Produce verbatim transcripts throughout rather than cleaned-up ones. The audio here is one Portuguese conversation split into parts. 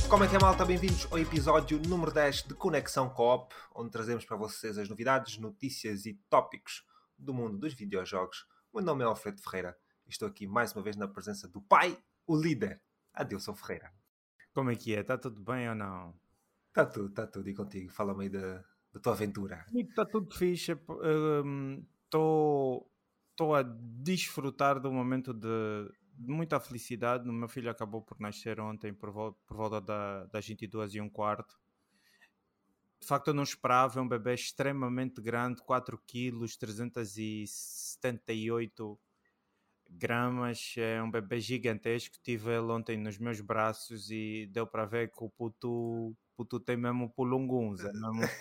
Como é que é, malta? Bem-vindos ao episódio número dez de Conexão Co-op, onde trazemos para vocês as novidades, notícias e tópicos do mundo dos videojogos. O meu nome é Alfredo Ferreira e estou aqui mais uma vez na presença do pai, o líder, Adilson Ferreira. Como é que é? Está tudo bem ou não? Está tudo, está tudo. E contigo? Fala-me aí da, da tua aventura. Está tudo fixe. Estou um, a desfrutar de um momento de, de muita felicidade. O meu filho acabou por nascer ontem por volta, por volta da, das vinte e duas e um quarto. De facto, eu não esperava. É um bebê extremamente grande, quatro quilos, trezentos e setenta e oito gramas. É um bebê gigantesco. Tive ele ontem nos meus braços e deu para ver que o puto, puto tem mesmo pulungunza. Mesmo...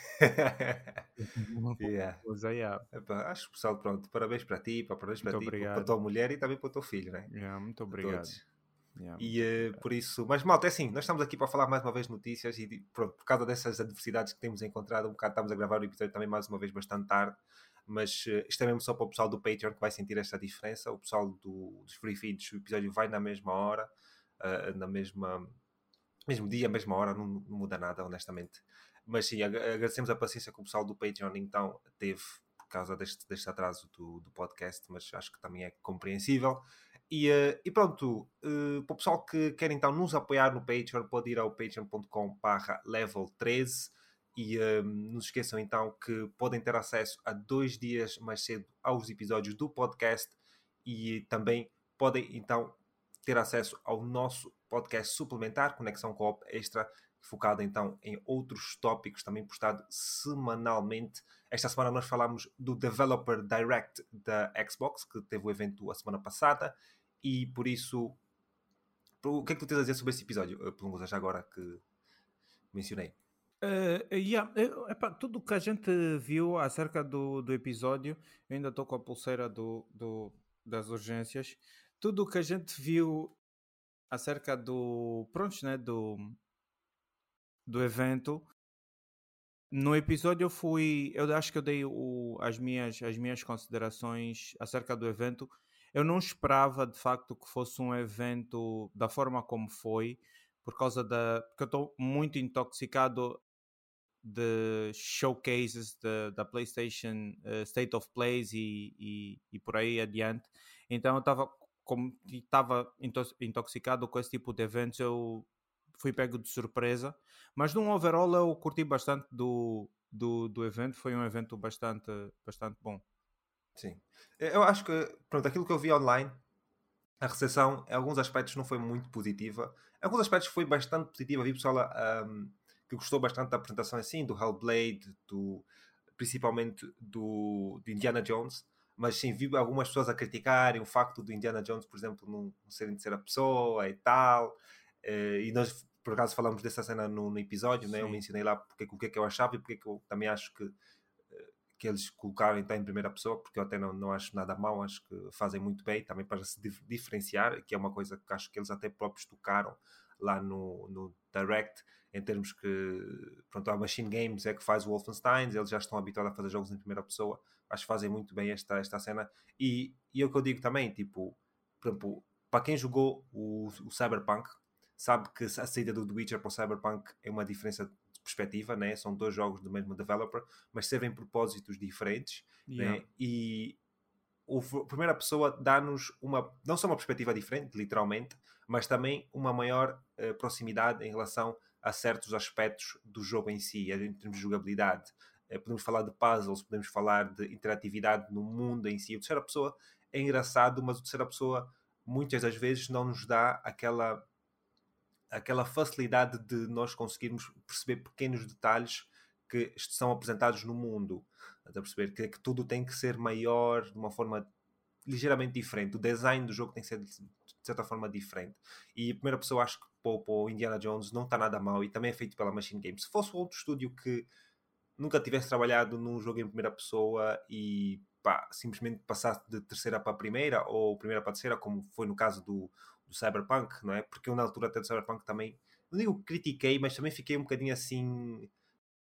yeah. yeah. Epá, acho pessoal, pronto, parabéns para ti, parabéns para Muito ti, obrigado. para a tua mulher e também para o teu filho, né? Yeah, muito A obrigado. todos. Yeah, e uh, por isso, mas malta, é assim, nós estamos aqui para falar mais uma vez de notícias e pronto, por causa dessas adversidades que temos encontrado, um bocado estamos a gravar o episódio também mais uma vez bastante tarde, mas uh, isto é mesmo só para o pessoal do Patreon que vai sentir esta diferença. O pessoal do, dos free feeds, o episódio vai na mesma hora, uh, na mesma mesmo dia, mesma hora, não, não muda nada, honestamente. Mas sim, agradecemos a paciência que o pessoal do Patreon então teve por causa deste, deste atraso do, do podcast, mas acho que também é compreensível. E, uh, e pronto, uh, para o pessoal que quer então nos apoiar no Patreon, pode ir ao patreon ponto com barra level treze e uh, não se esqueçam então que podem ter acesso a dois dias mais cedo aos episódios do podcast e também podem então ter acesso ao nosso podcast suplementar, Conexão Co-op Extra, focado então em outros tópicos, também postado semanalmente. Esta semana nós falámos do Developer Direct da Xbox, que teve o evento a semana passada, e por isso, o que é que tu tens a dizer sobre esse episódio, Pelungusa, já agora que mencionei? Uh, yeah. Epá, tudo o que a gente viu acerca do, do episódio, eu ainda estou com a pulseira do, do, das urgências, tudo o que a gente viu acerca do, pronto, né, do, do evento, no episódio eu fui, eu acho que eu dei o, as, minhas, as minhas considerações acerca do evento. Eu não esperava de facto que fosse um evento da forma como foi, por causa da, porque eu estou muito intoxicado de showcases de, da PlayStation, uh, State of Plays e, e, e por aí adiante. Então eu estava como estava intoxicado com esse tipo de eventos, eu fui pego de surpresa, mas num overall eu curti bastante do, do, do evento. Foi um evento bastante, bastante bom. Sim, eu acho que, pronto, aquilo que eu vi online, a recepção, em alguns aspectos não foi muito positiva, em alguns aspectos foi bastante positiva. Vi pessoal um, que gostou bastante da apresentação assim, do Hellblade, do, principalmente do, do Indiana Jones, mas sim, vi algumas pessoas a criticarem o facto do Indiana Jones, por exemplo, não, não serem de ser a pessoa e tal, uh, e nós por acaso falamos dessa cena no, no episódio, né? Eu mencionei lá porque, o que é que eu achava e porque é que eu também acho que que eles colocaram então em primeira pessoa, porque eu até não, não acho nada mal, acho que fazem muito bem, também para se dif- diferenciar, que é uma coisa que acho que eles até próprios tocaram lá no, no Direct, em termos que, pronto, a Machine Games é que faz o Wolfenstein, eles já estão habituados a fazer jogos em primeira pessoa, acho que fazem muito bem esta, esta cena, e, e é o que eu digo também, tipo, por exemplo, para quem jogou o, o Cyberpunk, sabe que a saída do The Witcher para o Cyberpunk é uma diferença perspectiva, né? São dois jogos do mesmo developer, mas servem propósitos diferentes, Yeah. né? E a primeira pessoa dá-nos uma, não só uma perspectiva diferente, literalmente, mas também uma maior uh, proximidade em relação a certos aspectos do jogo em si, em termos de jogabilidade. Uh, podemos falar de puzzles, podemos falar de interatividade no mundo em si. O terceira pessoa é engraçado, mas o terceira pessoa muitas das vezes não nos dá aquela aquela facilidade de nós conseguirmos perceber pequenos detalhes que são apresentados no mundo. A perceber que, que tudo tem que ser maior, de uma forma ligeiramente diferente. O design do jogo tem que ser de certa forma diferente. E a primeira pessoa, acho que para o Indiana Jones não está nada mal e também é feito pela Machine Games. Se fosse outro estúdio que nunca tivesse trabalhado num jogo em primeira pessoa e pá, simplesmente passasse de terceira para a primeira ou primeira para a terceira, como foi no caso do, do Cyberpunk, não é? Porque eu na altura até do Cyberpunk também, não digo que critiquei, mas também fiquei um bocadinho assim,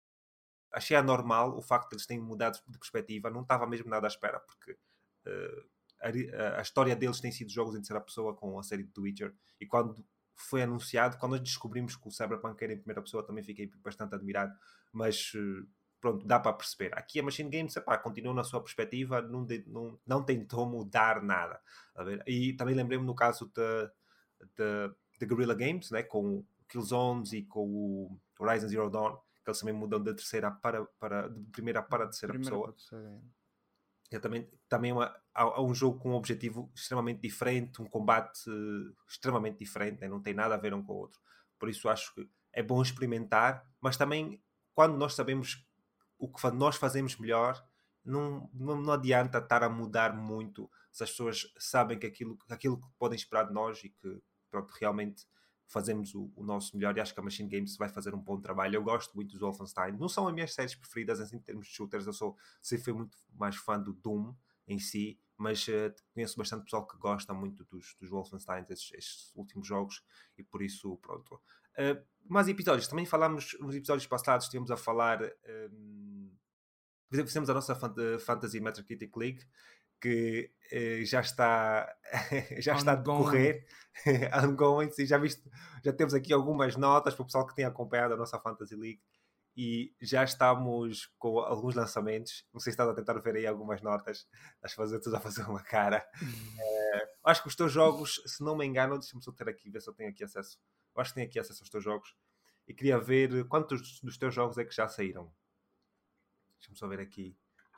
achei anormal o facto de eles terem mudado de perspectiva, não estava mesmo nada à espera, porque uh, a, a história deles tem sido jogos em terceira pessoa com a série de The Witcher, e quando foi anunciado, quando nós descobrimos que o Cyberpunk era em primeira pessoa, também fiquei bastante admirado, mas pronto, dá para perceber. Aqui a Machine Games, epá, continua na sua perspectiva, não, de, não, não tentou mudar nada. A ver? E também lembrei-me no caso da Guerrilla Games, né, com o Killzones e com o Horizon Zero Dawn, que eles também mudam da terceira para, para de primeira para a terceira Primeira pessoa. para terceira. É também, também uma, há, há um jogo com um objetivo extremamente diferente, um combate uh, extremamente diferente, né? Não tem nada a ver um com o outro. Por isso acho que é bom experimentar, mas também quando nós sabemos o que nós fazemos melhor, não, não, não adianta estar a mudar muito se as pessoas sabem que aquilo, aquilo que podem esperar de nós e que pronto, realmente fazemos o, o nosso melhor, e acho que a Machine Games vai fazer um bom trabalho. Eu gosto muito dos Wolfenstein, não são as minhas séries preferidas assim, em termos de shooters. Eu sou, sempre fui muito mais fã do Doom em si, mas uh, conheço bastante pessoal que gosta muito dos, dos Wolfenstein, esses, esses últimos jogos, e por isso, pronto. Uh, mais episódios, também falámos nos episódios passados, estivemos a falar, um, fizemos a nossa Fantasy Metacritic League, que eh, já está já está a decorrer ongoing, sim, já viste, já temos aqui algumas notas para o pessoal que tem acompanhado a nossa Fantasy League e já estamos com alguns lançamentos. Não sei se estás a tentar ver aí algumas notas, estás a fazer, estás a fazer uma cara. eh, acho que os teus jogos, se não me engano, deixa-me só ter aqui, ver se eu tenho aqui acesso. Eu acho que tenho aqui acesso aos teus jogos e queria ver quantos dos teus jogos é que já saíram. Deixa-me só ver aqui.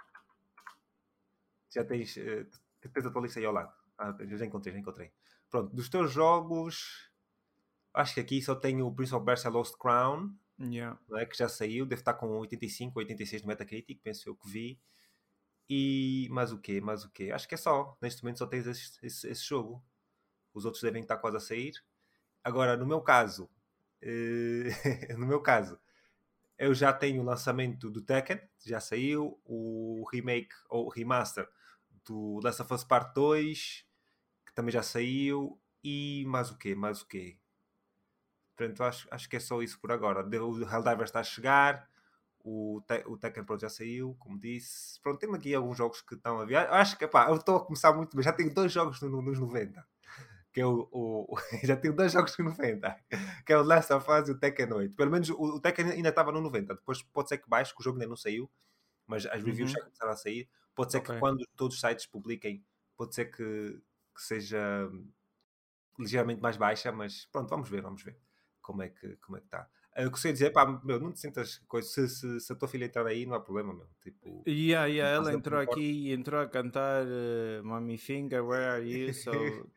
Já tens, uh, tens a tua lista aí ao lado. Ah, já encontrei, já encontrei. Pronto, dos teus jogos, acho que aqui só tenho o Prince of Persia Lost Crown, yeah. não é, que já saiu, deve estar com oitenta e cinco, oitenta e seis no Metacritic, penso eu que vi. E mais o quê? Mais o quê? Acho que é só. Neste momento só tens esse, esse, esse jogo. Os outros devem estar quase a sair. Agora, no meu caso, uh, no meu caso, eu já tenho o lançamento do Tekken, já saiu, o remake ou remaster do Last of Us Part dois, que também já saiu, e mais o quê? Mais o quê? Portanto, acho, acho que é só isso por agora. O Helldivers está a chegar, o, Te o Tekken Pro já saiu, como disse. Pronto, temos aqui alguns jogos que estão a vir. Acho que, pá, eu estou a começar muito bem. Já tenho dois jogos no, nos noventa. Que é o, o, já tenho dois jogos no noventa, que é o Last of Us e o Tekken oito. Pelo menos o, o Tekken ainda estava no noventa. Depois pode ser que baixe, que o jogo ainda não saiu, mas as reviews Uhum. já começaram a sair. Pode ser okay. que quando todos os sites publiquem, pode ser que, que seja ligeiramente mais baixa, mas pronto, vamos ver, vamos ver como é que, como é que está. O que eu sei dizer, pá, meu, não te sintas coisa, se, se, se a tua filha entrar aí, não há problema, meu. Tipo, yeah, yeah, ela entrou aqui e entrou a cantar uh, Mommy Finger, Where Are You? So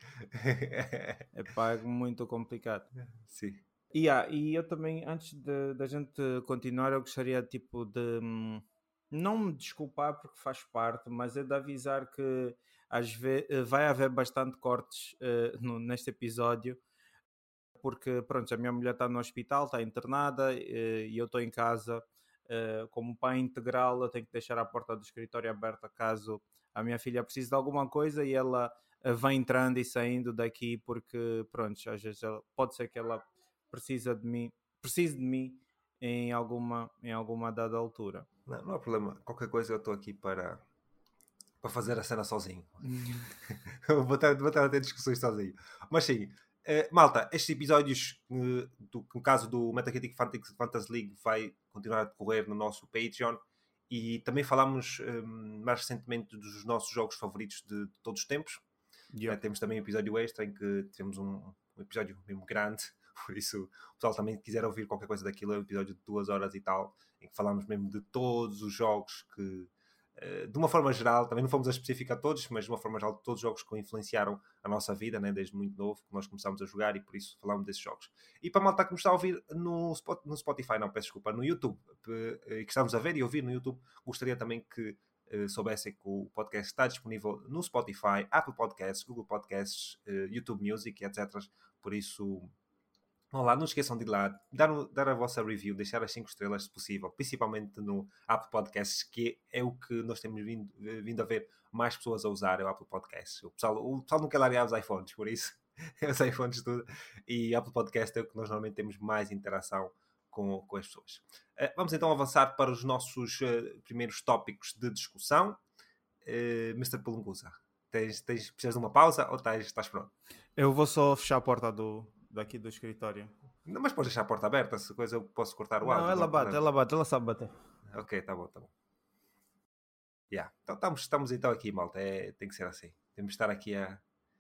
é pá, muito complicado. Sim. Yeah, e eu também, antes da gente continuar, eu gostaria tipo de hum, não me desculpar porque faz parte, mas é de avisar que às vezes vai haver bastante cortes uh, no, neste episódio, porque pronto, a minha mulher está no hospital, está internada uh, e eu estou em casa. Uh, como pai integral, eu tenho que deixar a porta do escritório aberta caso a minha filha precise de alguma coisa, e ela uh, vai entrando e saindo daqui porque pronto, às vezes ela, pode ser que ela precisa de mim, precise de mim em alguma, em alguma dada altura. Não, não há problema. Qualquer coisa eu estou aqui para, para fazer a cena sozinho. vou, estar, vou estar a ter discussões sozinho. Mas sim, uh, malta, estes episódios, uh, do, no caso do Metacritic Fantasy League, vai continuar a decorrer no nosso Patreon. E também falámos um, mais recentemente dos nossos jogos favoritos de, de todos os tempos. Yep. Uh, temos também um episódio extra em que tivemos um, um episódio mesmo grande. Por isso, o pessoal também quiser ouvir qualquer coisa daquilo, é um episódio de duas horas e tal, em que falámos mesmo de todos os jogos que, uh, de uma forma geral, também não fomos a especificar todos, mas de uma forma geral, todos os jogos que influenciaram a nossa vida, né, desde muito novo, que nós começámos a jogar, e por isso falámos desses jogos. E para a malta que nos está a ouvir no, no Spotify, não, peço desculpa, no YouTube, e que estamos a ver e ouvir no YouTube, gostaria também que Uh, soubessem que o podcast está disponível no Spotify, Apple Podcasts, Google Podcasts, uh, YouTube Music, etcétera. Por isso, vão lá, não esqueçam de ir lá, dar, dar a vossa review, deixar as cinco estrelas se possível, principalmente no Apple Podcasts, que é o que nós temos vindo, vindo a ver mais pessoas a usar, é o Apple Podcasts. O pessoal, o pessoal não quer largar os iPhones, por isso, os iPhones tudo, e Apple Podcast é o que nós normalmente temos mais interação Com, com as pessoas. Uh, vamos então avançar para os nossos uh, primeiros tópicos de discussão. Uh, mister Pulungusa, tens, tens, precisas de uma pausa ou estás, estás pronto? Eu vou só fechar a porta do, daqui do escritório. Não, mas podes deixar a porta aberta, se coisa eu posso cortar o Não, áudio. ela Não, bate, ela bate, ela sabe bater. Ok, tá bom, tá bom. Yeah. Então estamos, estamos então aqui, malta. É, tem que ser assim. Temos de estar aqui a,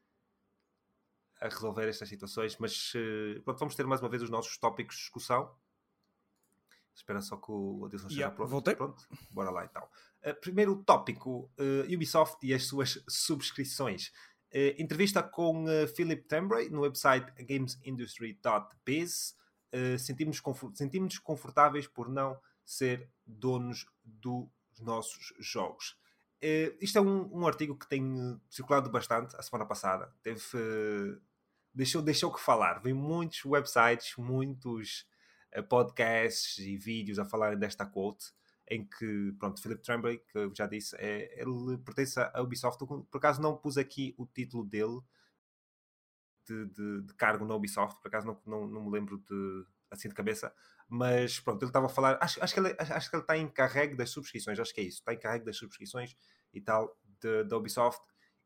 a resolver estas situações, mas uh, pronto, vamos ter mais uma vez os nossos tópicos de discussão. Espera só que o Adilson esteja Yeah, pronto. voltei. Pronto, bora lá então. Uh, primeiro tópico, uh, Ubisoft e as suas subscrições. Uh, entrevista com uh, Philip Tambray no website gamesindustry ponto biz. Uh, sentimos-nos confort- sentimos-nos confortáveis por não ser donos dos nossos jogos. Uh, isto é um, um artigo que tem uh, circulado bastante a semana passada. Teve, uh, deixou, deixou que falar. Vem muitos websites, muitos uh, podcasts e vídeos a falarem desta quote, em que, pronto, Philip Tambray, que eu já disse, é, ele pertence à Ubisoft. Por acaso não pus aqui o título dele, De, de, de cargo na Ubisoft, por acaso não, não, não me lembro de, assim de cabeça, mas pronto, ele estava a falar, acho, acho, que ele, acho que ele está em carrego das subscrições, acho que é isso, está em carrego das subscrições e tal, da Ubisoft,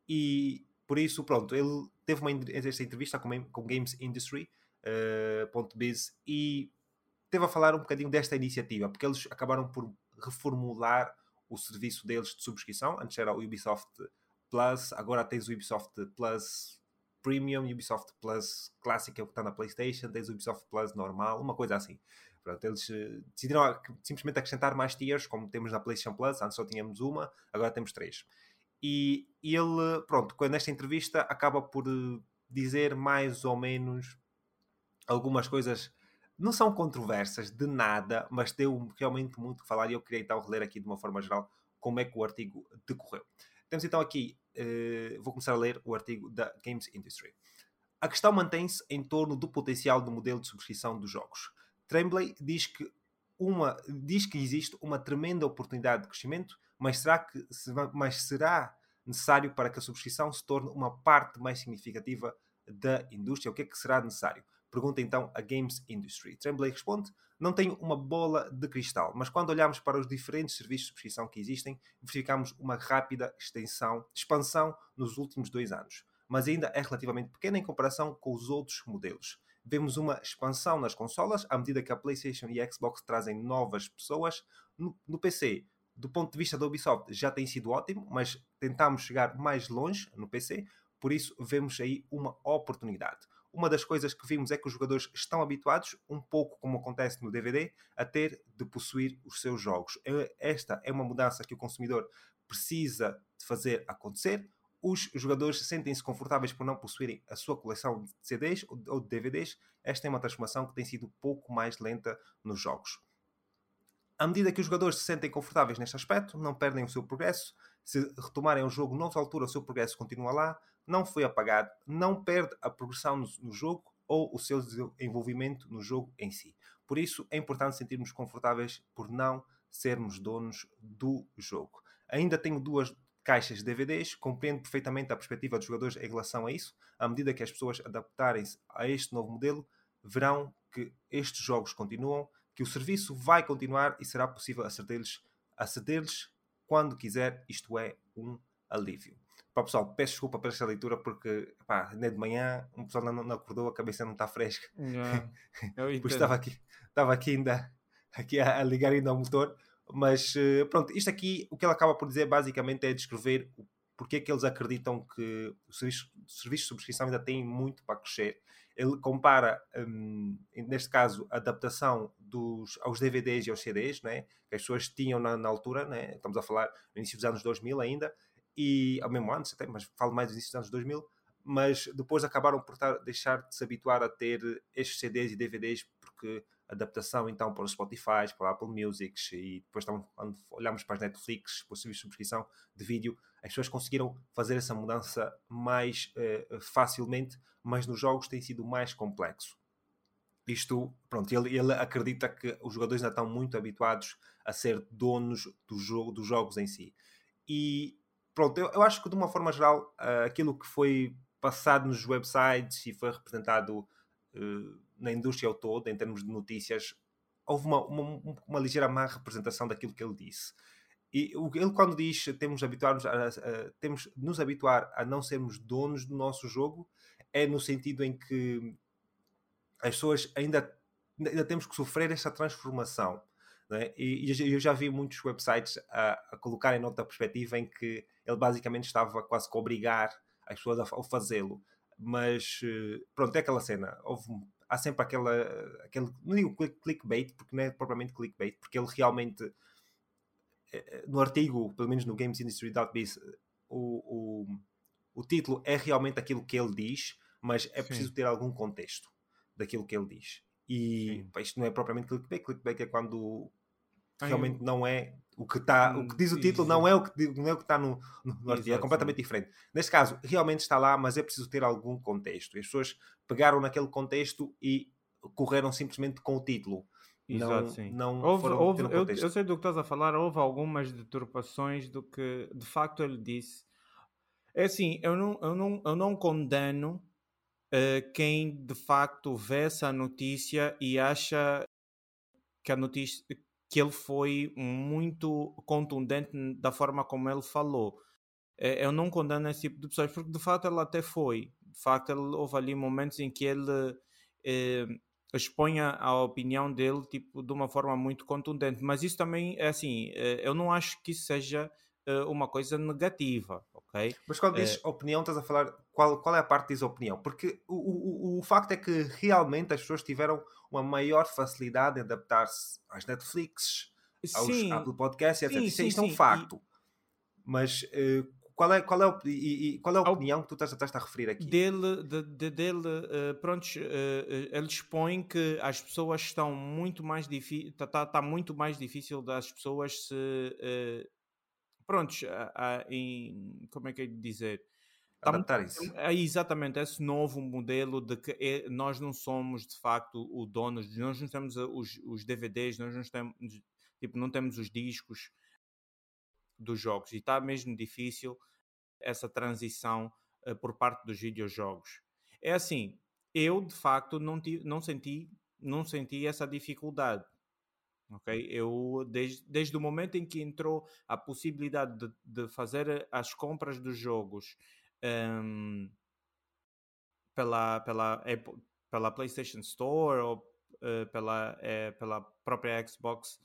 e por isso, pronto, ele teve uma, esta entrevista com, com Games Industry ponto uh, biz e teve a falar um bocadinho desta iniciativa, porque eles acabaram por reformular o serviço deles de subscrição. Antes era o Ubisoft Plus, agora tens o Ubisoft Plus Premium, Ubisoft Plus Classic, que é o que está na PlayStation, tens o Ubisoft Plus normal, uma coisa assim. Pronto, eles uh, decidiram simplesmente acrescentar mais tiers, como temos na PlayStation Plus. Antes só tínhamos uma, agora temos três. E, e ele, pronto, nesta entrevista acaba por uh, dizer mais ou menos algumas coisas, não são controversas de nada, mas deu realmente muito que falar, e eu queria então reler aqui de uma forma geral como é que o artigo decorreu. Temos então aqui, uh, vou começar a ler o artigo da Games Industry. A questão mantém-se em torno do potencial do modelo de subscrição dos jogos. Tremblay diz que, uma, diz que existe uma tremenda oportunidade de crescimento, mas será, que, mas será necessário para que a subscrição se torne uma parte mais significativa da indústria? O que é que será necessário? Pergunta então a Games Industry. Tremblay responde: não tenho uma bola de cristal, mas quando olhamos para os diferentes serviços de subscrição que existem, verificamos uma rápida extensão, expansão nos últimos dois anos. Mas ainda é relativamente pequena em comparação com os outros modelos. Vemos uma expansão nas consolas à medida que a PlayStation e a Xbox trazem novas pessoas. No, no P C, do ponto de vista da Ubisoft, já tem sido ótimo, mas tentamos chegar mais longe no P C, por isso vemos aí uma oportunidade. Uma das coisas que vimos é que os jogadores estão habituados, um pouco como acontece no D V D, a ter de possuir os seus jogos. Esta é uma mudança que o consumidor precisa de fazer acontecer. Os jogadores sentem-se confortáveis por não possuírem a sua coleção de C Ds ou de D V Ds. Esta é uma transformação que tem sido pouco mais lenta nos jogos. À medida que os jogadores se sentem confortáveis neste aspecto, não perdem o seu progresso. Se retomarem o jogo noutra altura, o seu progresso continua lá, não foi apagado, não perde a progressão no, no jogo ou o seu desenvolvimento no jogo em si. Por isso, é importante sentirmos confortáveis por não sermos donos do jogo. Ainda tenho duas caixas de D V Ds, compreendo perfeitamente a perspectiva dos jogadores em relação a isso. À medida que as pessoas adaptarem-se a este novo modelo, verão que estes jogos continuam, que o serviço vai continuar e será possível aceder-lhes, aceder-lhes quando quiser, isto é, um alívio. Pá, pessoal, peço desculpa por esta leitura porque, pá, nem de manhã, um pessoal não, não acordou, a cabeça não está fresca. Yeah, eu Pois entendo. estava aqui, estava aqui ainda aqui a, a ligar ainda ao motor, mas pronto, isto aqui, o que ele acaba por dizer basicamente é descrever o porque é que eles acreditam que o serviço, o serviço de subscrição ainda tem muito para crescer. Ele compara, um, neste caso, a adaptação dos, aos D V Ds e aos C Ds, né, que as pessoas tinham na, na altura, né, estamos a falar no início dos anos dois mil ainda, e ao mesmo antes até, mas falo mais do início dos anos dois mil, mas depois acabaram por tar, deixar de se habituar a ter estes C Ds e D V Ds, porque adaptação então para o Spotify, para a Apple Music, e depois então, quando olhamos para as Netflix, para o serviço de subscrição de vídeo, as pessoas conseguiram fazer essa mudança mais uh, facilmente, mas nos jogos tem sido mais complexo. Isto, pronto, ele, ele acredita que os jogadores ainda estão muito habituados a ser donos do jogo, dos jogos em si. E pronto, eu, eu acho que de uma forma geral, uh, aquilo que foi passado nos websites e foi representado uh, na indústria ao todo, em termos de notícias, houve uma, uma, uma ligeira má representação daquilo que ele disse. E ele, quando diz temos de habituar-nos a, a, temos de nos habituar a não sermos donos do nosso jogo, é no sentido em que as pessoas ainda, ainda temos que sofrer essa transformação. Né? E, e eu já vi muitos websites a, a colocarem noutra perspectiva em que ele basicamente estava quase que a obrigar as pessoas a, a fazê-lo. Mas pronto, é aquela cena. Houve, há sempre aquela, aquele, não digo clickbait, porque não é propriamente clickbait, porque ele realmente, no artigo, pelo menos no Games Industry ponto biz, o, o, o título é realmente aquilo que ele diz, mas é preciso Sim, ter algum contexto daquilo que ele diz. E sim. pá, isto não é propriamente clickbait. Clickbait é quando Ai, realmente não é o que está, o que hum, diz o título não exa- é o que, não é o que está no, no, no artigo, é Exato, sim. completamente diferente. Neste caso, realmente está lá, mas é preciso ter algum contexto. E as pessoas pegaram naquele contexto e correram simplesmente com o título. Exato, Não, sim. não Houve, foram ter houve, um eu, eu contexto. sei do que estás a falar, houve algumas deturpações do que de facto ele disse. É assim, eu não, eu não, eu não condeno eh, quem de facto vê essa notícia e acha que a notícia que ele foi muito contundente da forma como ele falou. Eh, eu não condeno esse tipo de pessoas, porque de facto ele até foi. De facto, ele, houve ali momentos em que ele eh, expõe a, a opinião dele tipo, de uma forma muito contundente. Mas isso também é assim, eh, eu não acho que isso seja eh, uma coisa negativa, ok? Mas quando Eh, dizes opinião, estás a falar qual, qual é a parte que diz opinião? Porque o, o, o facto é que realmente as pessoas tiveram uma maior facilidade em adaptar-se às Netflix, aos sim, Apple Podcasts, etcétera. sim, Isto, é- sim, isto é um sim. E facto. Mas eh, qual, é, qual, é, a- e- e qual é a a op- opinião que tu estás, estás a referir aqui? dele, de, de- dele eh, prontos, eh, eh, ele expõe que as pessoas estão muito mais difícil, está tá, tá muito mais difícil das pessoas se eh, prontos, a- a- em, como é que é de dizer? Tá mu- Adaptarem-se. é exatamente esse novo modelo de que é- nós não somos de facto o dono, nós não temos a- os, os D V Ds, nós não temos, tipo, não temos os discos dos jogos e está mesmo difícil essa transição eh, por parte dos videojogos. É assim, eu de facto não, tive, não, senti, não senti essa dificuldade. Ok? Eu, desde, desde o momento em que entrou a possibilidade de, de fazer as compras dos jogos ehm, pela, pela, Apple- pela PlayStation Store ou eh, pela, eh, pela própria Xbox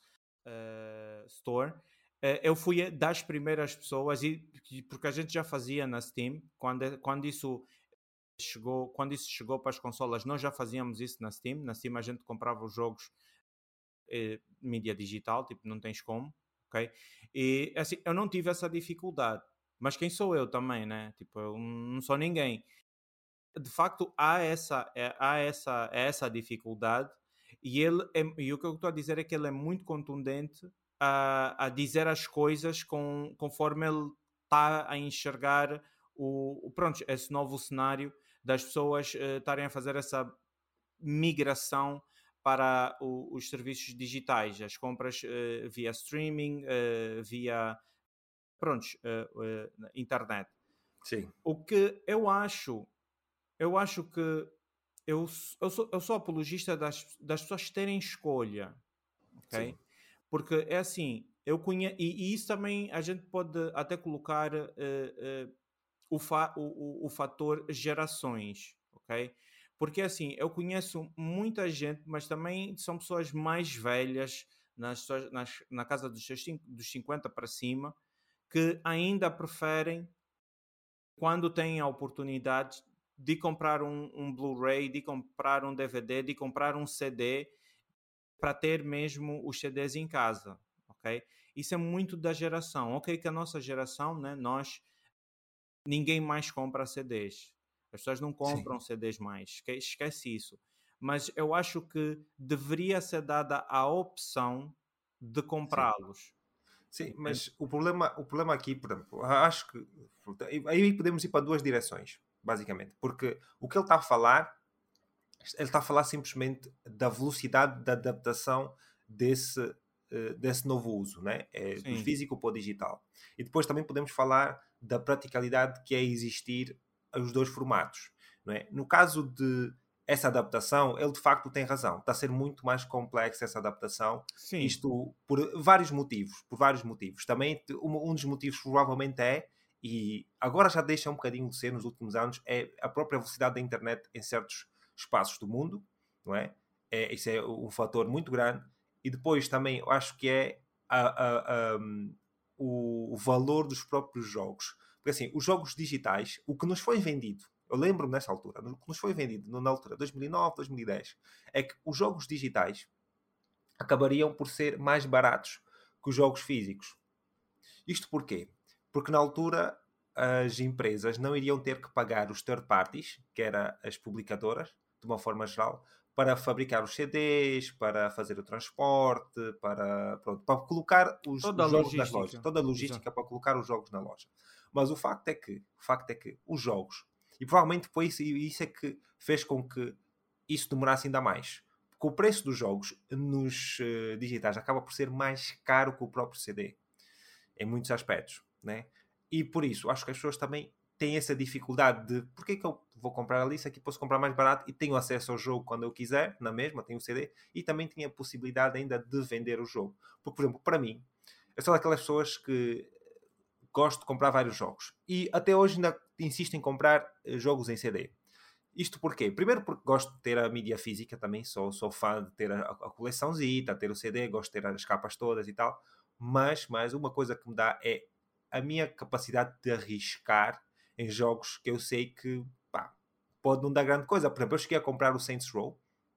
eh, Store, eh, eu fui das primeiras pessoas, e, porque a gente já fazia na Steam, quando, quando isso chegou, quando isso chegou para as consolas, nós já fazíamos isso na Steam. Na Steam a gente comprava os jogos eh, mídia digital, tipo, não tens como, ok? E assim, eu não tive essa dificuldade, mas quem sou eu também, né? Tipo, eu não sou ninguém. De facto, há essa, é, há essa, é essa dificuldade, e ele é, e o que eu estou a dizer é que ele é muito contundente a, a dizer as coisas com, conforme ele está a enxergar o, o, pronto, esse novo cenário das pessoas eh, estarem a fazer essa migração para o, os serviços digitais, as compras eh, via streaming, eh, via pronto, eh, eh, internet. Sim, O que eu acho, eu acho que eu, eu, sou, eu sou apologista das, das pessoas terem escolha, sim, ok? Porque é assim, eu conheço, e, e isso também a gente pode até colocar eh, eh, o, fa, o, o, o fator gerações, ok? Porque assim, eu conheço muita gente, mas também são pessoas mais velhas, nas, suas- nas, na casa dos, seus, cin- dos cinquenta para cima, que ainda preferem, quando têm a oportunidade, de comprar um, um Blu-ray, de comprar um D V D, de comprar um C D, para ter mesmo os C Ds em casa, ok? Isso é muito da geração. Ok, que a nossa geração, né, nós ninguém mais compra C Ds. As pessoas não sim, compram C Ds mais. Esque- Esquece isso. Mas eu acho que deveria ser dada a opção de sim. comprá-los. Sim, Entende? mas o problema, o problema aqui, por exemplo, acho que aí podemos ir para duas direções, basicamente. Porque o que ele está a falar, ele está a falar simplesmente da velocidade da adaptação desse, eh, desse novo uso, né? É, do Sim, físico para o digital. E depois também podemos falar da praticalidade que é existir os dois formatos. Não é? No caso de essa adaptação, ele de facto tem razão. Está a ser muito mais complexa essa adaptação. sim, Isto por vários motivos. Por vários motivos. Também um, um dos motivos provavelmente é, e agora já deixa um bocadinho de ser nos últimos anos, é a própria velocidade da internet em certos espaços do mundo, não é? É, isso é um fator muito grande. E depois também eu acho que é a, a, a, um, o, o valor dos próprios jogos. Porque assim, os jogos digitais, o que nos foi vendido, eu lembro-me nessa altura, o que nos foi vendido na altura, dois mil e nove, dois mil e dez, é que os jogos digitais acabariam por ser mais baratos que os jogos físicos. Isto porquê? Porque na altura as empresas não iriam ter que pagar os third parties, que eram as publicadoras, de uma forma geral, para fabricar os C Ds, para fazer o transporte, para, pronto, para colocar os, Toda os a jogos nas lojas. logística. Toda a Exato. logística para colocar os jogos na loja. Mas o facto é que, o facto é que os jogos, e provavelmente foi isso, isso é que fez com que isso demorasse ainda mais. Porque o preço dos jogos nos uh, digitais acaba por ser mais caro que o próprio C D. Em muitos aspectos, né? E por isso, acho que as pessoas também têm essa dificuldade de porque é que eu vou comprar ali, se aqui posso comprar mais barato e tenho acesso ao jogo quando eu quiser, na mesma, tenho o C D, e também tenho a possibilidade ainda de vender o jogo. Porque, por exemplo, para mim, eu sou daquelas pessoas que gosto de comprar vários jogos. E até hoje ainda insisto em comprar jogos em C D. Isto porquê? Primeiro porque gosto de ter a mídia física também, sou, sou fã de ter a, a coleçãozita, ter o C D, gosto de ter as capas todas e tal, mas, mas uma coisa que me dá é a minha capacidade de arriscar em jogos que eu sei que pá, pode não dar grande coisa. Por exemplo, eu cheguei a comprar o Saints Row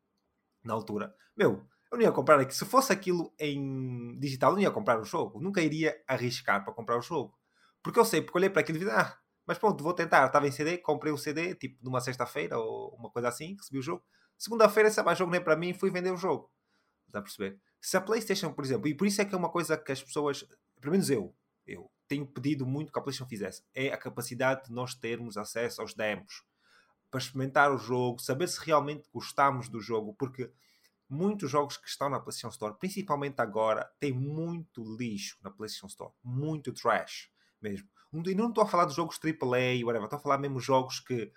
na altura. Meu, eu não ia comprar aqui. Se fosse aquilo em digital, eu não ia comprar o jogo. Nunca iria arriscar para comprar o jogo. Porque eu sei, porque olhei para aquilo e disse, ah, mas pronto, vou tentar. Estava em C D, comprei o C D, tipo, numa sexta-feira ou uma coisa assim, recebi o jogo. Segunda-feira, se mais jogo nem para mim, fui vender o jogo. Está a perceber? Se a PlayStation, por exemplo, e por isso é que é uma coisa que as pessoas, pelo menos eu, eu tenho pedido muito que a PlayStation fizesse, é a capacidade de nós termos acesso aos demos para experimentar o jogo, saber se realmente gostamos do jogo, porque muitos jogos que estão na PlayStation Store, principalmente agora, tem muito lixo na PlayStation Store. Muito trash mesmo. E não estou a falar de jogos triplo A, whatever. Estou a falar mesmo de jogos que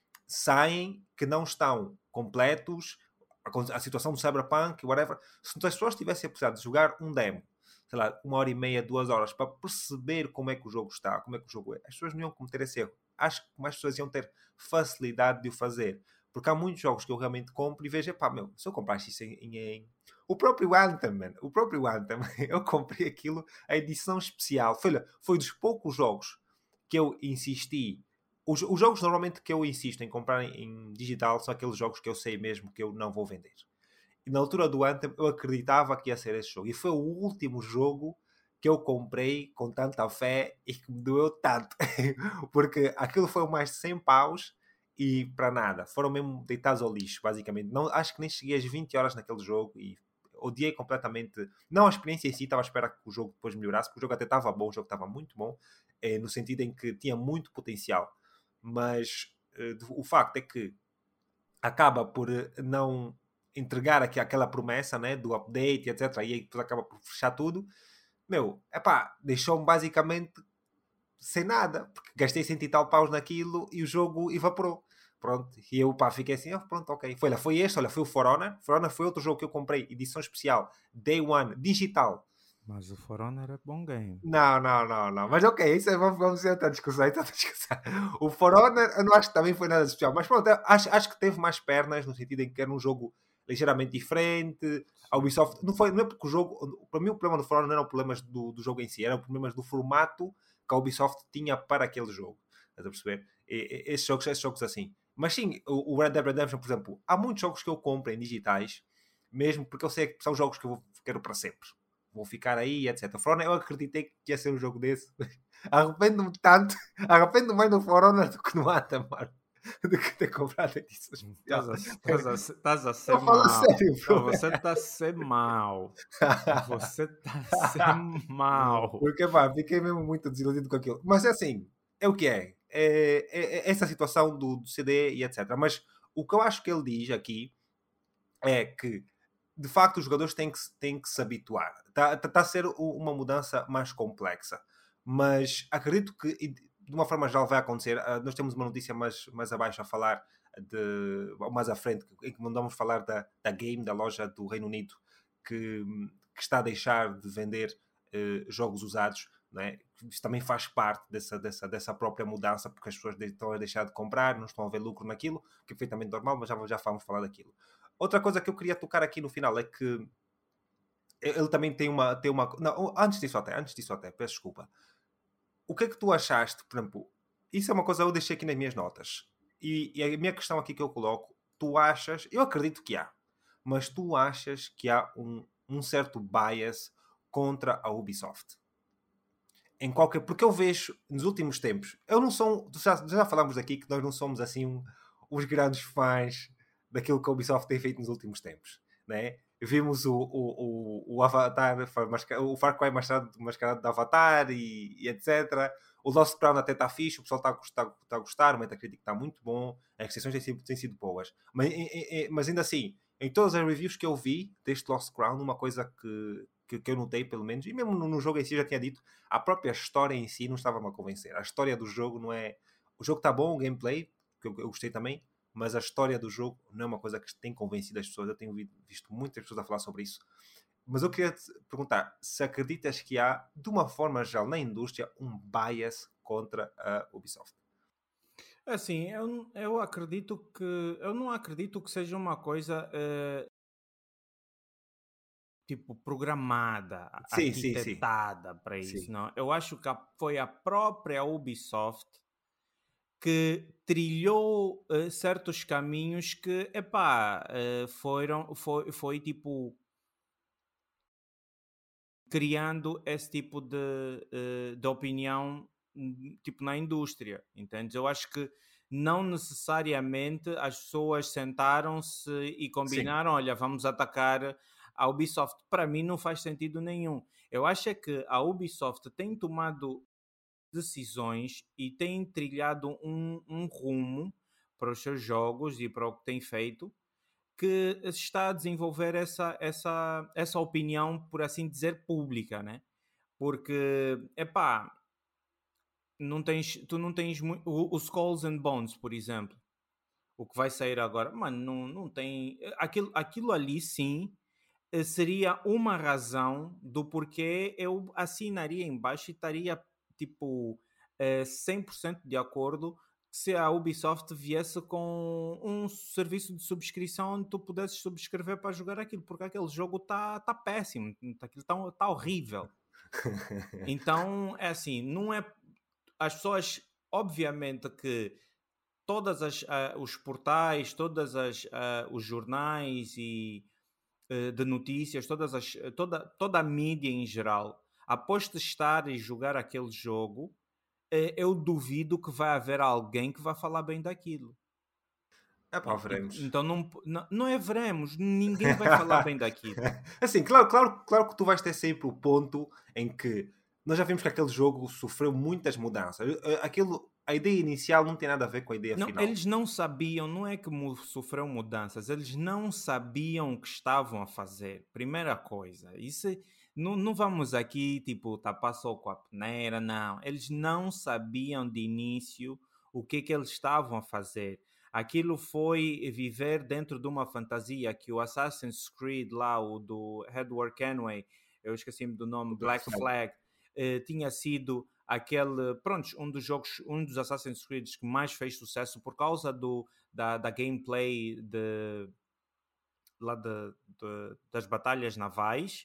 saem, que não estão completos. A situação do Cyberpunk, whatever. Se as pessoas tivessem a possibilidade de jogar um demo, sei lá, uma hora e meia, duas horas, para perceber como é que o jogo está, como é que o jogo é, as pessoas não iam cometer esse erro. Acho que mais pessoas iam ter facilidade de o fazer. Porque há muitos jogos que eu realmente compro e vejo, pá, meu, se eu comprasse isso em, em, em... O próprio Anthem, man, o próprio Anthem, eu comprei aquilo, a edição especial. Foi, foi dos poucos jogos que eu insisti. Os, os jogos normalmente que eu insisto em comprar em, em digital são aqueles jogos que eu sei mesmo que eu não vou vender. E na altura do Anthem eu acreditava que ia ser esse jogo. E foi o último jogo que eu comprei com tanta fé e que me doeu tanto. Porque aquilo foi mais de cem paus e para nada. Foram mesmo deitados ao lixo, basicamente. Não, acho que nem cheguei às vinte horas naquele jogo e odiei completamente. Não a experiência em si, estava a esperar que o jogo depois melhorasse, porque o jogo até estava bom, o jogo estava muito bom, eh, no sentido em que tinha muito potencial. Mas eh, o facto é que acaba por não entregar aqui aquela promessa, né, do update, etcétera. E aí depois acaba por fechar tudo. Meu, epá, deixou-me basicamente sem nada, porque gastei cento e tal paus naquilo e o jogo evaporou. Pronto, e eu pá, fiquei assim, oh, pronto, ok. Foi, olha, foi este, olha, foi o For Honor. For Honor foi outro jogo que eu comprei, edição especial, Day One, digital. Mas o For Honor é bom game. Não, não, não, não. Mas ok, isso é, vamos, vamos ter outra discussão, outra discussão. O For Honor, eu não acho que também foi nada especial, mas pronto, acho, acho que teve mais pernas, no sentido em que era um jogo ligeiramente diferente. A Ubisoft, não, foi, não é porque o jogo, para mim o problema do For Honor não eram problemas do, do jogo em si, eram problemas do formato que a Ubisoft tinha para aquele jogo. Estás a perceber? E, e, esses, jogos, esses jogos assim. Mas sim, o, o Red Dead Redemption, por exemplo, há muitos jogos que eu compro em digitais, mesmo porque eu sei que são jogos que eu vou, quero para sempre. Vou ficar aí, etcétera. For Honor, eu acreditei que ia ser um jogo desse. Arrependo-me tanto, arrependo mais no For Honor do que no Anthem, mano. Do que ter comprado a edição especial. Estás a ser Eu falo mal. sério, bro. Você está a ser mal. Você está a ser mal. Porque, pá, fiquei mesmo muito desiludido com aquilo. Mas é assim, é o que é. É, é, é essa situação do, do C D e etcétera. Mas o que eu acho que ele diz aqui é que, de facto, os jogadores têm que, têm que se habituar. Está tá, tá a ser uma mudança mais complexa. Mas acredito que, de uma forma geral, vai acontecer. Uh, nós temos uma notícia mais, mais abaixo a falar, de, mais à frente, em que mandamos falar da, da Game, da loja do Reino Unido, que, que está a deixar de vender uh, jogos usados. Não é? Isso também faz parte dessa, dessa, dessa própria mudança, porque as pessoas estão a deixar de comprar, não estão a ver lucro naquilo, que é perfeitamente normal, mas já, já vamos falar daquilo. Outra coisa que eu queria tocar aqui no final é que ele também tem uma... Tem uma não, antes disso até, antes disso até, peço desculpa. O que é que tu achaste, por exemplo, isso é uma coisa que eu deixei aqui nas minhas notas. E, e a minha questão aqui que eu coloco, tu achas, eu acredito que há, mas tu achas que há um, um certo bias contra a Ubisoft? Em qualquer, porque eu vejo nos últimos tempos, eu não sou, já, já falámos aqui que nós não somos assim um, os grandes fãs daquilo que a Ubisoft tem feito nos últimos tempos, né? Vimos o, o, o, o Avatar, o Far Cry mascarado, mascarado de Avatar e, e etcétera. O Lost Crown até está fixe, o pessoal está a gostar, está a gostar, o Metacritic está muito bom, as recensiones têm sido, têm sido boas. Mas, mas ainda assim, em todas as reviews que eu vi deste Lost Crown, uma coisa que, que, que eu notei, pelo menos, e mesmo no, no jogo em si já tinha dito, a própria história em si não estava-me a convencer. A história do jogo não é... O jogo está bom, o gameplay, que eu, eu gostei também, mas a história do jogo não é uma coisa que tem convencido as pessoas. Eu tenho visto muitas pessoas a falar sobre isso. Mas eu queria te perguntar se acreditas que há, de uma forma geral, na indústria, um bias contra a Ubisoft? Assim, eu, eu acredito que... Eu não acredito que seja uma coisa... eh, tipo, programada, Sim, sim, sim. arquitetada para isso, Sim. não. Eu acho que a- foi a própria Ubisoft que trilhou eh, certos caminhos que, epá, eh, foram, foi, foi tipo criando esse tipo de, eh, de opinião hum, tipo na indústria, entende? Eu acho que não necessariamente as pessoas sentaram-se e Sim. combinaram, olha, vamos atacar a Ubisoft. Para mim não faz sentido nenhum. Eu acho é que a Ubisoft tem tomado decisões e tem trilhado um, um rumo para os seus jogos e para o que tem feito, que está a desenvolver essa, essa, essa opinião, por assim dizer, pública, né? Porque, epá, não tens, tu não tens mu- o, o Skulls and Bones, por exemplo, o que vai sair agora, mano, não, não tem. Aquilo, aquilo ali sim eh, seria uma razão do porquê eu assinaria embaixo e estaria tipo eh, cem por cento de acordo se a Ubisoft viesse com um serviço de subscrição onde tu pudesses subscrever para jogar aquilo, porque aquele jogo está tá péssimo, aquilo está tá horrível. Então, é assim, não é... As pessoas, obviamente que todas as ah, os portais, todas as ah, os jornais e eh, de notícias, todas as, toda, toda a mídia em geral, após testar e jogar aquele jogo, eh, eu duvido que vai haver alguém que vá falar bem daquilo. É pá, E- e- veremos. então não, não, não é veremos, ninguém vai falar bem daquilo. Assim, claro, claro, claro que tu vais ter sempre o ponto em que nós já vimos que aquele jogo sofreu muitas mudanças. Eh, Aquilo, a ideia inicial não tem nada a ver com a ideia Não, final. eles não sabiam, não é que mu- sofreu mudanças, eles não sabiam o que estavam a fazer. Primeira coisa, isso é- não, não vamos aqui tipo tapar só com a peneira, não. Eles não sabiam de início o que que eles estavam a fazer. Aquilo foi viver dentro de uma fantasia que o Assassin's Creed lá, o do Edward Kenway, eu esqueci-me do nome, O Black Black Flag. Flag, eh, tinha sido aquele, pronto, um dos jogos, um dos Assassin's Creed que mais fez sucesso por causa do, da, da gameplay de, lá de, de- das batalhas navais,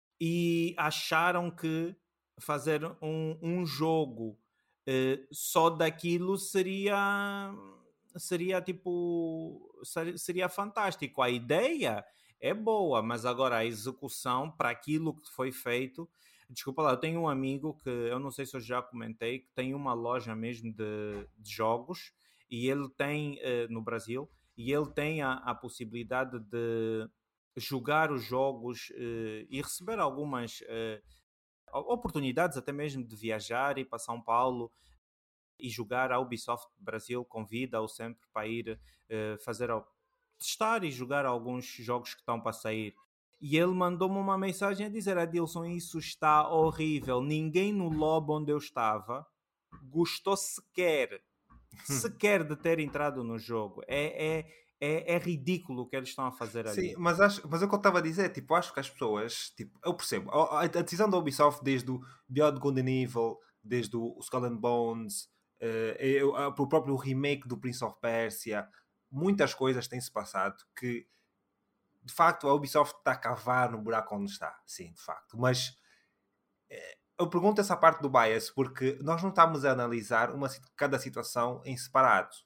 e acharam que fazer um, um jogo eh, só daquilo seria seria tipo ser- seria fantástico. A ideia é boa, mas agora a execução para aquilo que foi feito. Desculpa lá, eu tenho um amigo que eu não sei se eu já comentei, que tem uma loja mesmo de, de jogos, e ele tem eh, no Brasil, e ele tem a, a possibilidade de jogar os jogos eh, e receber algumas eh, oportunidades até mesmo de viajar e para São Paulo e jogar. A Ubisoft Brasil convida-o sempre para ir eh, fazer ao- testar e jogar alguns jogos que estão para sair. E ele mandou-me uma mensagem a dizer: Adilson, isso está horrível. Ninguém no lobby onde eu estava gostou sequer, sequer de ter entrado no jogo. É, é, é, é ridículo o que eles estão a fazer Sim, ali. mas, acho, mas é o que eu estava a dizer, tipo, acho que as pessoas, tipo, eu percebo, a, a- a decisão da Ubisoft desde o Beyond Good and Evil, desde o Skull and Bones, eh, eu- a- o próprio remake do Prince of Persia, muitas coisas têm-se passado que de facto, a Ubisoft está a cavar no buraco onde está. Sim, de facto. Mas eh, eu pergunto essa parte do bias porque nós não estamos a analisar uma, cada situação em separado.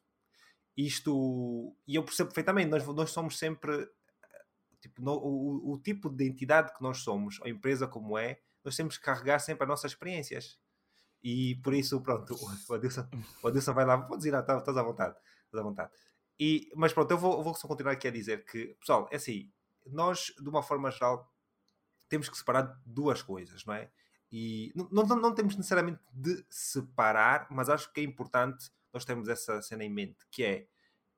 Isto, e eu percebo perfeitamente, nós, nós somos sempre, tipo, no, o, o tipo de entidade que nós somos, a empresa como é, nós temos que carregar sempre as nossas experiências. E por isso, pronto, o Adilson, o Adilson vai lá, podes ir lá, estás à vontade. Estás à vontade. E, mas pronto, eu vou, eu vou só continuar aqui a dizer que, pessoal, é assim, nós, de uma forma geral, temos que separar duas coisas, não é? E não, não, não temos necessariamente de separar, mas acho que é importante nós termos essa cena em mente, que é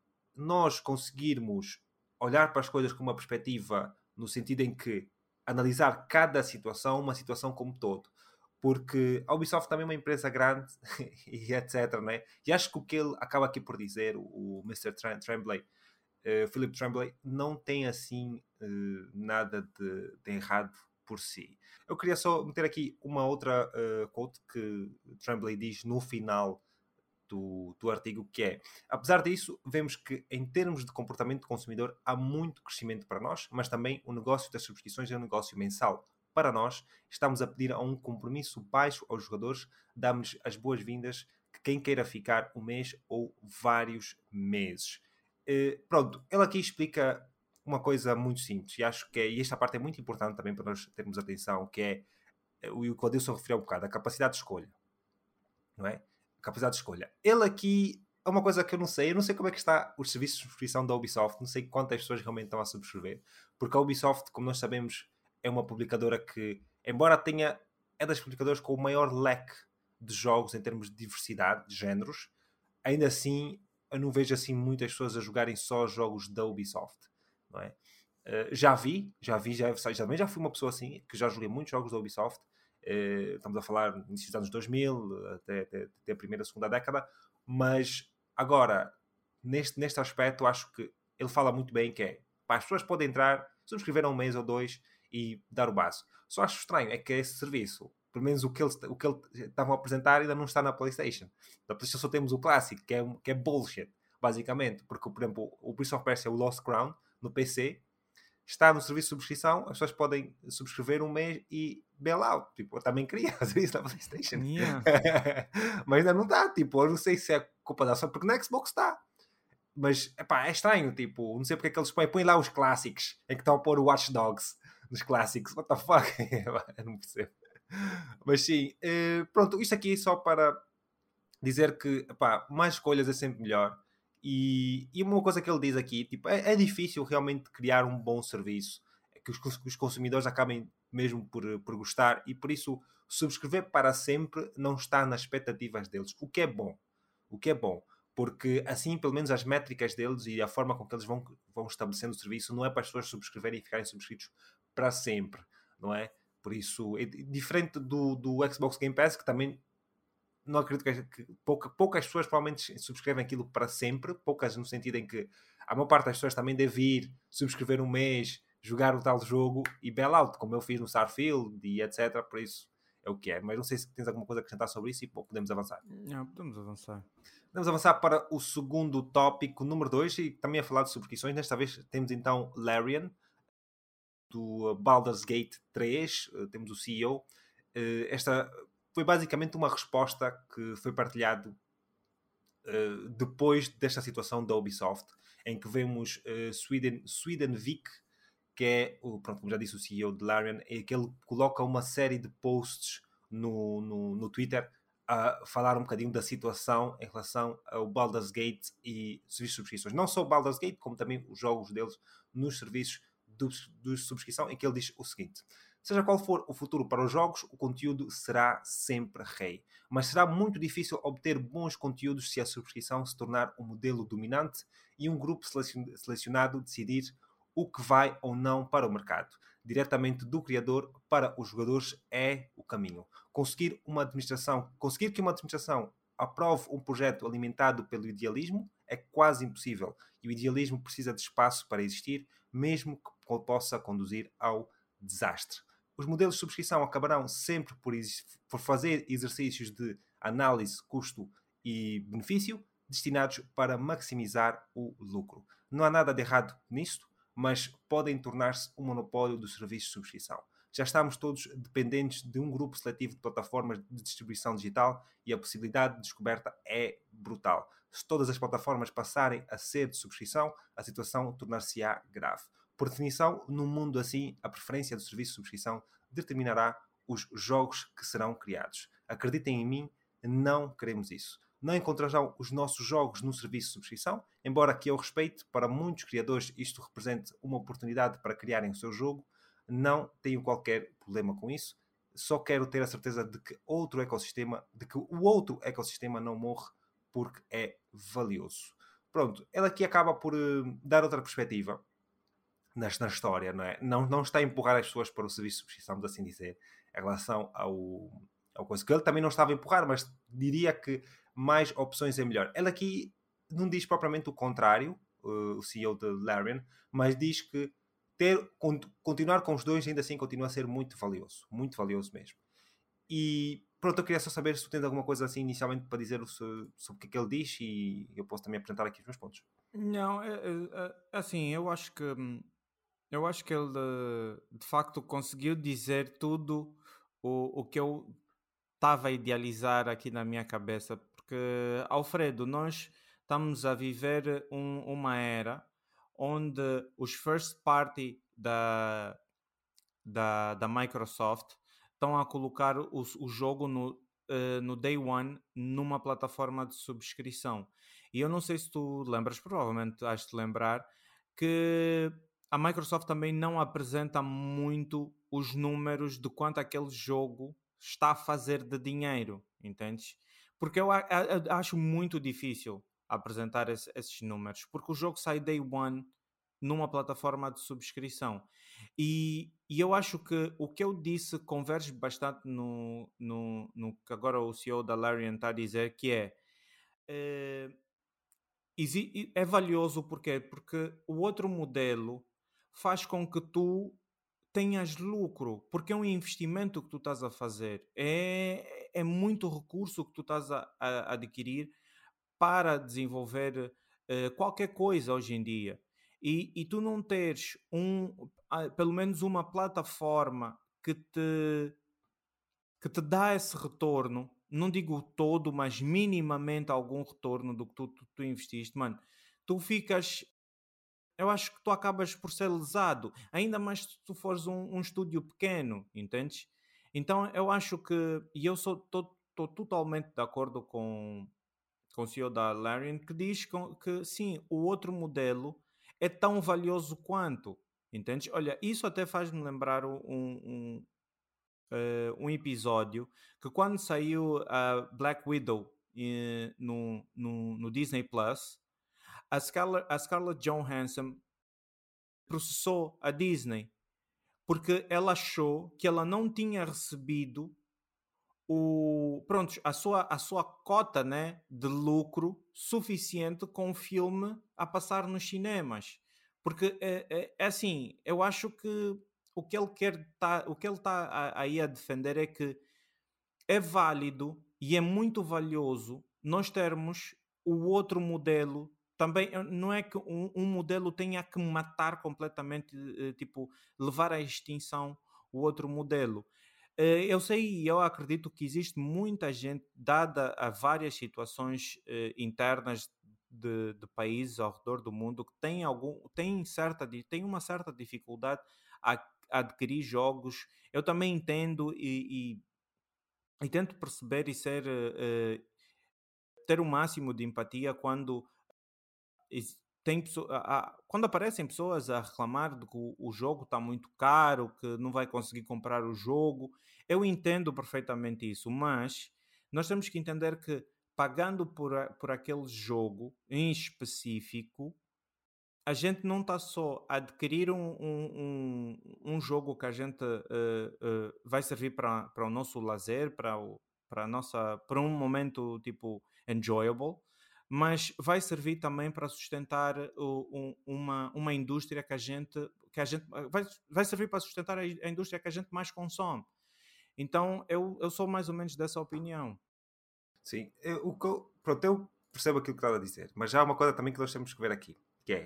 nós conseguirmos olhar para as coisas com uma perspectiva no sentido em que analisar cada situação, uma situação como todo. Porque a Ubisoft também é uma empresa grande e etcétera. Né? E acho que o que ele acaba aqui por dizer, o mister Tremblay, uh, Philip Tremblay, não tem assim uh, nada de, de errado por si. Eu queria só meter aqui uma outra uh, quote que Tremblay diz no final do, do artigo, que é: apesar disso, vemos que em termos de comportamento do consumidor há muito crescimento para nós, mas também o negócio das subscrições é um negócio mensal. Para nós, estamos a pedir a um compromisso baixo aos jogadores, damos as boas-vindas que quem queira ficar um mês ou vários meses. Uh, pronto, ele aqui explica uma coisa muito simples, e acho que é, e esta parte é muito importante também para nós termos atenção, que é o que o Adilson referiu um bocado, a capacidade de escolha, não é? Capacidade de escolha. Ele aqui é uma coisa que eu não sei. Eu não sei como é que está os serviços de subscrição da Ubisoft. Não sei quantas pessoas realmente estão a subscrever. Porque a Ubisoft, como nós sabemos, é uma publicadora que, embora tenha... é das publicadoras com o maior leque de jogos em termos de diversidade, de géneros. Ainda assim, eu não vejo assim muitas pessoas a jogarem só jogos da Ubisoft. Não é? Uh, já vi, já vi, já, já, também já fui uma pessoa assim, que já joguei muitos jogos da Ubisoft. Uh, estamos a falar no início dos anos dois mil, até, até, até a primeira, segunda década, mas agora, neste, neste aspecto, acho que ele fala muito bem que é, pá, as pessoas podem entrar, subscrever a um mês ou dois e dar o base. Só acho estranho é que esse serviço, pelo menos o que eles o que ele estavam a apresentar, ainda não está na PlayStation. Na PlayStation só temos o clássico, que é, que é bullshit, basicamente, porque, por exemplo, o Prince of Persia, o Lost Crown, no P C, está no serviço de subscrição, as pessoas podem subscrever um mês e bail out. Tipo, eu também queria fazer isso na PlayStation. Yeah. Mas ainda não está. Tipo, eu não sei se é culpa da Sony, porque no Xbox está. Mas, epá, é estranho. Tipo, não sei porque é que eles põem, põem lá os clássicos, em que estão a pôr o Watch Dogs nos clássicos. What the fuck? Eu não percebo. Mas sim, uh, pronto, isto aqui é só para dizer que, epá, mais escolhas é sempre melhor. E, e uma coisa que ele diz aqui, tipo, é, é difícil realmente criar um bom serviço que os, que os consumidores acabem mesmo por, por gostar, e por isso subscrever para sempre não está nas expectativas deles, o que é bom, o que é bom, porque assim pelo menos as métricas deles e a forma com que eles vão, vão estabelecendo o serviço não é para as pessoas subscreverem e ficarem subscritos para sempre, não é? Por isso, é diferente do, do Xbox Game Pass, que também não acredito que, que pouca, poucas pessoas provavelmente subscrevem aquilo para sempre, poucas no sentido em que a maior parte das pessoas também deve ir subscrever um mês, jogar o tal jogo e bail out, como eu fiz no Starfield e etcétera. Por isso é o que é. Mas não sei se tens alguma coisa a acrescentar sobre isso e pô, podemos avançar. Não, podemos avançar. Podemos avançar para o segundo tópico, número dois, e também a falar de subscrições. Desta vez temos então Larian, do Baldur's Gate três, temos o C E O. Esta foi basicamente uma resposta que foi partilhado uh, depois desta situação da Ubisoft, em que vemos uh, Sweden, Sweden Vic, que é, o, pronto, como já disse o C E O de Larian, é que ele coloca uma série de posts no, no, no Twitter a falar um bocadinho da situação em relação ao Baldur's Gate e serviços de subscrições. Não só o Baldur's Gate, como também os jogos deles nos serviços de, de subscrição, em que ele diz o seguinte: seja qual for o futuro para os jogos, o conteúdo será sempre rei. Mas será muito difícil obter bons conteúdos se a subscrição se tornar um modelo dominante e um grupo selecionado decidir o que vai ou não para o mercado. Diretamente do criador para os jogadores é o caminho. Conseguir uma administração, conseguir que uma administração aprove um projeto alimentado pelo idealismo é quase impossível. E o idealismo precisa de espaço para existir, mesmo que possa conduzir ao desastre. Os modelos de subscrição acabarão sempre por, por fazer exercícios de análise, custo e benefício destinados para maximizar o lucro. Não há nada de errado nisto, mas podem tornar-se um monopólio dos serviços de subscrição. Já estamos todos dependentes de um grupo seletivo de plataformas de distribuição digital e a possibilidade de descoberta é brutal. Se todas as plataformas passarem a ser de subscrição, a situação tornar-se-á grave. Por definição, num mundo assim, a preferência do serviço de subscrição determinará os jogos que serão criados. Acreditem em mim, não queremos isso. Não encontrarão os nossos jogos no serviço de subscrição, embora que eu respeite, para muitos criadores isto represente uma oportunidade para criarem o seu jogo, não tenho qualquer problema com isso. Só quero ter a certeza de que outro ecossistema, de que o outro ecossistema não morre porque é valioso. Pronto, ela aqui acaba por uh, dar outra perspectiva na, na história, não é? Não, não está a empurrar as pessoas para o serviço de subscrição, vamos assim dizer, em relação ao, ao coisa que ele também não estava a empurrar, mas diria que mais opções é melhor. Ela aqui não diz propriamente o contrário, uh, o C E O de Larian, mas diz que ter, continuar com os dois ainda assim continua a ser muito valioso, muito valioso mesmo. E pronto, eu queria só saber se tu tens alguma coisa assim inicialmente para dizer sobre, sobre o que é que ele diz e eu posso também apresentar aqui os meus pontos. Não, é, é, é, assim, eu acho que hum, eu acho que ele de, de facto conseguiu dizer tudo o, o que eu estava a idealizar aqui na minha cabeça, porque Alfredo, nós estamos a viver um- uma era onde os first party da, da, da Microsoft estão a colocar o, o jogo no, eh, no Day One numa plataforma de subscrição. E eu não sei se tu lembras, provavelmente has de lembrar, que a Microsoft também não apresenta muito os números de quanto aquele jogo está a fazer de dinheiro, entendes? Porque eu a- a- a- acho muito difícil apresentar esse- esses números, porque o jogo sai Day One numa plataforma de subscrição. E, e eu acho que o que eu disse converge bastante no, no, no que agora o C E O da Larian está a dizer, que é, eh, exi- e- é valioso porquê? Porque o outro modelo faz com que tu tenhas lucro, porque é um investimento que tu estás a fazer, é, é muito recurso que tu estás a, a adquirir para desenvolver eh, qualquer coisa hoje em dia. E, e tu não teres um, ah, pelo menos uma plataforma que te, que te dá esse retorno, não digo todo, mas minimamente algum retorno do que tu, tu, tu investiste, mano, tu ficas. Eu acho que tu acabas por ser lesado, ainda mais se tu fores um, um estúdio pequeno, entendes? Então eu acho que, e eu sou estou totalmente de acordo com, com o C E O da Larian, que diz com- que sim, o outro modelo é tão valioso quanto, entendes? Olha, isso até faz-me lembrar um, um, eh, um episódio que quando saiu a Black Widow eh, no, no, no Disney Plus, a Scarlett, a Scarlett Johansson processou a Disney porque ela achou que ela não tinha recebido o, pronto, a sua, a sua cota, né, de lucro suficiente com o filme a passar nos cinemas. Porque é, é, é assim, eu acho que o que ele quer tá, o que ele está aí a defender é que é válido e é muito valioso nós termos o outro modelo também. Não é que um, um modelo tenha que matar completamente, eh, tipo, levar à extinção o outro modelo. Eh, Eu sei e eu acredito que existe muita gente, dada a várias situações eh, internas de, de países ao redor do mundo, que tem, algum, tem, certa, di- tem uma certa dificuldade a, a adquirir jogos. Eu também entendo e, e- e tento perceber e ser, eh, eh, ter o máximo de empatia quando Ex- tem pesso- há- há- quando aparecem pessoas a reclamar de que o, o jogo está muito caro, que não vai conseguir comprar o jogo, eu entendo perfeitamente isso, mas nós temos que entender que pagando por, a- por aquele jogo em específico, a gente não está só a adquirir um, um, um, um jogo que a gente eh, eh, vai servir para, para o nosso lazer, para, o, para, a nossa, para um momento tipo enjoyable, mas vai servir também para sustentar o- um- uma, uma indústria que a gente, que a gente vai, vai servir para sustentar a, a indústria que a gente mais consome. Então eu, eu sou mais ou menos dessa opinião. Sim, eu, o que eu, pronto, eu percebo aquilo que estás a dizer, mas já há uma coisa também que nós temos que ver aqui, que é,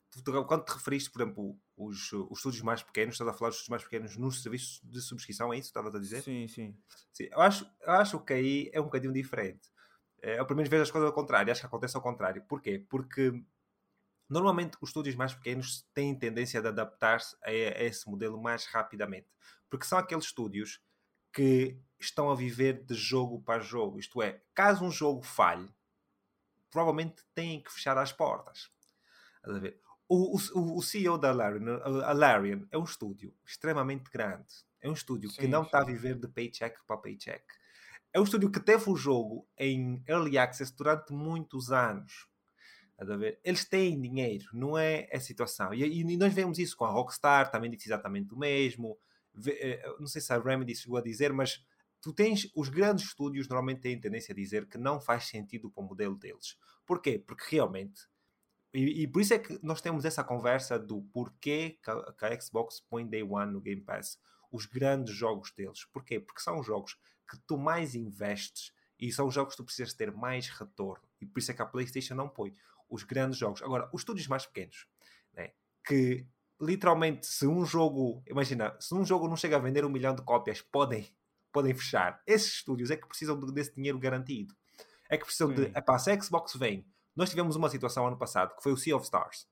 tu, quando te referiste, por exemplo, os, os estúdios mais pequenos, estás a falar dos estúdios mais pequenos nos serviços de subscrição, é isso que estavas a dizer? Sim, sim. Sim, eu acho, eu acho que aí é um bocadinho diferente. É, eu, pelo menos, vejo as coisas ao contrário. Acho que acontece ao contrário. Porquê? Porque normalmente os estúdios mais pequenos têm tendência de adaptar-se a, a esse modelo mais rapidamente. Porque são aqueles estúdios que estão a viver de jogo para jogo. Isto é, caso um jogo falhe, provavelmente têm que fechar as portas. Estás a ver? O, o, o C E O da Larian, a Larian é um estúdio extremamente grande. É um estúdio que Sim, não está a sim. viver de paycheck para paycheck. É um estúdio que teve o jogo em Early Access durante muitos anos. Estás a ver? Eles têm dinheiro, não é a situação. E, e nós vemos isso com a Rockstar, também disse exatamente o mesmo. Vê, não sei se a Remedy chegou a dizer, mas tu tens os grandes estúdios normalmente têm tendência a dizer que não faz sentido para o modelo deles. Porquê? Porque realmente, e, e por isso é que nós temos essa conversa do porquê que a, que a Xbox põe Day One no Game Pass. Os grandes jogos deles. Porquê? Porque são jogos que tu mais investes e são jogos que tu precisas ter mais retorno. E por isso é que a PlayStation não põe os grandes jogos. Agora, os estúdios mais pequenos, né, que literalmente, se um jogo, imagina, se um jogo não chega a vender um milhão de cópias, podem, podem fechar. Esses estúdios é que precisam desse dinheiro garantido. É que precisam de, Sim. epá, se a Xbox vem, nós tivemos uma situação ano passado que foi o Sea of Stars.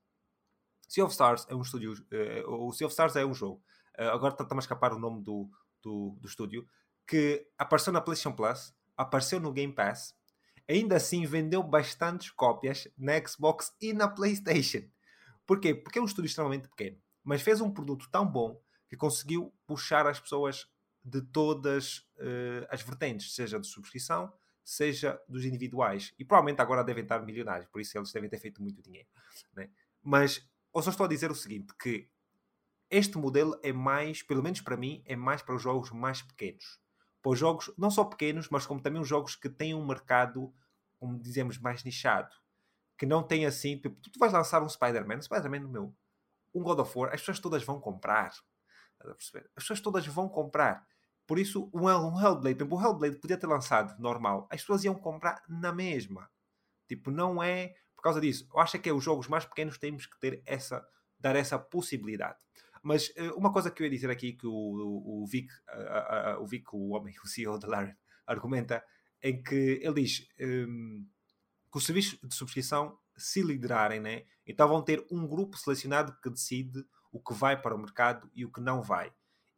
Sea of Stars é um estúdio, uh, o Sea of Stars é um jogo. Uh, agora está-me a escapar o nome do, do, do estúdio, que apareceu na PlayStation Plus, apareceu no Game Pass, ainda assim vendeu bastantes cópias na Xbox e na PlayStation. Porquê? Porque é um estúdio extremamente pequeno, mas fez um produto tão bom que conseguiu puxar as pessoas de todas uh, as vertentes, seja de subscrição, seja dos individuais. E provavelmente agora devem estar milionários, por isso eles devem ter feito muito dinheiro. Né? Mas eu só estou a dizer o seguinte, que este modelo é mais, pelo menos para mim, é mais para os jogos mais pequenos. Para os jogos, não só pequenos, mas como também os jogos que têm um mercado, como dizemos, mais nichado. Que não tem assim, tipo, tu, tu vais lançar um Spider-Man, um Spider-Man, meu, um God of War, as pessoas todas vão comprar. Estás a perceber? As pessoas todas vão comprar. Por isso, um, um Hellblade, por exemplo, o Hellblade podia ter lançado normal, as pessoas iam comprar na mesma. Tipo, não é por causa disso. Eu acho que é os jogos mais pequenos temos que ter essa, dar essa possibilidade. Mas uh, uma coisa que eu ia dizer aqui que o, o, o Vic, uh, uh, uh, o Vic, o homem, o C E O da Larian, argumenta, em que ele diz um, que os serviços de subscrição se liderarem, né? Então vão ter um grupo selecionado que decide o que vai para o mercado e o que não vai.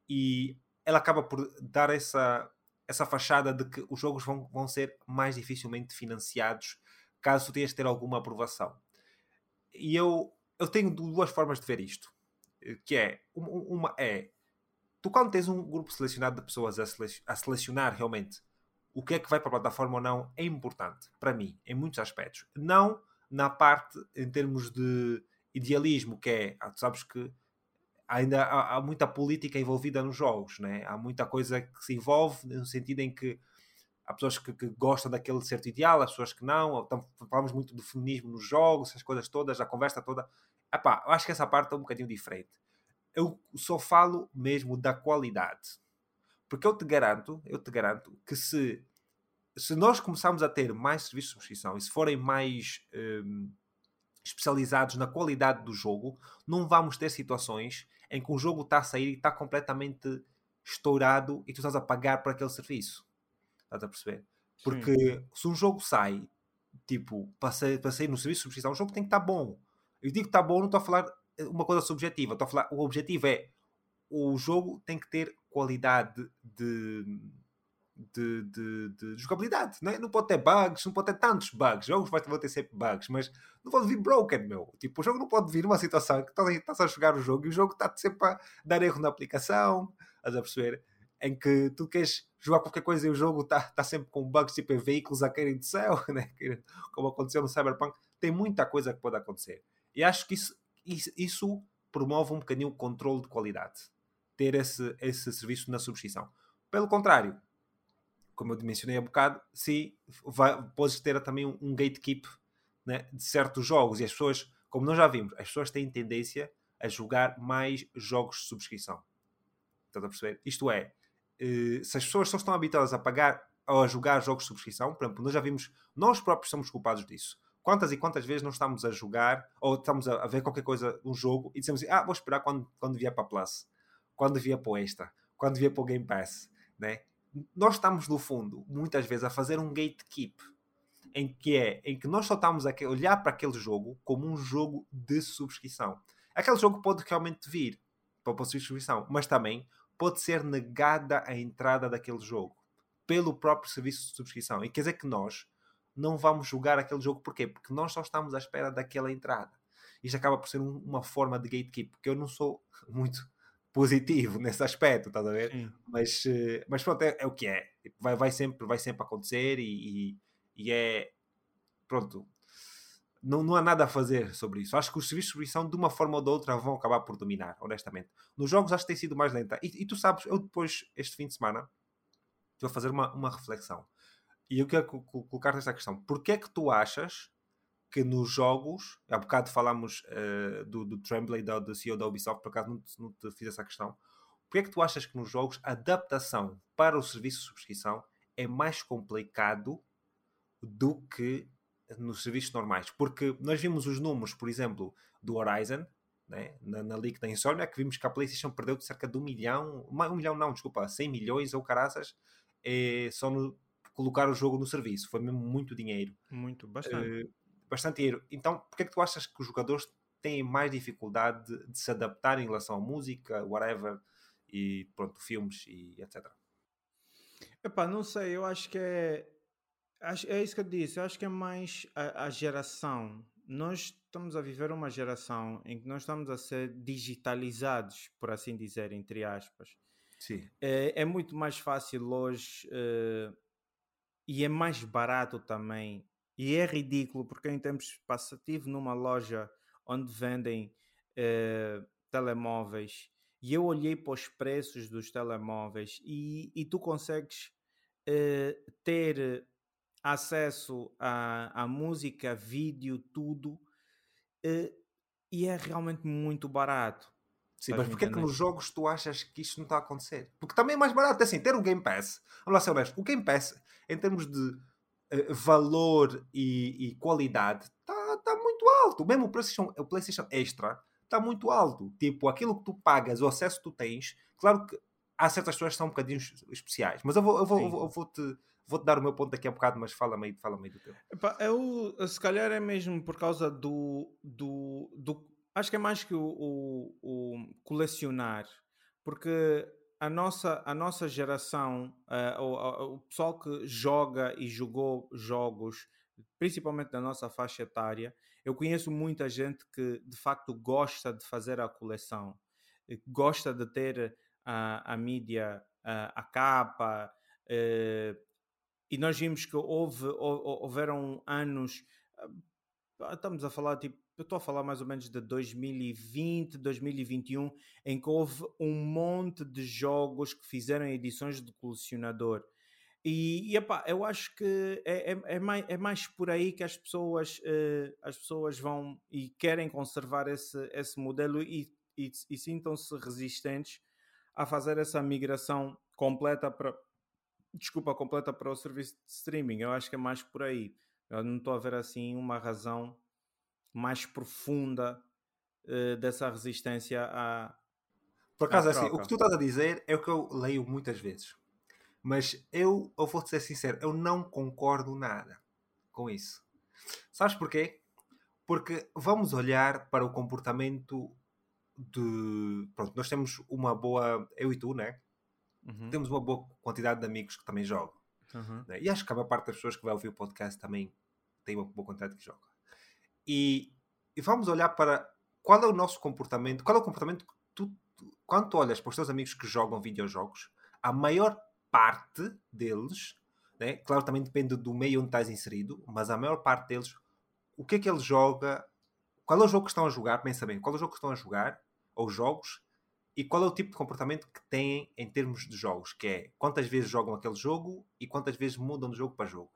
E ela acaba por dar essa, essa fachada de que os jogos vão, vão ser mais dificilmente financiados caso tu tenhas de ter alguma aprovação. E eu, eu tenho duas formas de ver isto. Que é, uma é, tu quando tens um grupo selecionado de pessoas a, sele, a selecionar realmente o que é que vai para a plataforma ou não, é importante, para mim, em muitos aspectos. Não na parte, em termos de idealismo, que é, tu sabes que ainda há, há muita política envolvida nos jogos, né? Há muita coisa que se envolve, no sentido em que há pessoas que, que gostam daquele certo ideal, há pessoas que não. Então, falamos muito do feminismo nos jogos, essas coisas todas, a conversa toda. Epá, eu acho que essa parte é um bocadinho diferente. Eu só falo mesmo da qualidade. Porque eu te garanto, eu te garanto que se, se nós começarmos a ter mais serviços de subscrição e se forem mais hum, especializados na qualidade do jogo, não vamos ter situações em que um jogo está a sair e está completamente estourado e tu estás a pagar por aquele serviço. Estás a perceber? Porque Sim. se um jogo sai, tipo, para sair, para sair no serviço de subscrição, o jogo tem que estar bom. Eu digo que está bom, não estou a falar uma coisa subjetiva. Estou a falar, o objetivo é o jogo tem que ter qualidade de, de, de, de jogabilidade. Não, é? Não pode ter bugs, não pode ter tantos bugs. Jogos vão ter sempre bugs, mas não pode vir broken, meu. Tipo, o jogo não pode vir numa situação em que estás a jogar o jogo e o jogo está sempre a dar erro na aplicação. Estás a perceber? Em que tu queres jogar qualquer coisa e o jogo está tá sempre com bugs, tipo em veículos a caírem do céu, né? Como aconteceu no Cyberpunk. Tem muita coisa que pode acontecer. E acho que isso, isso, isso promove um bocadinho o controle de qualidade. Ter esse, esse serviço na subscrição. Pelo contrário, como eu mencionei há bocado, sim, vai, podes ter também um, um gatekeep, né, de certos jogos. E as pessoas, como nós já vimos, as pessoas têm tendência a jogar mais jogos de subscrição. Estás a perceber? Isto é, se as pessoas só estão habituadas a pagar ou a jogar jogos de subscrição, por exemplo, nós já vimos, nós próprios somos culpados disso. Quantas e quantas vezes não estamos a jogar ou estamos a, a ver qualquer coisa, um jogo, e dizemos assim, ah, vou esperar quando, quando vier para a Plus, quando vier para o Extra, quando vier para o Game Pass, né? Nós estamos, no fundo, muitas vezes a fazer um gatekeep, em que é, em que nós só estamos a olhar para aquele jogo como um jogo de subscrição. Aquele jogo pode realmente vir para a subscrição, mas também pode ser negada a entrada daquele jogo pelo próprio serviço de subscrição. E quer dizer que nós não vamos jogar aquele jogo. Porquê? Porque nós só estamos à espera daquela entrada. Isto acaba por ser um, uma forma de gatekeep, porque eu não sou muito positivo nesse aspecto, estás a ver? Sim. Mas, mas pronto, é, é o que é. Vai, vai, sempre, vai sempre acontecer e, e, e é... Pronto. Não, não há nada a fazer sobre isso. Acho que os serviços de distribuição, de uma forma ou de outra, vão acabar por dominar, honestamente. Nos jogos acho que tem sido mais lenta. E, e tu sabes, eu depois, este fim de semana, estou a fazer uma, uma reflexão. E eu quero colocar-te esta questão. Porquê é que tu achas que nos jogos, há bocado falámos uh, do, do Tremblay, do, do C E O da Ubisoft, por acaso não te, não te fiz essa questão. Porquê é que tu achas que nos jogos a adaptação para o serviço de subscrição é mais complicado do que nos serviços normais? Porque nós vimos os números, por exemplo, do Horizon, né? na, na League da Insomnia, que vimos que a PlayStation perdeu de cerca de um milhão, um milhão não, desculpa, cem milhões ou caraças, é, só no colocar o jogo no serviço. Foi mesmo muito dinheiro. Muito, bastante. Uh, bastante dinheiro. Então, porquê é que tu achas que os jogadores têm mais dificuldade de, de se adaptar em relação à música, whatever, e pronto, filmes e etcétera? Epá, não sei, eu acho que é... Acho, é isso que eu disse, eu acho que é mais a, a geração. Nós estamos a viver uma geração em que nós estamos a ser digitalizados, por assim dizer, entre aspas. Sim. É, é muito mais fácil hoje uh, e é mais barato também. E é ridículo, porque em tempos passados estive numa loja onde vendem uh, telemóveis e eu olhei para os preços dos telemóveis e, e tu consegues uh, ter acesso à, à música, vídeo, tudo, uh, e é realmente muito barato. Sim, Estás mas me porquê é que entender? nos jogos tu achas que isto não está a acontecer? Porque também é mais barato, assim, ter o Game Pass. Vamos lá ser honesto, o Game Pass, em termos de uh, valor e, e qualidade, está tá muito alto. Mesmo o PlayStation, o PlayStation Extra está muito alto. Tipo, aquilo que tu pagas, o acesso que tu tens, claro que há certas pessoas que são um bocadinho especiais, mas eu vou, eu vou, eu Sim. vou, eu vou-te, vou-te dar o meu ponto daqui a bocado, mas fala meio, fala meio do teu. Epá, eu, se calhar é mesmo por causa do, do, do acho que é mais que o, o, o colecionar, porque a nossa, a nossa geração, uh, o, o pessoal que joga e jogou jogos, principalmente da nossa faixa etária, eu conheço muita gente que de facto gosta de fazer a coleção, gosta de ter a, a mídia, a, a capa, uh, e nós vimos que houve, houveram anos, estamos a falar tipo, eu estou a falar mais ou menos de dois mil e vinte, dois mil e vinte e um, em que houve um monte de jogos que fizeram edições de colecionador. E, e epá, eu acho que é, é, é, mais, é mais por aí que as pessoas, uh, as pessoas vão e querem conservar esse, esse modelo e, e, e sintam-se resistentes a fazer essa migração completa para desculpa completa para o serviço de streaming. Eu acho que é mais por aí. Eu não estou a ver assim uma razão mais profunda uh, dessa resistência à, Por à acaso, assim, o que troca. tu estás a dizer é o que eu leio muitas vezes. Mas eu, eu vou-te ser sincero, eu não concordo nada com isso. Sabes porquê? Porque vamos olhar para o comportamento de... Pronto, nós temos uma boa... Eu e tu, né? Uhum. Temos uma boa quantidade de amigos que também jogam. Uhum. Né? E acho que a maior parte das pessoas que vai ouvir o podcast também tem uma boa quantidade que joga. E, e vamos olhar para qual é o nosso comportamento, qual é o comportamento que tu, quando tu olhas para os teus amigos que jogam videojogos, a maior parte deles, né? Claro, também depende do meio onde estás inserido, mas a maior parte deles, o que é que ele joga, qual é o jogo que estão a jogar, pensa bem, qual é o jogo que estão a jogar, ou jogos, e qual é o tipo de comportamento que têm em termos de jogos, que é quantas vezes jogam aquele jogo e quantas vezes mudam de jogo para jogo.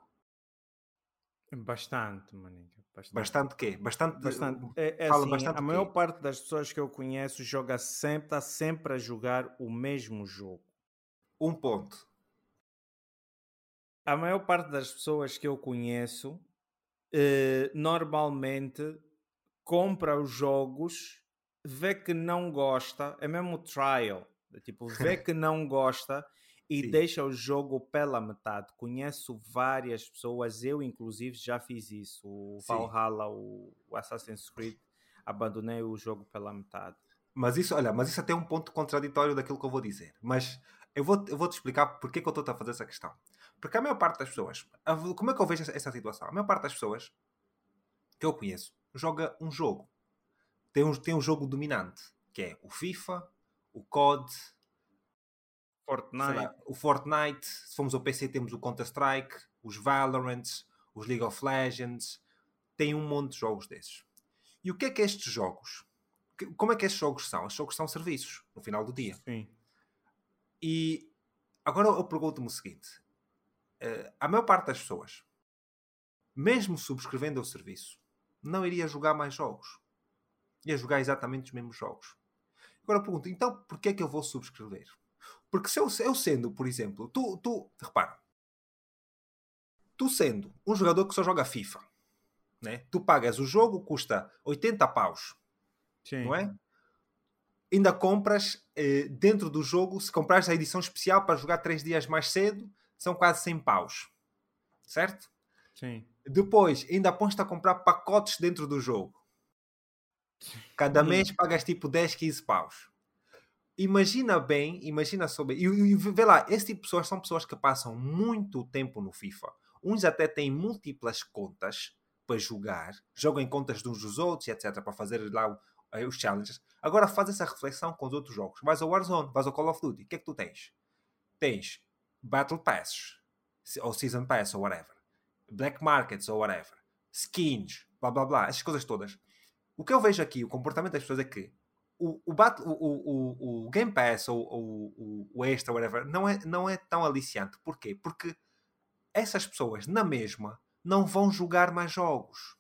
Bastante, maninho. Bastante. Bastante quê? Bastante. Bastante. É, é Fala assim, bastante a o maior quê? parte das pessoas que eu conheço joga sempre, está sempre a jogar o mesmo jogo. Um ponto. A maior parte das pessoas que eu conheço uh, normalmente compra os jogos, vê que não gosta, é mesmo trial, tipo, vê que não gosta e Sim. deixa o jogo pela metade. Conheço várias pessoas, eu inclusive já fiz isso, o Sim. Valhalla, o, o Assassin's Creed, abandonei o jogo pela metade. Mas isso, olha, mas isso até é um ponto contraditório daquilo que eu vou dizer. Mas eu vou, eu vou te explicar porque é que eu estou a fazer essa questão. Porque a maior parte das pessoas, a- como é que eu vejo essa, essa situação? A maior parte das pessoas que eu conheço joga um jogo. Tem um, tem um jogo dominante, que é o FIFA, o C O D, sei Fortnite. lá, o Fortnite. Se formos ao P C temos o Counter-Strike, os Valorants, os League of Legends. Tem um monte de jogos desses. E o que é que estes jogos? que- Como é que estes jogos são? Estes jogos são serviços, no final do dia. Sim. E agora eu pergunto-me o seguinte. eh, a maior parte das pessoas, mesmo subscrevendo o serviço, não iria jogar mais jogos. Ia jogar exatamente os mesmos jogos. Agora eu pergunto, então porquê é que eu vou subscrever? Porque se eu, eu sendo, por exemplo, tu, tu, repara, tu sendo um jogador que só joga FIFA, né? Tu pagas o jogo, custa oitenta paus, Sim. não é? Ainda compras eh, dentro do jogo, se comprares a edição especial para jogar três dias mais cedo, são quase cem paus, certo? Sim. Depois, ainda pões-te a comprar pacotes dentro do jogo. Cada Uhum. mês pagas tipo dez, quinze paus. Imagina bem, imagina só bem. E, e vê lá, esse tipo de pessoas são pessoas que passam muito tempo no FIFA. Uns até têm múltiplas contas para jogar, jogam em contas de uns dos outros, etcétera, para fazer lá o- eh, os challenges. Agora faz essa reflexão com os outros jogos. Vais ao Warzone, vais ao Call of Duty. O que é que tu tens? Tens Battle Passes, se- ou Season Pass, ou whatever. Black Markets, ou whatever. Skins, blá blá blá. Essas coisas todas. O que eu vejo aqui, o comportamento das pessoas é que o, o, bat, o, o, o Game Pass ou o, o Extra, whatever, não é, não é tão aliciante. Porquê? Porque essas pessoas, na mesma, não vão jogar mais jogos.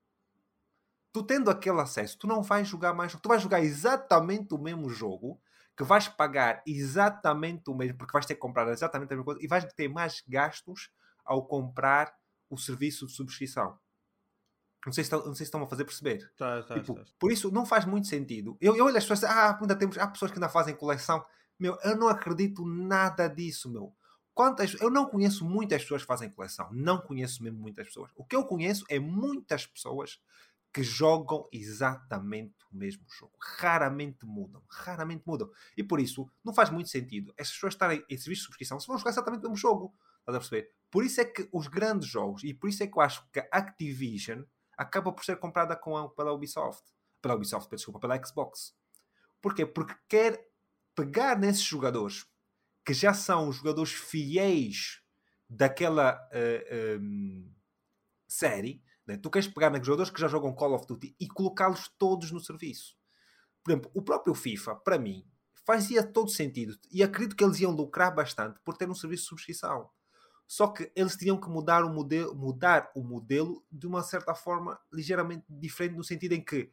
Tu tendo aquele acesso, tu não vais jogar mais jogos. Tu vais jogar exatamente o mesmo jogo, que vais pagar exatamente o mesmo, porque vais ter que comprar exatamente a mesma coisa, e vais ter mais gastos ao comprar o serviço de subscrição. Não sei se estão, não sei se estão a fazer perceber. Tá, tá, Tipo, tá. por isso não faz muito sentido. Eu, eu olho as pessoas, ah, ainda temos, há pessoas que ainda fazem coleção. Meu, eu não acredito nada disso, meu. Quantas, eu não conheço muitas pessoas que fazem coleção. Não conheço mesmo muitas pessoas. O que eu conheço é muitas pessoas que jogam exatamente o mesmo jogo. Raramente mudam. Raramente mudam. E por isso não faz muito sentido essas pessoas estarem em serviço de subscrição se vão jogar exatamente o mesmo jogo. Estás a perceber? Por isso é que os grandes jogos, e por isso é que eu acho que a Activision acaba por ser comprada com a, pela Ubisoft. Pela Ubisoft, desculpa, pela Xbox. Porquê? Porque quer pegar nesses jogadores que já são os jogadores fiéis daquela uh, um, série. Né? Tu queres pegar naqueles jogadores que já jogam Call of Duty e colocá-los todos no serviço. Por exemplo, o próprio FIFA, para mim, fazia todo sentido. E acredito que eles iam lucrar bastante por ter um serviço de subscrição. Só que eles tinham que mudar o modelo, mudar o modelo de uma certa forma ligeiramente diferente, no sentido em que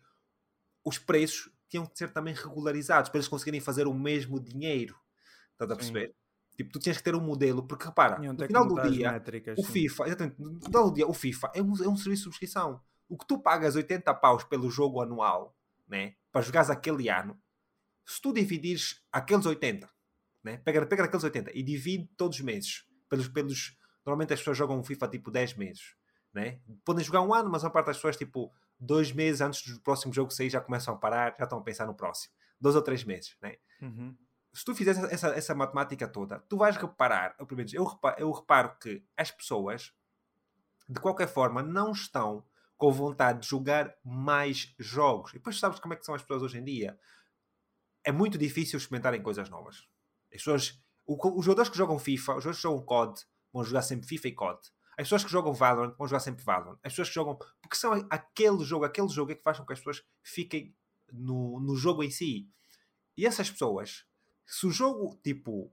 os preços tinham que ser também regularizados para eles conseguirem fazer o mesmo dinheiro. Estás a Sim. perceber? Tipo, tu tinhas que ter um modelo, porque repara, Tinham no ter que final do mudar as dia, métricas, o sim. FIFA, exatamente, no final do dia, o FIFA é um, é um serviço de subscrição. O que tu pagas oitenta paus pelo jogo anual, né, para jogares aquele ano, se tu dividires aqueles oitenta, né, pega, pega aqueles oitenta e divide todos os meses, pelos, pelos, normalmente as pessoas jogam um FIFA tipo dez meses, né? Podem jogar um ano, mas a parte das pessoas tipo dois meses antes do próximo jogo sair já começam a parar, já estão a pensar no próximo. Dois ou três meses, né? Uhum. Se tu fizeres essa, essa matemática toda, tu vais reparar, ou pelo menos eu reparo, eu reparo que as pessoas, de qualquer forma, não estão com vontade de jogar mais jogos. E depois sabes como é que são as pessoas hoje em dia. É muito difícil experimentarem coisas novas. As pessoas, o, os jogadores que jogam FIFA, os jogadores que jogam C O D, vão jogar sempre FIFA e C O D. As pessoas que jogam Valorant vão jogar sempre Valorant. As pessoas que jogam... Porque são aquele jogo, aquele jogo é que faz com que as pessoas fiquem no, no jogo em si. E essas pessoas, se o jogo, tipo...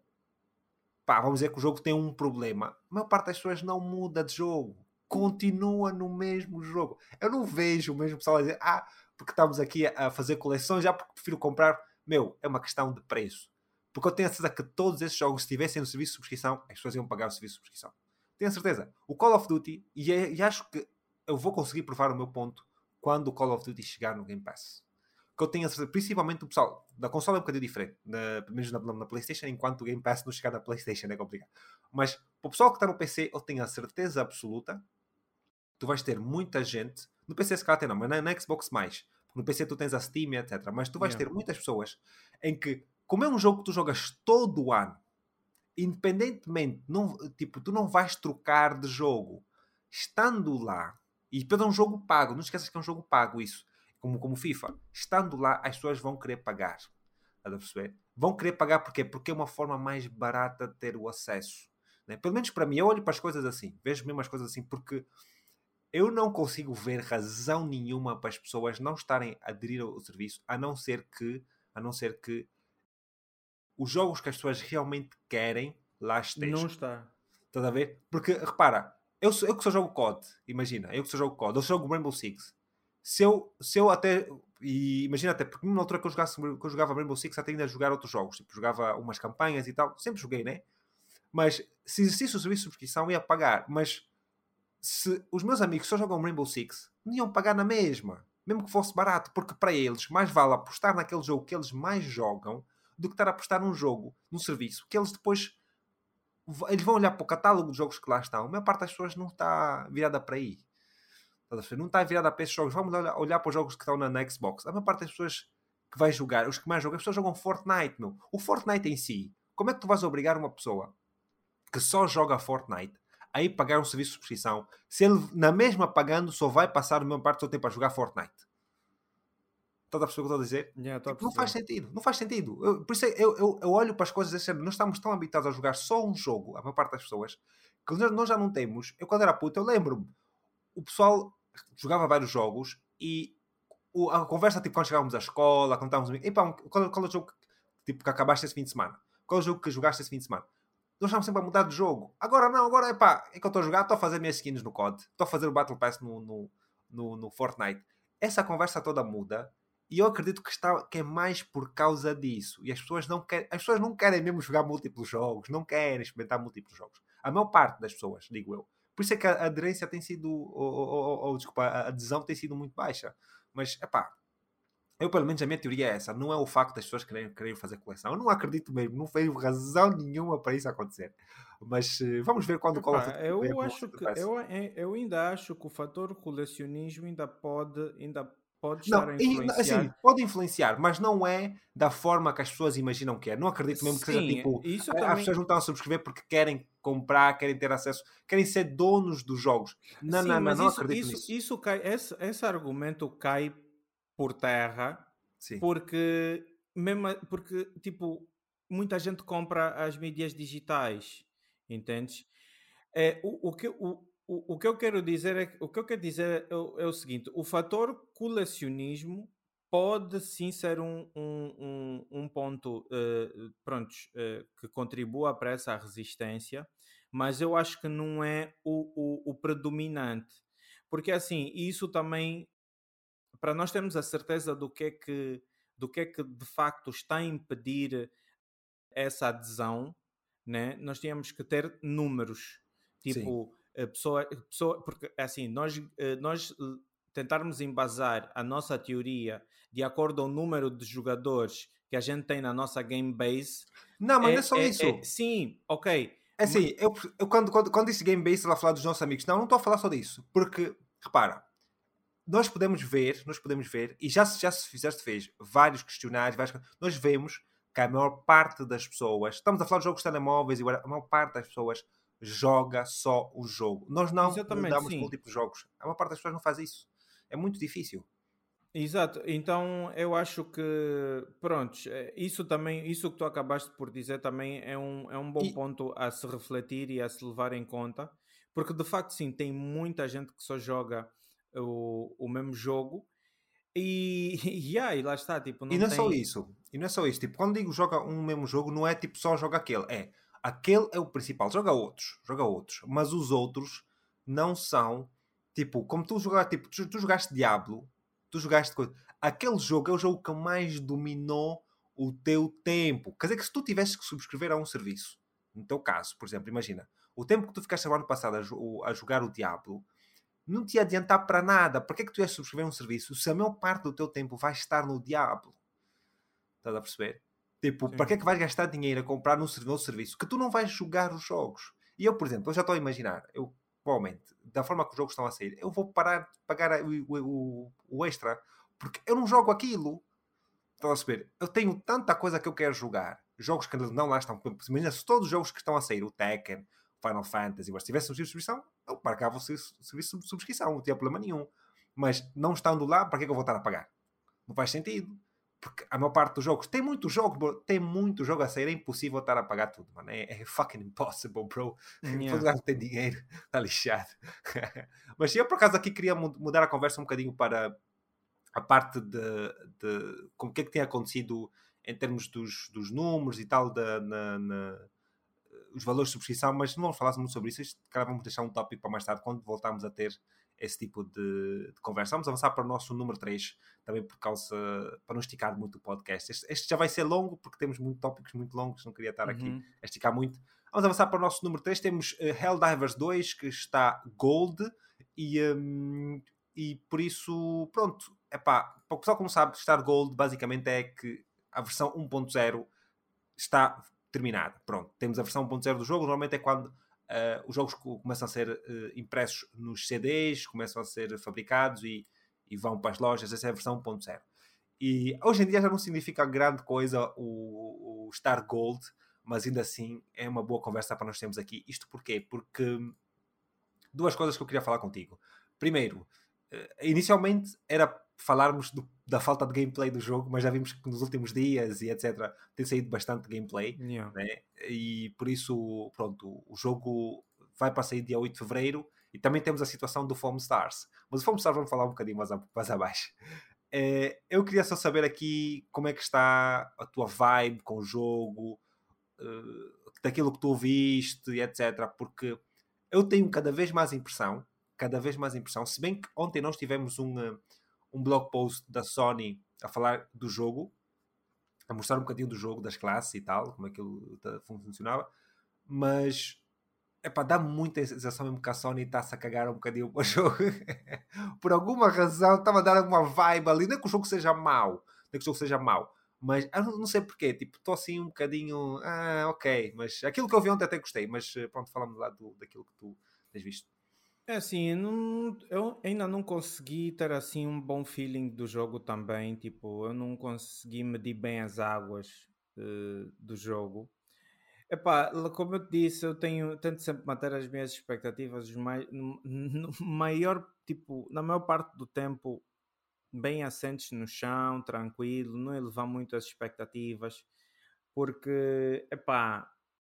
Pá, vamos dizer que o jogo tem um problema. A maior parte das pessoas não muda de jogo. Continua no mesmo jogo. Eu não vejo o mesmo pessoal a dizer, ah, porque estamos aqui a fazer coleções, já porque prefiro comprar. Meu, é uma questão de preço. Porque eu tenho a certeza que todos esses jogos, se tivessem no serviço de subscrição, as pessoas iam pagar o serviço de subscrição. Tenho a certeza. O Call of Duty, e, e acho que eu vou conseguir provar o meu ponto quando o Call of Duty chegar no Game Pass. Que eu tenho a certeza, principalmente o pessoal da consola é um bocadinho diferente, na, pelo menos na, na, na PlayStation, enquanto o Game Pass não chegar na PlayStation é complicado. Mas para o pessoal que está no P C, eu tenho a certeza absoluta, tu vais ter muita gente, no P C se calhar até não, mas na, na Xbox mais, porque no P C tu tens a Steam, etcétera. Mas tu vais Yeah. ter muitas pessoas em que, como é um jogo que tu jogas todo o ano, independentemente, não, tipo, tu não vais trocar de jogo estando lá, e depois é um jogo pago, não esqueças que é um jogo pago isso, como, como FIFA, estando lá as pessoas vão querer pagar, estás a perceber? Vão querer pagar porquê? Porque é uma forma mais barata de ter o acesso, né? Pelo menos para mim, eu olho para as coisas assim, vejo mesmo as coisas assim, porque eu não consigo ver razão nenhuma para as pessoas não estarem a aderir ao serviço, a não ser que, a não ser que os jogos que as pessoas realmente querem lá Não estejam. está. Estás a ver? Porque, repara, eu, sou- eu que só jogo C O D, imagina, eu que só jogo C O D, eu só jogo Rainbow Six. Se eu, se eu até, e imagina até, porque na altura que eu, jogasse, que eu jogava Rainbow Six, até ainda a jogar outros jogos, tipo, jogava umas campanhas e tal, sempre joguei, né? Mas se existisse o serviço de subscrição, ia pagar. Mas se os meus amigos só jogam Rainbow Six, não iam pagar na mesma, mesmo que fosse barato, porque para eles mais vale apostar naquele jogo que eles mais jogam do que estar a apostar num jogo, num serviço, que eles depois eles vão olhar para o catálogo de jogos que lá estão. A maior parte das pessoas não está virada para aí. Não está virada para esses jogos. Vamos olhar, olhar para os jogos que estão na, na Xbox. A maior parte das pessoas que vai jogar, os que mais jogam, as pessoas jogam Fortnite, meu. O Fortnite em si, como é que tu vais obrigar uma pessoa que só joga Fortnite a ir pagar um serviço de subscrição se ele, na mesma pagando, só vai passar a maior parte do seu tempo a jogar Fortnite? Estás a perceber o que eu estou a dizer? Yeah, estou a Tipo, não faz perceber. sentido. Não faz sentido. Eu, por isso é, eu, eu, eu olho para as coisas desse género. Nós estamos tão habituados a jogar só um jogo, a maior parte das pessoas, que nós, nós já não temos. Eu, quando era puto, eu lembro-me. O pessoal jogava vários jogos e o, a conversa, tipo, quando chegávamos à escola, quando estávamos... Epá, um, qual, qual é o jogo que, tipo, que acabaste esse fim de semana? Qual é o jogo que jogaste esse fim de semana? Nós estávamos sempre a mudar de jogo. Agora não, agora é pá, é que eu estou a jogar, estou a fazer minhas skins no C O D, estou a fazer o Battle Pass no, no, no, no Fortnite. Essa conversa toda muda e eu acredito que, está, que é mais por causa disso. E as pessoas não querem, as pessoas não querem mesmo jogar múltiplos jogos, não querem experimentar múltiplos jogos. A maior parte das pessoas, digo eu. Por isso é que a aderência tem sido, ou, ou, ou, ou desculpa, a adesão tem sido muito baixa. Mas, é pá, eu, pelo menos, a minha teoria é essa. Não é o facto das pessoas quererem, quererem fazer coleção. Eu não acredito mesmo. Não vejo razão nenhuma para isso acontecer. Mas uh, vamos ver quando o Call of Epá, Duty vier eu para o acho Season que Pass. eu, eu ainda acho que o fator colecionismo ainda pode, ainda pode estar Não, a e, assim, influenciar. pode influenciar, mas não é da forma que as pessoas imaginam que é. Não acredito mesmo que seja Sim, tipo... isso As também. pessoas não estão a subscrever porque querem comprar, querem ter acesso, querem ser donos dos jogos. Não, Sim, não, não, mas não isso, acredito isso, nisso. isso cai, esse, esse argumento cai por terra Sim, porque mesmo a- porque tipo muita gente compra as mídias digitais, entendes? É, o, o que, o, o, o que eu quero dizer é, que- o que eu quero dizer é, o é o seguinte: o fator colecionismo pode sim ser um, um, um, um ponto eh, prontos, eh, que contribua para essa resistência, mas eu acho que não é o, o, o predominante, porque assim, isso também, para nós termos a certeza do que é que, do que é que de facto está a impedir essa adesão, né? Nós tínhamos que ter números, sim. tipo, a pessoa, a pessoa porque assim, nós, eh, nós eh, tentarmos embasar a nossa teoria de acordo ao número de jogadores que a gente tem na nossa game base, Não, mas não é é, só é, é isso. sim, ok. É ma- assim, eu, eu quando, quando, quando disse game base, lá a falar dos nossos amigos. Não, não estou a falar só disso. Porque, repara, nós podemos ver, nós podemos ver, e já, se- já se fizeste fez vários questionários, vários, nós vemos que a maior parte das pessoas, estamos a falar de jogos de telemóveis, e a maior parte das pessoas joga só o jogo. Nós não Exatamente, mudamos sim. múltiplos jogos. A maior parte das pessoas não faz isso. É muito difícil. Exato, então eu acho que, prontos, eh, isso também, isso que tu acabaste por dizer também é um, é um bom E, ponto a se refletir e a se levar em conta, porque de facto sim, tem muita gente que só joga o, o mesmo jogo e, e, ah, e lá está, tipo, e não não é só tem, isso. E não é só isso. Tipo, quando digo joga um mesmo jogo, não é tipo só joga aquele. É, aquele é o principal. Joga outros. Joga outros. Mas os outros não são... Tipo, como tu jogaste... Tipo, tu, tu jogaste Diablo. Tu jogaste coisa. Aquele jogo é o jogo que mais dominou o teu tempo. Quer dizer que se tu tivesses que subscrever a um serviço, no teu caso, por exemplo, imagina, o tempo que tu ficaste o ano passado a, jo- a jogar o Diablo, não te ia adiantar para nada. Para que é que tu ias subscrever um serviço se a maior parte do teu tempo vai estar no Diablo? Estás a perceber? Tipo, Sim. para que é que vais gastar dinheiro a comprar num novo serviço que tu não vais jogar os jogos? E eu, por exemplo, eu já estou a imaginar, eu, provavelmente, da forma que os jogos estão a sair, eu vou parar de pagar o, o, o extra, porque eu não jogo aquilo. Estão a perceber? Eu tenho tanta coisa que eu quero jogar. Jogos que não lá estão. Imagina se todos os jogos que estão a sair, o Tekken, Final Fantasy, mas se tivesse um serviço de subscrição, eu pagava o serviço de subscrição, não tinha problema nenhum. Mas não estando lá, para que é que eu vou estar a pagar? Não faz sentido. Porque a maior parte dos jogos, tem muitos jogos, bro, tem muito jogo a sair, é impossível estar a pagar tudo, mano. É, é fucking impossible, bro. Yeah. Todo lugar não tem dinheiro, está lixado. Mas eu, por acaso, aqui queria mudar a conversa um bocadinho para a parte de, de como que é que tem acontecido em termos dos, dos números e tal, de, na, na, os valores de subscrição, mas não vamos falar muito sobre isso. Isto, cara, vamos deixar um tópico para mais tarde, quando voltarmos a ter esse tipo de, de conversa. Vamos avançar para o nosso número três, também por causa, para não esticar muito o podcast. Este, este já vai ser longo, porque temos muito tópicos muito longos, não queria estar aqui Uhum. a esticar muito. Vamos avançar para o nosso número três. Temos uh, Helldivers dois, que está Gold, e, um, e por isso, pronto, epá, para o pessoal como sabe, estar Gold basicamente é que a versão um ponto zero está terminada. Pronto, temos a versão um ponto zero do jogo, normalmente é quando uh, os jogos começam a ser uh, impressos nos C Ds, começam a ser fabricados e, e vão para as lojas. Essa é a versão um ponto zero. E hoje em dia já não significa grande coisa o, o Star Gold, mas ainda assim é uma boa conversa para nós termos aqui. Isto porquê? Porque duas coisas que eu queria falar contigo. Primeiro, inicialmente era falarmos do, da falta de gameplay do jogo, mas já vimos que nos últimos dias e etcétera tem saído bastante gameplay, Yeah. né? E por isso, pronto, o jogo vai para sair dia oito de fevereiro e também temos a situação do Foam Stars. Mas o Foam Stars vamos falar um bocadinho mais, a, mais abaixo. É, eu queria só saber aqui como é que está a tua vibe com o jogo, uh, daquilo que tu ouviste, etcétera. Porque eu tenho cada vez mais impressão, cada vez mais impressão, se bem que ontem nós tivemos um, um blog post da Sony a falar do jogo, a mostrar um bocadinho do jogo, das classes e tal, como aquilo funcionava, mas epá, dá muita sensação mesmo que a Sony está-se a cagar um bocadinho para o jogo. Por alguma razão estava a dar uma vibe ali, não é que o jogo seja mau, não é que o jogo seja mau, mas eu não, não sei porquê, tipo, estou assim um bocadinho, ah, ok, mas aquilo que eu vi ontem até gostei, mas pronto, falamos lá do, daquilo que tu tens visto. É assim, eu, não, eu ainda não consegui ter assim um bom feeling do jogo também, tipo, eu não consegui medir bem as águas uh, do jogo. Epá, como eu te disse, eu tenho, tento sempre manter as minhas expectativas mai, no, no maior, tipo, na maior parte do tempo bem assentes no chão, tranquilo, não elevar muito as expectativas, porque, epá,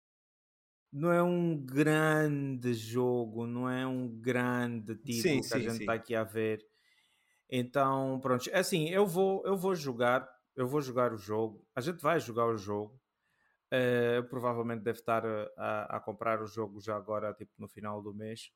não é um grande jogo, não é um grande título Sim, que a sim, gente está sim. aqui a ver. Então, pronto, é assim, eu vou, eu vou jogar, eu vou jogar o jogo, a gente vai jogar o jogo. Uh, eu provavelmente deve estar a, a comprar o jogo já agora, tipo no final do mês,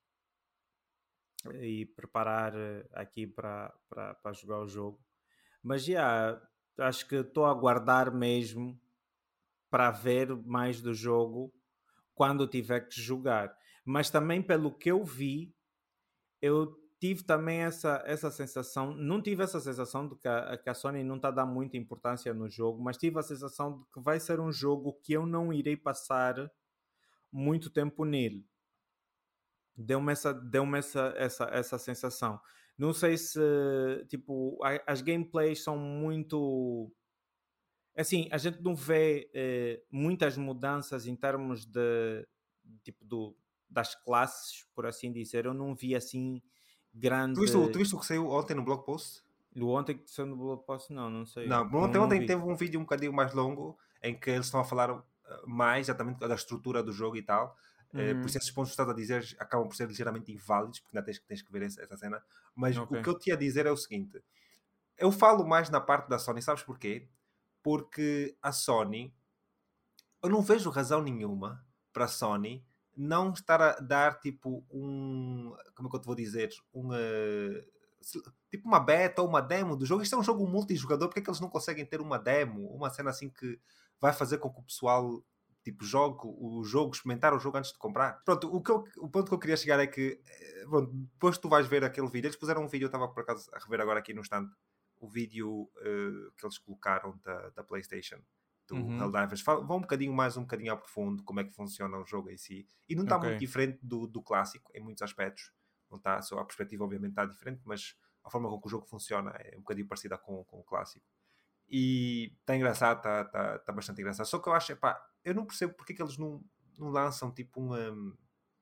e preparar uh, aqui para jogar o jogo. Mas já, acho que estou a aguardar mesmo para ver mais do jogo quando tiver que jogar. Mas também pelo que eu vi, eu tive também essa, essa sensação, não tive essa sensação de que a, que a Sony não está a dar muita importância no jogo, mas tive a sensação de que vai ser um jogo que eu não irei passar muito tempo nele. Deu-me essa, deu-me essa, essa, essa sensação. Não sei se, tipo, as gameplays são muito... Assim, a gente não vê eh, muitas mudanças em termos de, tipo, do, das classes, por assim dizer. Eu não vi, assim, grande... Tu viste, tu viste o que saiu ontem no blog post? O ontem que saiu no blog post? Não, não sei. Não, Não, ontem, não ontem vi. teve um vídeo um bocadinho mais longo em que eles estão a falar uh, mais exatamente da estrutura do jogo e tal. Uh, por Uhum. isso esses pontos que estás a dizer acabam por ser ligeiramente inválidos, porque ainda tens, tens que ver essa, essa cena. Mas Ok. o que eu te ia dizer é o seguinte: eu falo mais na parte da Sony, sabes porquê? Porque a Sony, eu não vejo razão nenhuma para a Sony não estar a dar tipo um, como é que eu te vou dizer, um, uh, tipo uma beta ou uma demo do jogo. Isto é um jogo multijogador, porque é que eles não conseguem ter uma demo, uma cena assim que vai fazer com que o pessoal tipo, jogo o jogo, experimentar o jogo antes de comprar. Pronto, o, que eu, o ponto que eu queria chegar é que, bom, depois tu vais ver aquele vídeo, eles puseram um vídeo, eu estava por acaso a rever agora aqui no instante, o vídeo uh, que eles colocaram da, da PlayStation, do Uhum. Helldivers. Vão um bocadinho mais, um bocadinho ao profundo, como é que funciona o jogo em si. E não está Ok. muito diferente do, do clássico, em muitos aspectos. Não está, só a perspectiva obviamente está diferente, mas a forma com que o jogo funciona é um bocadinho parecida com, com o clássico. E está engraçado, está tá, tá bastante engraçado. Só que eu acho, epá, eu não percebo porque é que eles não, não lançam tipo uma,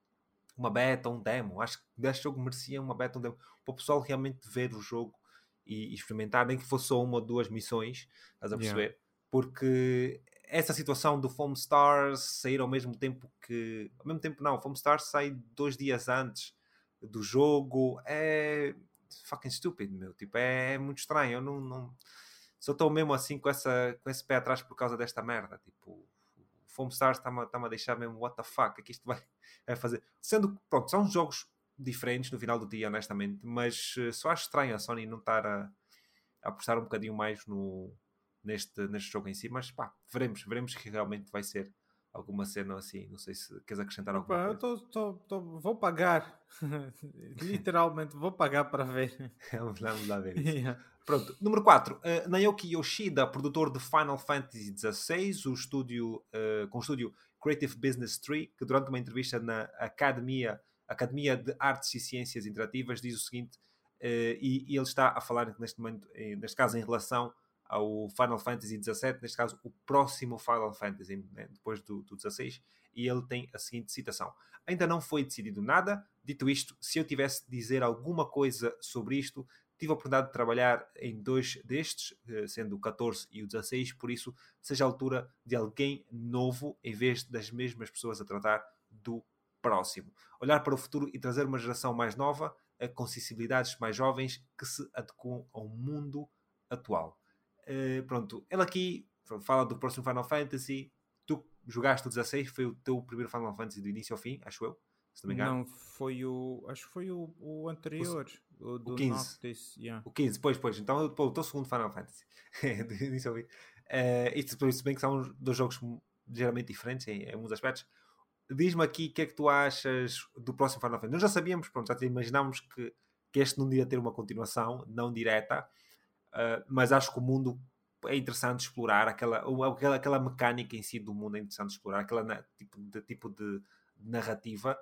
uma beta, um demo. Acho que este jogo merecia uma beta, um demo, para o pessoal realmente ver o jogo e, e experimentar, nem que fosse só uma ou duas missões, estás a Yeah. perceber? Porque essa situação do Foam Stars sair ao mesmo tempo que. Ao mesmo tempo, não, Foam Stars sai dois dias antes do jogo é fucking stupid, meu. Tipo, é, é muito estranho. Eu não. não só estou mesmo assim com, essa, com esse pé atrás por causa desta merda. Tipo, o Foam Stars está-me tá a deixar mesmo what the fuck, é que isto vai, vai fazer. Sendo que, pronto, são jogos diferentes no final do dia, honestamente, mas uh, só acho estranho a Sony não estar a, a apostar um bocadinho mais no, neste, neste jogo em si, mas pá, veremos, veremos que realmente vai ser alguma cena assim. Não sei se queres acrescentar alguma Opa, eu coisa. tô, tô, tô- vou pagar. Literalmente, vou pagar para ver. Vamos lá, vamos lá ver isso. Yeah. Pronto, número quatro. Uh, Naoki Yoshida, produtor de Final Fantasy dezasseis, o estúdio, uh, com o estúdio Creative Business Tree, que durante uma entrevista na Academia, Academia de Artes e Ciências Interativas diz o seguinte, uh, e, e ele está a falar neste momento, eh, neste caso em relação ao Final Fantasy dezassete, neste caso o próximo Final Fantasy, né, depois do, do dezasseis, e ele tem a seguinte citação: ainda não foi decidido nada. Dito isto, se eu tivesse de dizer alguma coisa sobre isto, tive a oportunidade de trabalhar em dois destes, sendo o catorze e o dezasseis, por isso seja a altura de alguém novo em vez das mesmas pessoas a tratar do próximo. Olhar para o futuro e trazer uma geração mais nova, com sensibilidades mais jovens que se adequam ao mundo atual. Uh, pronto, ele aqui fala do próximo Final Fantasy. Tu jogaste o dezasseis, foi o teu primeiro Final Fantasy do início ao fim, acho eu, se não me engano. Não, foi o. Acho que foi o, o anterior. O, O, o do quinze. Noctis. Yeah. O quinze, pois, pois. Então, pô, o teu segundo Final Fantasy. do início ao fim. Uh, isto, por isso bem que são dois jogos geralmente diferentes em, em alguns aspectos. Diz-me aqui o que é que tu achas do próximo Final Fantasy. Nós já sabíamos, pronto, já imaginámos que, que este não iria ter uma continuação, não direta, uh, mas acho que o mundo é interessante explorar, aquela, aquela, aquela mecânica em si do mundo é interessante explorar, aquela tipo de, tipo de, de narrativa,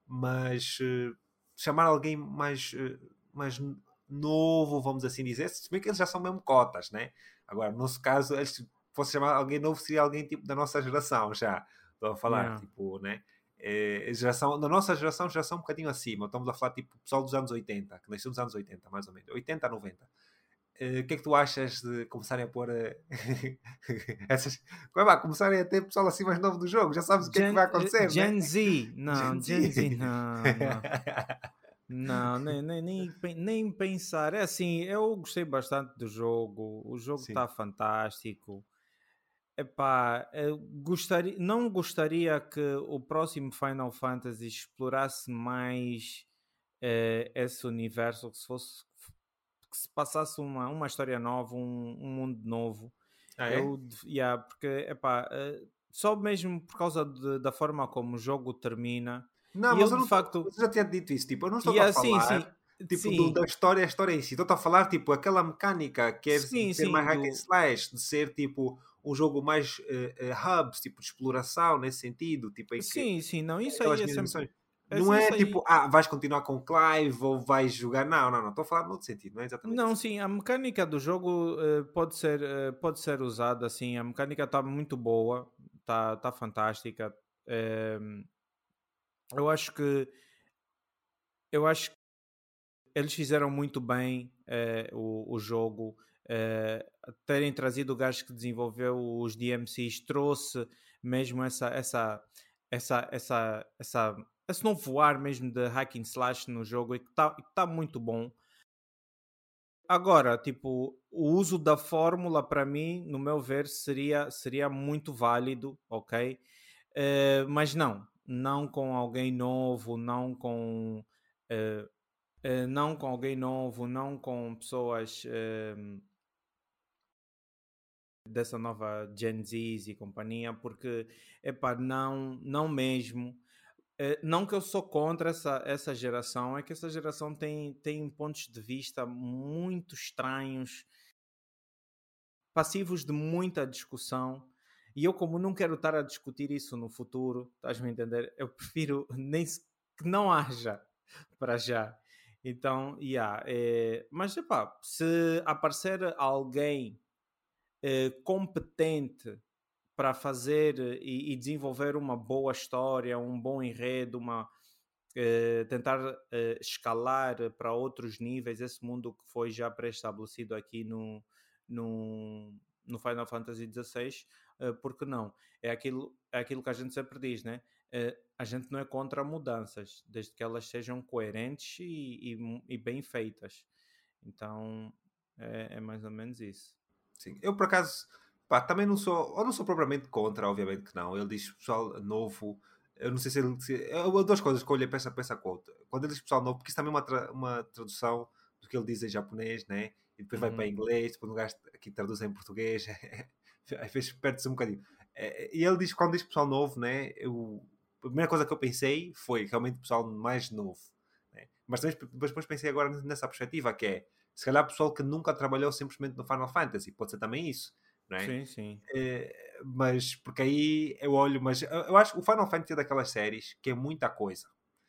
mas uh, chamar alguém mais, uh, mais novo, vamos assim dizer, se bem que eles já são mesmo cotas, né? Agora, no nosso caso, eles, se fosse chamar alguém novo, seria alguém tipo da nossa geração já. Estou a falar, Yeah. tipo, né? É, geração, na nossa geração, geração um bocadinho acima. Estamos a falar, tipo, pessoal dos anos oitenta, que nasceu nos anos oitenta, mais ou menos. oitenta a noventa. Uh, o que é que tu achas de começarem a pôr uh, essas. Como é, começarem a ter pessoal assim mais novo do jogo? Já sabes o que é que Gen, vai eh, acontecer, né? Gen Z. Não, Gen Gen Z, Z. não, não. Não, nem, nem, nem, pen- nem pensar. É assim, eu gostei bastante do jogo. O jogo Sim. está fantástico. Epá, eu gostaria, não gostaria que o próximo Final Fantasy explorasse mais eh, esse universo, que se fosse que se passasse uma, uma história nova, um, um mundo novo. Ah, é? Eu, yeah, porque, epá, eh, só mesmo por causa de- da forma como o jogo termina, Não, e mas eu eu de não tô, facto, mas eu já tinha dito isso. Tipo, eu não estou a yeah, sim, falar sim, tipo, do, sim, da história, a história em si. Estou a falar, tipo, aquela mecânica que é de sim, ser mais sim, hack and do, slash, de ser, tipo, um jogo mais uh, uh, hubs, tipo, de exploração, nesse sentido, tipo, em que sim, sim, não, isso aí aquelas é sempre, missões. é- Não é isso tipo, aí. ah, vais continuar com o Clive ou vais jogar. Não, não, não. Estou a falar noutro sentido, não é exatamente Não, assim. sim, a mecânica do jogo eh, pode ser, eh, pode ser usada, assim, a mecânica está muito boa, está tá fantástica. Em, eu acho que eu acho que eles fizeram muito bem eh, o, o jogo. eh, terem trazido o gajo que desenvolveu os D M Cs trouxe mesmo essa, essa, essa, essa, essa, esse novo ar mesmo de hack and slash no jogo e que está tá muito bom. Agora, tipo, o uso da fórmula para mim, no meu ver, seria, seria muito válido, ok? Eh, mas não, não com alguém novo, não com, eh, eh, não com alguém novo, não com pessoas, eh, dessa nova Gen Zs e companhia, porque, epá, não, não mesmo. Eh, não que eu sou contra essa, essa geração, é que essa geração tem, tem pontos de vista muito estranhos, passivos de muita discussão. E eu, como não quero estar a discutir isso no futuro, estás-me a entender? Eu prefiro nem se- que não haja para já. Então, yeah, é, mas epá, se aparecer alguém eh, competente para fazer e, e desenvolver uma boa história, um bom enredo, uma, eh, tentar eh, escalar para outros níveis esse mundo que foi já pré-estabelecido aqui no, no, no Final Fantasy dezasseis, uh, porque não? É aquilo, é aquilo que a gente sempre diz, né? Eh, a gente não é contra mudanças, desde que elas sejam coerentes e, e, e bem feitas. Então, é, é mais ou menos isso. Sim. Eu, por acaso, pá, também não sou, ou não sou propriamente contra, obviamente que não. Ele diz pessoal novo, eu não sei se ele. Se, é uma das coisas que eu olhei para essa, para essa quote. Quando ele diz pessoal novo, porque isso também é uma, tra, uma tradução do que ele diz em japonês, né? E depois vai para Uhum. inglês, depois o gajo aqui traduz em português, às vezes perde-se um bocadinho. É, e ele diz, quando diz pessoal novo, né? Eu, a primeira coisa que eu pensei foi realmente pessoal mais novo. Né? Mas também, depois pensei agora nessa perspectiva, que é se calhar pessoal que nunca trabalhou simplesmente no Final Fantasy, pode ser também isso, não é? Sim, sim. É, mas porque aí eu olho, mas eu, eu acho que o Final Fantasy é daquelas séries que é muita coisa,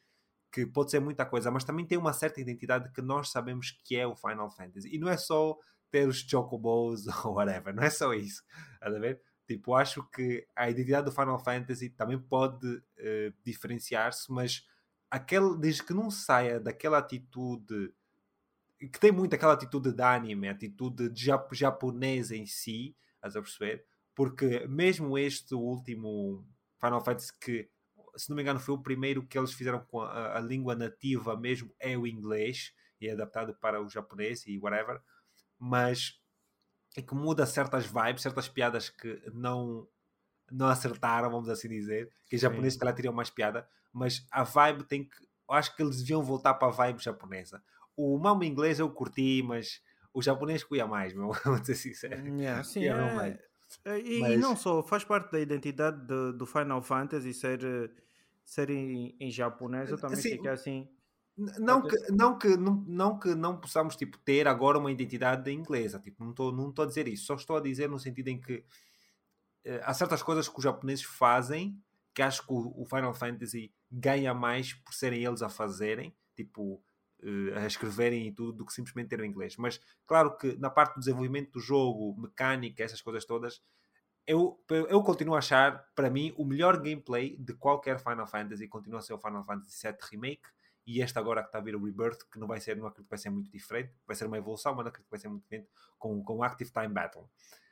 que pode ser muita coisa, mas também tem uma certa identidade que nós sabemos que é o Final Fantasy, e não é só ter os chocobos ou whatever, não é só isso, a ver? Tipo, acho que a identidade do Final Fantasy também pode uh, diferenciar-se, mas aquele, desde que não saia daquela atitude que tem muito aquela atitude de anime, atitude de jap japonesa em si, estás a perceber? Porque mesmo este último Final Fantasy, que se não me engano foi o primeiro que eles fizeram com a, a língua nativa mesmo, é o inglês, e é adaptado para o japonês e whatever, mas é que muda certas vibes, certas piadas que não, não acertaram, vamos assim dizer, que os japoneses Sim. se calhar teriam mais piada, mas a vibe tem que. Eu acho que eles deviam voltar para a vibe japonesa. O mamo inglês eu curti, mas o japonês cuia mais, meu, vou ser sincero. Hum, yeah, sim, Cuia mesmo mais. é, é- e, e Mas não só, faz parte da identidade de- do Final Fantasy ser, eh, ser em, em japonês, eu também assim, fiquei assim. não Até, que não, que, não, não que não possamos tipo, ter agora uma identidade inglesa. Tipo, não estou não estou a dizer isso, só estou a dizer no sentido em que uh, há certas coisas que os japoneses fazem que acho que o, o Final Fantasy ganha mais por serem eles a fazerem, tipo, uh, a escreverem e tudo, do que simplesmente ter o inglês. Mas, claro que na parte do desenvolvimento do jogo, mecânica, essas coisas todas, eu, eu continuo a achar, para mim, o melhor gameplay de qualquer Final Fantasy continua a ser o Final Fantasy sete Remake, e este agora que está a vir o Rebirth, que não vai ser, não acredito que vai ser muito diferente, vai ser uma evolução, mas não acredito que vai ser muito diferente, com, com o Active Time Battle.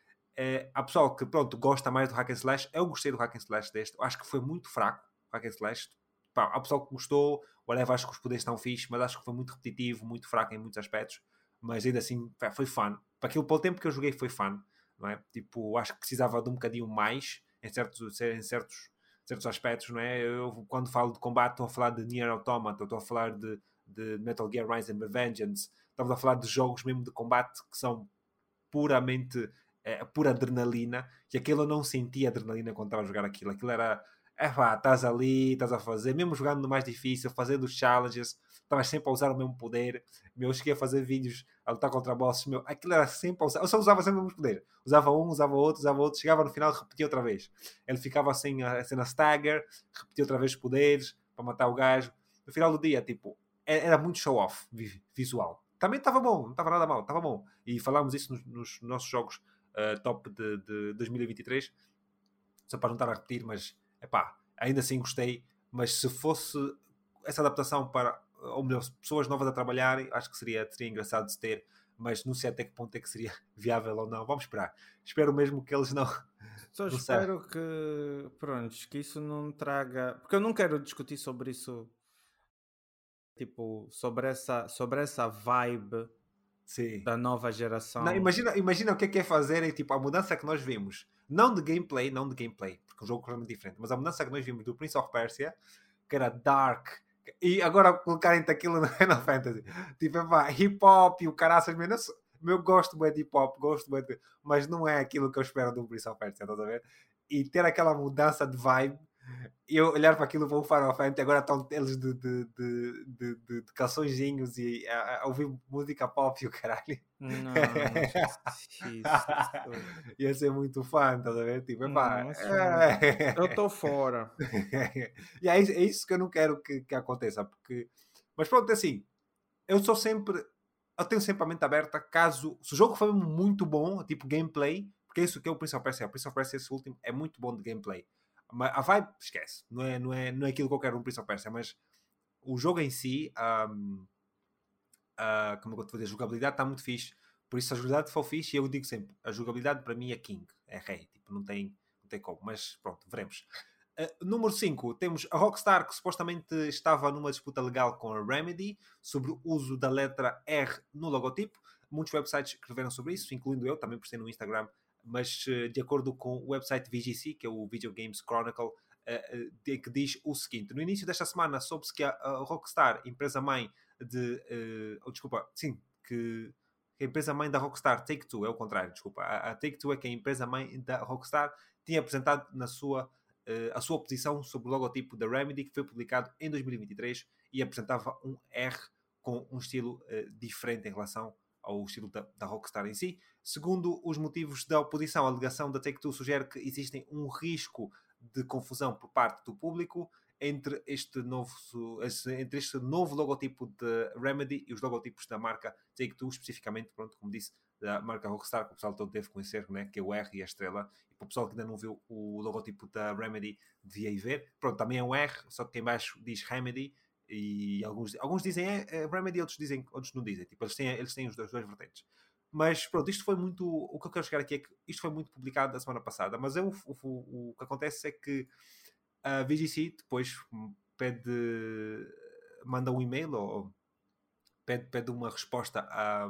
É, há pessoal que pronto, gosta mais do Hack and Slash. Eu gostei do Hack and Slash deste. Eu acho que foi muito fraco o Hack and Slash. Pá, há pessoal que gostou, whatever, acho que os poderes estão fixe, mas acho que foi muito repetitivo, muito fraco em muitos aspectos. Mas ainda assim, pá, foi fun. Para aquilo, para o tempo que eu joguei, foi fun. Não é? Tipo, acho que precisava de um bocadinho mais em certos, em certos, certos aspectos. Não é? Eu, quando falo de combate, estou a falar de Nier Automata, estou a falar de, de Metal Gear Rise and Revengeance, estamos a falar de jogos mesmo de combate que são puramente é, pura adrenalina, e aquilo eu não sentia adrenalina quando estava a jogar aquilo. Aquilo era, é pá, estás ali, estás a fazer, mesmo jogando no mais difícil, fazendo os challenges, estavas sempre a usar o mesmo poder. Meu, eu cheguei a fazer vídeos a lutar contra bosses, meu, aquilo era sempre a usar, eu só usava sempre o mesmo poder. Usava um, usava outro, usava outro, chegava no final, repetia outra vez. Ele ficava assim, a cena stagger, repetia outra vez os poderes para matar o gajo. No final do dia, tipo, era muito show-off visual. Também estava bom, não estava nada mal, estava bom. E falámos isso nos, nos nossos jogos uh, top de, de dois mil e vinte e três, só para não estar a repetir, mas epá, ainda assim gostei. Mas se fosse essa adaptação para, ou melhor, pessoas novas a trabalhar, acho que seria, seria engraçado de se ter, mas não sei até que ponto é que seria viável ou não. Vamos esperar. Espero mesmo que eles não. só Não sei. espero que, pronto, que isso não traga. Porque eu não quero discutir sobre isso, tipo, sobre essa, sobre essa vibe Sim. da nova Não, geração. imagina, imagina o que é que é fazer, é, tipo, a mudança que nós vimos, não de gameplay, não de gameplay, porque o jogo é completamente diferente, mas a mudança que nós vimos do Prince of Persia, que era dark, e agora colocarem-te aquilo no Final Fantasy, tipo, pá, hip hop e o caraças, mesmo. eu gosto bem de hip hop, gosto bem de... mas não é aquilo que eu espero de um Prince of Persia, estás a ver? E ter aquela mudança de vibe, eu olhar para aquilo para o Final Fantasy, agora estão eles de, de, de, de, de, de calçõezinhos e a, a ouvir música pop e o caralho. Não, mas isso. Ia ser muito fã, estás a ver? Tipo, epá, Não, isso não. é... Eu estou fora. E é isso, é isso que eu não quero que, que aconteça, porque... Mas pronto, é assim, eu sou sempre... Eu tenho sempre a mente aberta caso... Se o jogo for muito bom, tipo gameplay, porque é isso que é o Prince of Persia. O Prince of Persia, esse último, é muito bom de gameplay. Mas a vibe, esquece. Não é, não é, não é aquilo que eu quero no Prince of Persia, mas o jogo em si, um, uh, como eu te vou dizer, a jogabilidade está muito fixe. Por isso, se a jogabilidade for fixe, eu digo sempre, a jogabilidade para mim é king, é rei. Tipo, não tem, não tem como. Mas pronto, veremos. Uh, número cinco, temos a Rockstar, que supostamente estava numa disputa legal com a Remedy sobre o uso da letra R no logotipo. Muitos websites escreveram sobre isso, incluindo eu, também postei no Instagram. Mas uh, de acordo com o website V G C, que é o Video Games Chronicle, uh, uh, que diz o seguinte: no início desta semana soube-se que a, a Rockstar, empresa-mãe de... Uh, oh, desculpa, sim, que a empresa-mãe da Rockstar, Take-Two, é o contrário, desculpa. A, a Take-Two é que é a empresa-mãe da Rockstar, tinha apresentado na sua... Uh, a sua posição sobre o logotipo da Remedy, que foi publicado em dois mil e vinte e três e apresentava um R com um estilo uh, diferente em relação ao estilo da, da Rockstar em si. Segundo os motivos da oposição, a alegação da Take-Two sugere que existe um risco de confusão por parte do público entre este novo, entre este novo logotipo de Remedy e os logotipos da marca Take-Two, especificamente, pronto, como disse, da marca Rockstar, que o pessoal todo deve conhecer, né? Que é o R e a estrela. E para o pessoal que ainda não viu o logotipo da Remedy, devia ir ver. Pronto, também é um R, só que em baixo diz Remedy. E alguns, alguns dizem é, é Remedy, outros dizem, outros não dizem. Tipo, eles têm, eles têm os dois, dois vertentes. Mas pronto, isto foi muito... O que eu quero chegar aqui é que isto foi muito publicado a semana passada. Mas eu, o, o, o que acontece é que a V G C depois pede... Manda um e-mail ou pede, pede uma resposta a...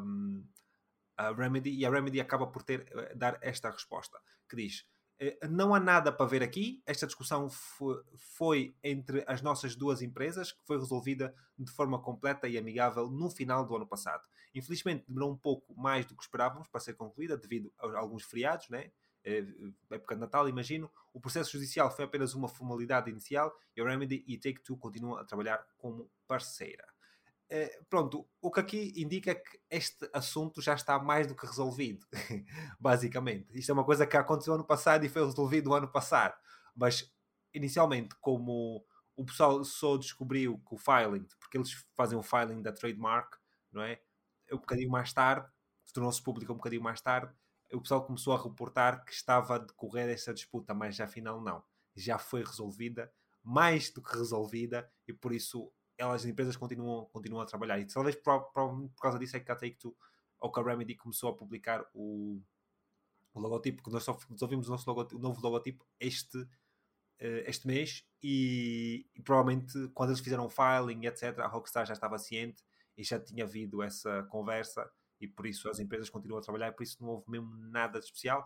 a Remedy, e a Remedy acaba por ter, dar esta resposta, que diz: não há nada para ver aqui, esta discussão foi, foi entre as nossas duas empresas, que foi resolvida de forma completa e amigável no final do ano passado. Infelizmente demorou um pouco mais do que esperávamos para ser concluída, devido a alguns feriados, né? Época de Natal, imagino. O processo judicial foi apenas uma formalidade inicial e a Remedy e Take-Two continuam a trabalhar como parceira. Uh, pronto, o que aqui indica é que este assunto já está mais do que resolvido, basicamente. Isto é uma coisa que aconteceu ano passado e foi resolvido no ano passado. Mas, inicialmente, como o pessoal só descobriu que o filing, porque eles fazem o filing da trademark, não é? Um bocadinho mais tarde, tornou-se público um bocadinho mais tarde, o pessoal começou a reportar que estava a decorrer essa disputa, mas afinal não. Já foi resolvida, mais do que resolvida, e por isso elas, as empresas continuam, continuam a trabalhar. E talvez por, por, por causa disso é que a Take-Two ou que a Remedy começou a publicar o, o logotipo, que nós só resolvimos o nosso logotipo, o novo logotipo este, uh, este mês, e, e provavelmente quando eles fizeram o filing, etcétera, a Rockstar já estava ciente e já tinha havido essa conversa, e por isso as empresas continuam a trabalhar, e por isso não houve mesmo nada de especial.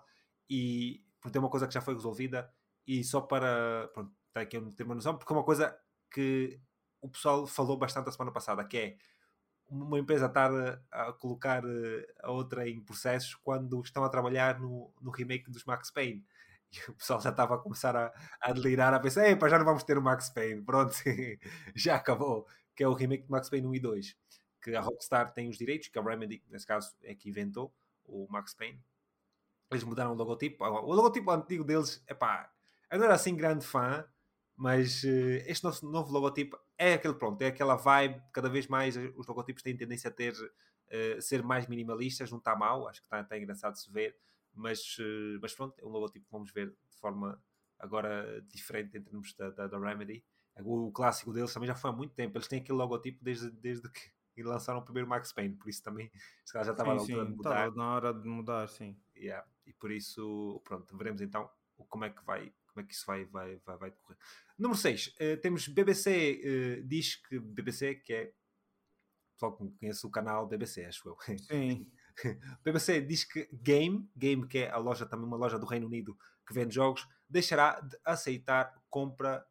E porque é uma coisa que já foi resolvida, e só para pronto, ter aqui ter uma noção, porque é uma coisa que o pessoal falou bastante a semana passada, que é uma empresa estar a, a colocar a outra em processos quando estão a trabalhar no, no remake dos Max Payne. E o pessoal já estava a começar a, a delirar, a pensar, epá, já não vamos ter o Max Payne, pronto, já acabou, que é o remake de Max Payne um e dois, que a Rockstar tem os direitos, que a Remedy, nesse caso, é que inventou o Max Payne. Eles mudaram o logotipo. O logotipo antigo deles, epá, eu não era assim grande fã, mas uh, este nosso novo logotipo é aquele, pronto, é aquela vibe. Cada vez mais os logotipos têm tendência a ter uh, ser mais minimalistas, não está mal, acho que está, está engraçado de se ver, mas, uh, mas pronto, é um logotipo que vamos ver de forma agora diferente em termos da, da, da Remedy. O, o clássico deles também já foi há muito tempo, eles têm aquele logotipo desde, desde que lançaram o primeiro Max Payne, por isso também já estava Sim, na altura sim, de mudar. estava na hora de mudar, sim. Yeah. E por isso, pronto, veremos então como é que vai, como é que isso vai, vai, vai, vai decorrer. Número seis, uh, temos B B C, uh, diz que B B C, que é pessoal que conhece o canal B B C, acho eu. Sim. B B C diz que Game, Game que é a loja, também uma loja do Reino Unido que vende jogos, deixará de aceitar compra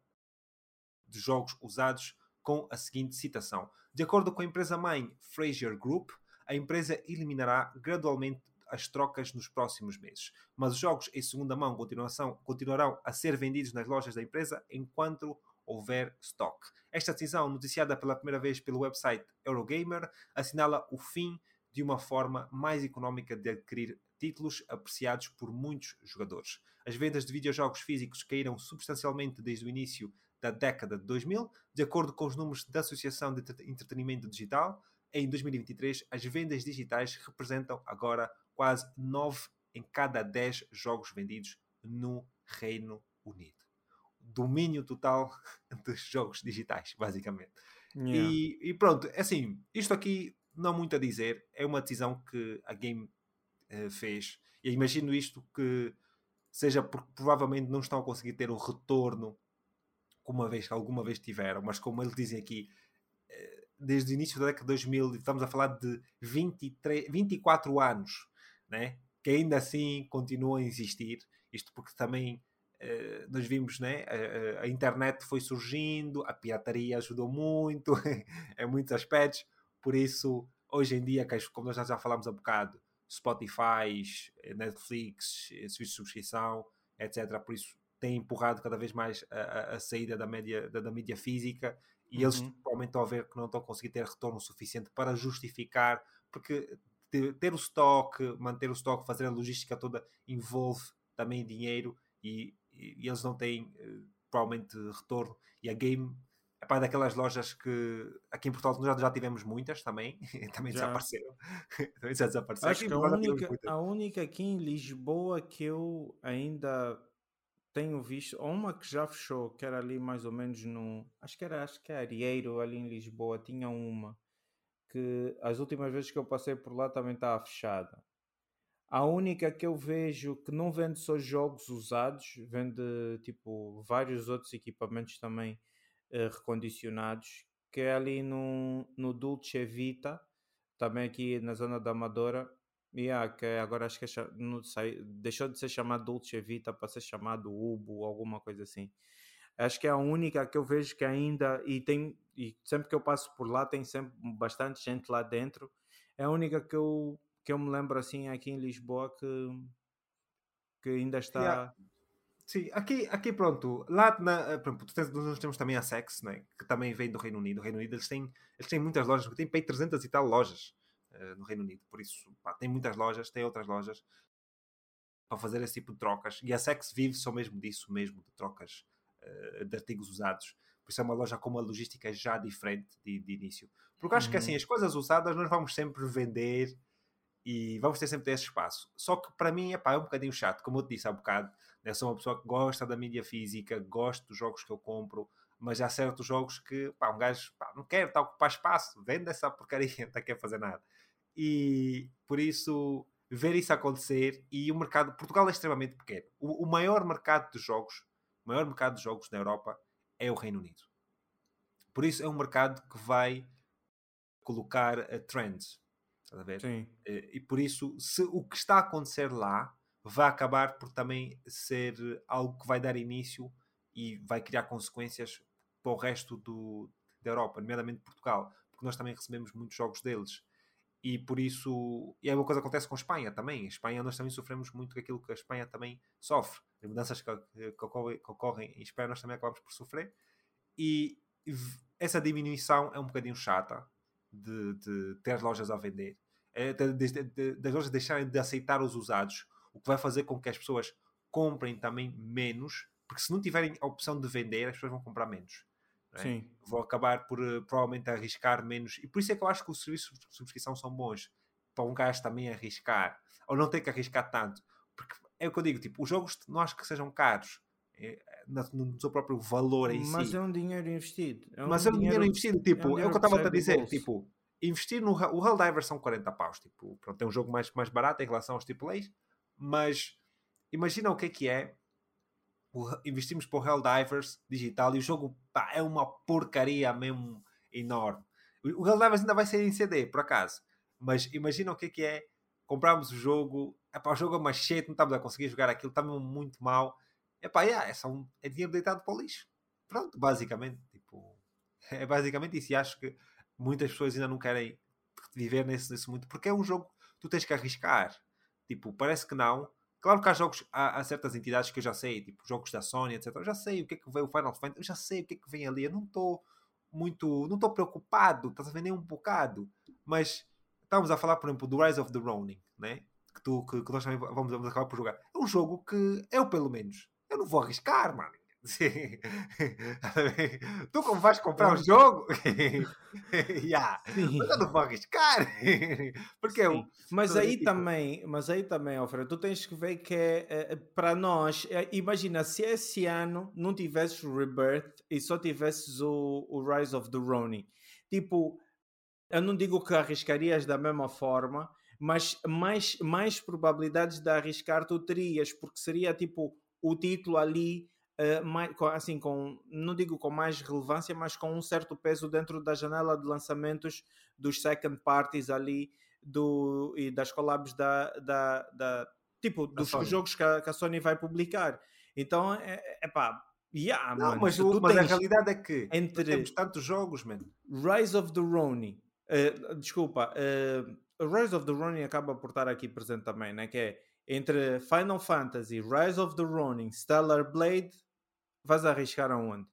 de jogos usados com a seguinte citação: de acordo com a empresa-mãe Fraser Group, a empresa eliminará gradualmente as trocas nos próximos meses, mas os jogos em segunda mão continuarão a ser vendidos nas lojas da empresa enquanto houver stock. Esta decisão, noticiada pela primeira vez pelo website Eurogamer, assinala o fim de uma forma mais económica de adquirir títulos apreciados por muitos jogadores. As vendas de videojogos físicos caíram substancialmente desde o início da década de dois mil, de acordo com os números da Associação de Entretenimento Digital. Em dois mil e vinte e três, as vendas digitais representam agora quase nove em cada dez jogos vendidos no Reino Unido. Domínio total dos jogos digitais, basicamente. Yeah. E, e pronto, assim, isto aqui não muito a dizer, é uma decisão que a Game uh, fez. E imagino isto que seja porque provavelmente não estão a conseguir ter o retorno como uma vez, alguma vez tiveram, mas como eles dizem aqui, desde o início da década de dois mil, estamos a falar de vinte e três, vinte e quatro anos, né? Que ainda assim continuam a existir. Isto porque também uh, nós vimos, né? A, a internet foi surgindo, a pirataria ajudou muito em muitos aspectos, por isso hoje em dia, como nós já falámos há bocado, Spotify, Netflix, serviços de subscrição, etcétera. Por isso tem empurrado cada vez mais a, a, a saída da, média, da, da mídia física, e eles Uhum. provavelmente estão a ver que não estão a conseguir ter retorno suficiente para justificar, porque ter o stock, manter o stock, fazer a logística toda envolve também dinheiro, e, e, e eles não têm provavelmente retorno. E a Game é para daquelas lojas que aqui em Portugal já, já tivemos muitas também, também Já. desapareceram. também já desapareceram. Acho aqui que a única, a única aqui em Lisboa que eu ainda tenho visto, ou uma que já fechou, que era ali mais ou menos no. Acho que era, acho que é Arieiro, ali em Lisboa, tinha uma que as últimas vezes que eu passei por lá também estava fechada. A única que eu vejo que não vende só jogos usados, vende tipo vários outros equipamentos também eh, recondicionados, que é ali no, no Dolce Vita, também aqui na zona da Amadora. Yeah, que agora acho que é, cha- não sei, deixou de ser chamado Dolce Vita para ser chamado Ubo ou alguma coisa assim. Acho que é a única que eu vejo que ainda, e tem, e sempre que eu passo por lá tem sempre bastante gente lá dentro. É a única que eu, que eu me lembro assim aqui em Lisboa que, que ainda Yeah. está. Sim, aqui, aqui pronto, lá na, pronto, tens, nós temos também a Sex, né, que também vem do Reino Unido. O Reino Unido eles têm, eles têm muitas lojas, têm para aí trezentas e tal lojas uh, no Reino Unido, por isso pá, tem muitas lojas, tem outras lojas para fazer esse tipo de trocas, e a Sex vive só mesmo disso mesmo, de trocas uh, de artigos usados. Por isso é uma loja com uma logística já diferente de, de início. Porque eu acho que assim, Uhum. as coisas usadas nós vamos sempre vender e vamos ter sempre esse espaço. Só que para mim epá, é um bocadinho chato, como eu te disse há bocado, né? Eu sou uma pessoa que gosta da mídia física, gosto dos jogos que eu compro, mas há certos jogos que pá, um gajo pá, não quer, está a ocupar espaço, vende essa porcaria, não quer fazer nada. E por isso, ver isso acontecer, e o mercado, Portugal é extremamente pequeno. O, o maior mercado de jogos, o maior mercado de jogos na Europa é o Reino Unido. Por isso é um mercado que vai colocar uh, trends. Estás a ver? Sim. E por isso, se o que está a acontecer lá vai acabar por também ser algo que vai dar início e vai criar consequências para o resto do, da Europa, nomeadamente Portugal, porque nós também recebemos muitos jogos deles. E por isso, e é uma coisa que acontece com a Espanha também. A Espanha, nós também sofremos muito com aquilo que a Espanha também sofre. As mudanças que, que, ocorrem, que ocorrem em Espanha, nós também acabamos por sofrer. E essa diminuição é um bocadinho chata de, de ter lojas a vender, é, de, de, de, das lojas deixarem de aceitar os usados, o que vai fazer com que as pessoas comprem também menos, porque se não tiverem a opção de vender, as pessoas vão comprar menos. Não é? Sim. Vão acabar por uh, provavelmente arriscar menos, e por isso é que eu acho que os serviços de subscrição são bons para um gajo também arriscar, ou não ter que arriscar tanto, porque é o que eu digo, tipo, os jogos não acho que sejam caros é, no seu próprio valor em Mas si, é um dinheiro investido. É mas um é um dinheiro dinheiro, investido, é um tipo, é o que dinheiro eu que estava sai a do dizer, bolso. tipo, investir no o Helldivers são quarenta paus, tipo, pronto, é um jogo mais, mais barato em relação aos triplo A's, mas imagina o que é que é o, investimos para o Helldivers digital e o jogo pá, é uma porcaria mesmo enorme. O, o Helldivers ainda vai ser em C D, por acaso, mas imagina o que é que é comprarmos o jogo, epá, o jogo é machete, não estamos a conseguir jogar aquilo, está mesmo muito mal, epá, yeah, é, só um, é dinheiro deitado para o lixo. Pronto, basicamente, tipo, é basicamente isso. E acho que muitas pessoas ainda não querem viver nesse, nesse mundo, porque é um jogo que tu tens que arriscar. Tipo, parece que não. Claro que há jogos, há, há certas entidades que eu já sei, tipo jogos da Sony, etcétera. Eu já sei o que é que vem o Final Fantasy, eu já sei o que é que vem ali. Eu não estou muito, não estou preocupado, estás a ver nem um bocado. Mas estamos a falar, por exemplo, do Rise of the Ronin, né? Que, tu, que, que nós também vamos, vamos acabar por jogar. É um jogo que eu, pelo menos, eu não vou arriscar, mano. Sim. Tu como vais comprar o Pronto. jogo, yeah. Mas eu Sim. não vou arriscar. Porque eu, Sim, mas estás a ver, aí tipo, também, mas aí também, Alfredo, tu tens que ver que é, é, para nós, é, imagina se esse ano não tivesses o Rebirth e só tivesses o, o Rise of the Ronin, tipo, eu não digo que arriscarias da mesma forma, mas mais, mais probabilidades de arriscar tu terias, porque seria tipo o título ali, eh, mais, com- assim, com, não digo com mais relevância, mas com um certo peso dentro da janela de lançamentos dos second parties ali do, e das collabs da, da, da tipo, da dos Sony. jogos que a, que a Sony vai publicar. Então, é, é pá, yeah, Não, mano, mas, se o, tu mas a tens realidade é que nós temos entre tantos jogos, mano. Rise of the Ronin. Uh, desculpa, uh, Rise of the Ronin acaba por estar aqui presente também, né? Que é entre Final Fantasy, Rise of the Ronin, Stellar Blade, vais arriscar aonde?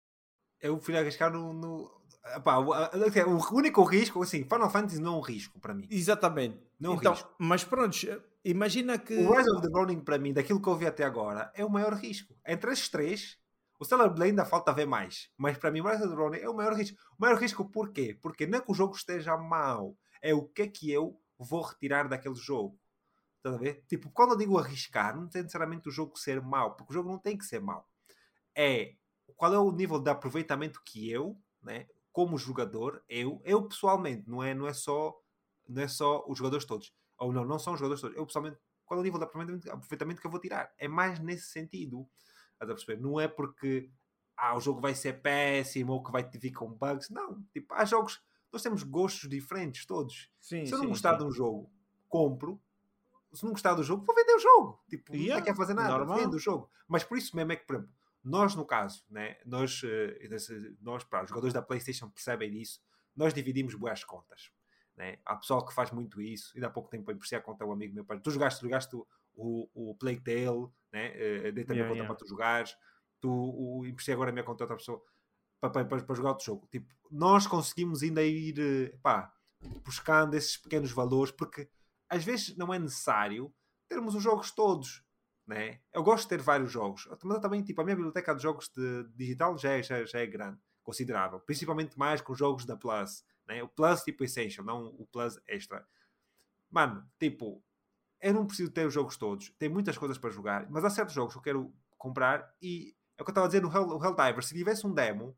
Eu fui arriscar no. no epá, o, a- o único risco, assim, Final Fantasy não é um risco para mim. Exatamente. Não é um Então, risco. mas pronto, imagina O que. Rise of the Ronin, para mim, daquilo que eu vi até agora, é o maior risco. Entre estes três, o Stellar Blade ainda falta ver mais. Mas para mim, o Rise of the Ronin é o maior risco. O maior risco porquê? Porque não é que o jogo esteja mau. É o que é que eu vou retirar daquele jogo. Estás a ver? Tipo, quando eu digo arriscar, não tem necessariamente o jogo ser mau. Porque o jogo não tem que ser mau. É qual é o nível de aproveitamento que eu, né, como jogador, eu, eu pessoalmente, não é, não é só não é só os jogadores todos, ou não, não são os jogadores todos, eu pessoalmente, qual é o nível de aproveitamento, aproveitamento que eu vou tirar? É mais nesse sentido, estás a perceber? Não é porque ah, o jogo vai ser péssimo ou que vai vir com bugs, não, tipo, há jogos, nós temos gostos diferentes todos. Sim, Se eu não sim, gostar de sim. um jogo, compro. Se não gostar do jogo, vou vender o jogo. Tipo, não está Yeah, aqui a fazer nada, vendo o normal. jogo. Mas por isso mesmo é que, por exemplo, nós no caso, né, nós, uh, nós pá, os jogadores da PlayStation percebem disso, nós dividimos boas contas. Né? Há pessoal que faz muito isso, ainda há pouco tempo para emprestar a conta a um amigo meu. Pá, tu jogaste, tu jogaste o, o, o Plague Tale, né? uh, dei-te a minha Yeah, conta yeah. para tu jogares, tu o, emprestei agora a minha conta a outra pessoa para, para, para, para jogar outro jogo. Tipo, nós conseguimos ainda ir uh, pá, buscando esses pequenos valores, porque às vezes não é necessário termos os jogos todos. Né? Eu gosto de ter vários jogos, mas também tipo, a minha biblioteca de jogos de digital já é, já, já é grande, considerável, principalmente mais com jogos da Plus, né? O Plus tipo Essential, não o Plus Extra. Mano, tipo, eu não preciso ter os jogos todos, tem muitas coisas para jogar, mas há certos jogos que eu quero comprar e é o que eu estava a dizer no Hell, Helldivers, se tivesse um demo,